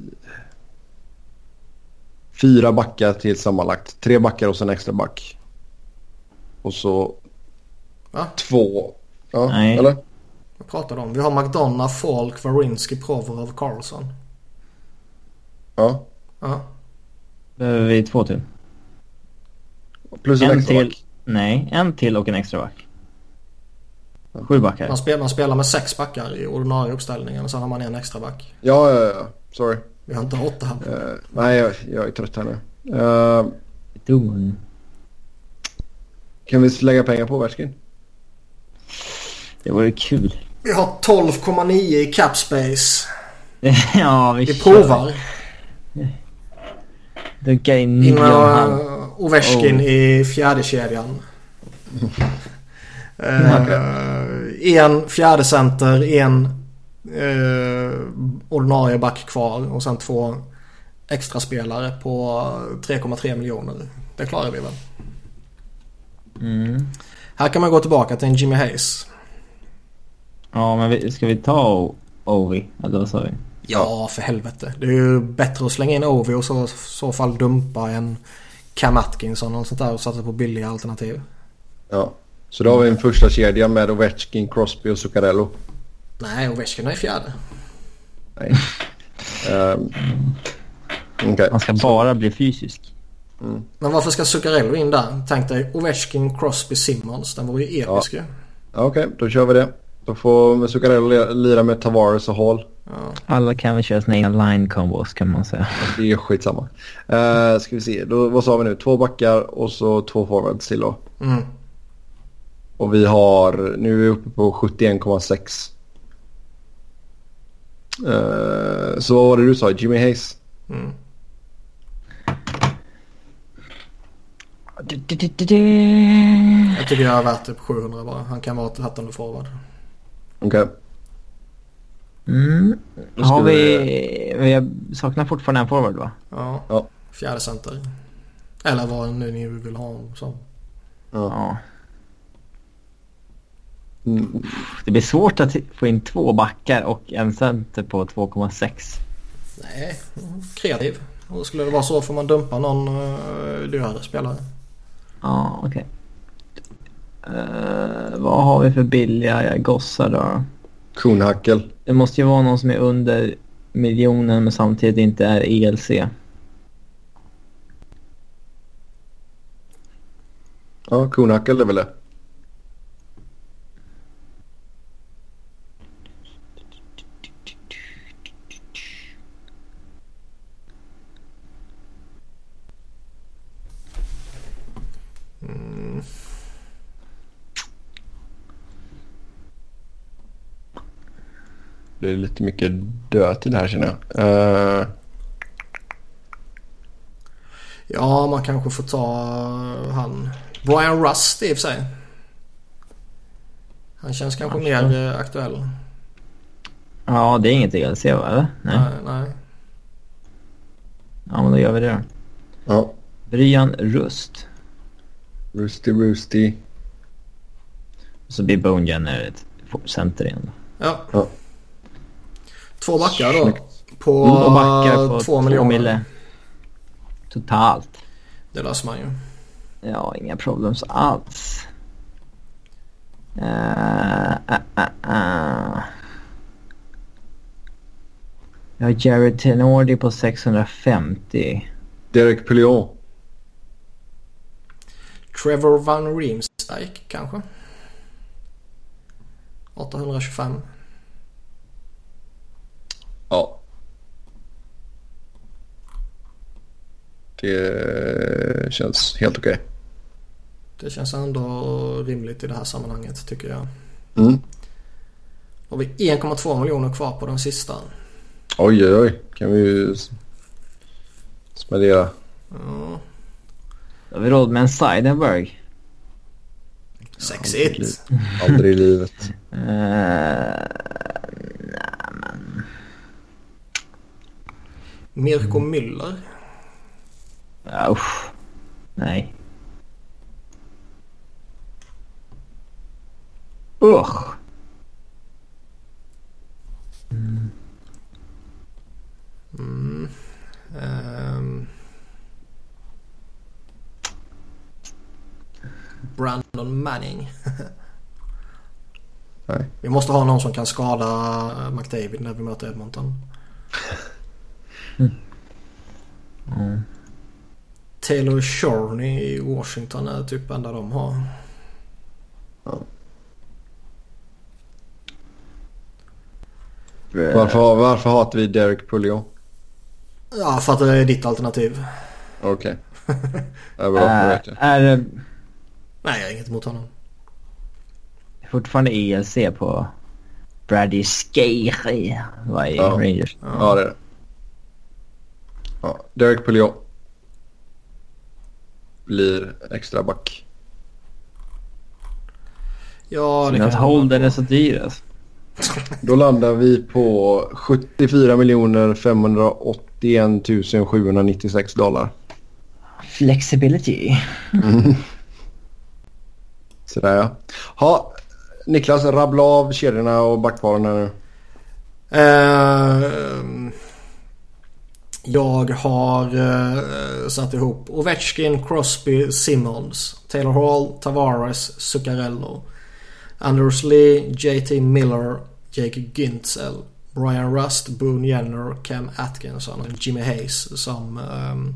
fyra backar till sammanlagt. Tre backar och sen extra back. Och så Va? två. Ja, Nej. eller? Vad pratar de om? Vi har McDonough, Falk, Werenski, Provorov, Carlson. Ja. Ja. Behöver vi två till? Plus en, En extra till. back. Nej, en till och en extra back. Sju backar. Man spelar, man spelar med sex backar i ordinarie uppställningen och sen har man en extra back. Ja, ja, ja. Sorry. Vi har inte åtta här. Uh, nej, jag, jag är trött här nu. Uh, Dum. kan vi lägga pengar på Ovechkin? Det vore kul. Vi har tolv komma nio i cap space. Ja, vi, Vi kör. provar. Dunkar in nio och en Innan halv. uh, Ovechkin Oh. i fjärde kedjan. uh, en fjärde center, en uh, ordinarie back kvar och sen två extra spelare på tre komma tre miljoner. Det klarar vi väl. Mm. Här kan man gå tillbaka till en Jimmy Hayes. Ja, men vi, ska vi ta Ovi? Eller vad sa vi? Ja, för helvete. Det är ju bättre att slänga in Ovi och så, så fall dumpa en Cam Atkinson och sånt där och satsa på billiga alternativ. Ja. Så då har vi en första kedja med Ovechkin, Crosby och Zuccarello. Nej, Ovechkin är fjärde. Nej. um, okay. Man ska bara bli fysisk. Mm. Men varför ska Zuccarello in där? Tänk dig Ovechkin, Crosby, Simmons. Den vore ju episk. Ja. Okej, okay, då kör vi det. Då får Zuccarello lira med Tavares och Hall. Ja. Alla kan väl köra sina egna line combos, kan man säga. Det är skitsamma. Uh, ska vi se, då, vad sa vi nu? Två backar och så två forwards till då. Mm. Och vi har, nu är vi uppe på sjuttioen komma sex. Uh, så vad var det du sa? Jimmy Hayes? Mm. Jag tycker jag är värt typ sjuhundra bara. Han kan vara ett hattande forward. Okej. Okay. Mm. Då ska Har vi... vi- Vi saknar fortfarande en forward, va? Ja. Ja. Fjärde center. Eller vad nu ni vill ha som. Ja. Ja. Mm. Det blir svårt att få in två backar och en center på två komma sex. Nej, kreativ. Och skulle det vara så får man dumpa någon uh, dyrare spelare. Ja, okej. Okay. Uh, vad har vi för billiga gossar då? Kuhnhackel. Det måste ju vara någon som är under miljoner men samtidigt inte är E L C. Ja, Konackel är väl det. Mm. Det är lite mycket dött i det här känner jag. Uh... Ja, man kanske får ta han. Brian Rust i och för sig. Han känns kanske ja, mer uh, aktuell. Ja, det är inget E L C va? Eller? Nej. nej, nej. Ja, men då gör vi det då. Ja. Brian Rust. Rusty, Rusty. Och så blir Bone Jenner ett center igen då. Ja. ja. Två backar då. På, mm, och backar på två miljoner. Mille. Totalt. Det löser man ju. Ja, inga problems alls. Uh, uh, uh, uh. Jag har Jared Tenordi på sexhundrafemtio. Derek Pouliot. Trevor Van Riemsdyk kanske. åttahundratjugofem. Ja. Det känns helt okej. Okay. Det känns ändå rimligt i det här sammanhanget tycker jag. Mm. Har vi en komma två miljoner kvar på den sista. Oj oj oj. Kan vi ju smällera. Ja. Då har vi råd med en Seidenberg. Sexigt. Aldrig i livet. Uh, nej, men... Mirko Müller. Ja, usch. Nej. Usch. Mm. Mm. Um. Brandon Manning. Nej. Vi måste ha någon som kan skada McDavid när vi möter Edmonton. Mm. Mm. Taylor Shorney i Washington är typ enda de har. Ja. Varför, varför hatar vi Derek Pouliot? Ja, för att det är ditt alternativ. Okej. Okay. Det är bra, uh, vet jag. Är det... Nej, jag har inget emot honom. Fortfarande E L C på Brady Skary. Vad är ja. Rangers? Ja. ja, det är det. Ja, Derek Pouliot blir extra back. Ja, det kan att Holden är så dyr alltså. Då landar vi på sjuttiofyra miljoner femhundraåttioen tusen sjuhundranittiosex dollar. Flexibility. Mm. Sådär ja. Ha, Niklas, rabbla av kedjorna och backparen här nu. Uh, jag har uh, satt ihop Ovechkin, Crosby, Simmons, Taylor Hall, Tavares, Zuccarello, Anders Lee, J T Miller, Jake Gintzel, Brian Rust, Boone Jenner, Cam Atkinson och Jimmy Hayes som um,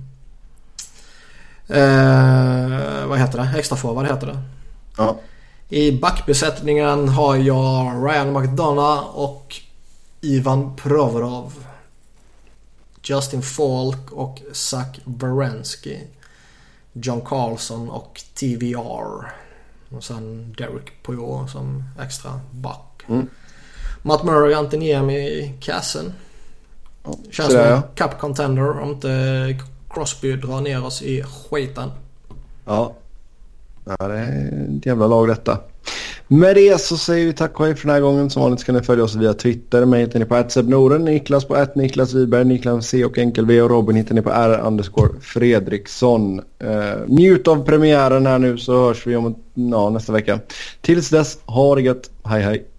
uh, vad heter det? Extra forward heter det. Ja. I backbesättningen har jag Ryan McDonough och Ivan Provorov, Justin Falk och Zach Werenski, John Carlson och T V R och sen Derek Pouliot som extra back. Mm. Matt Murray, Antoniemi i kassen. Ja, känns som en cup contender om inte Crosby drar ner oss i skiten. Ja. Ja, det är ett jävla lag detta. Med det så säger vi tack och hej för den här gången. Som vanligt ska ni följa oss via Twitter. Mig hittar ni på at sebnoren, Niklas på at Niklas Wiberg, Niklas C och Enkel V och Robin hittar ni på R underscore Fredriksson. Uh, njut av premiären här nu så hörs vi om ja, nästa vecka. Tills dess, ha det gött. Hej hej.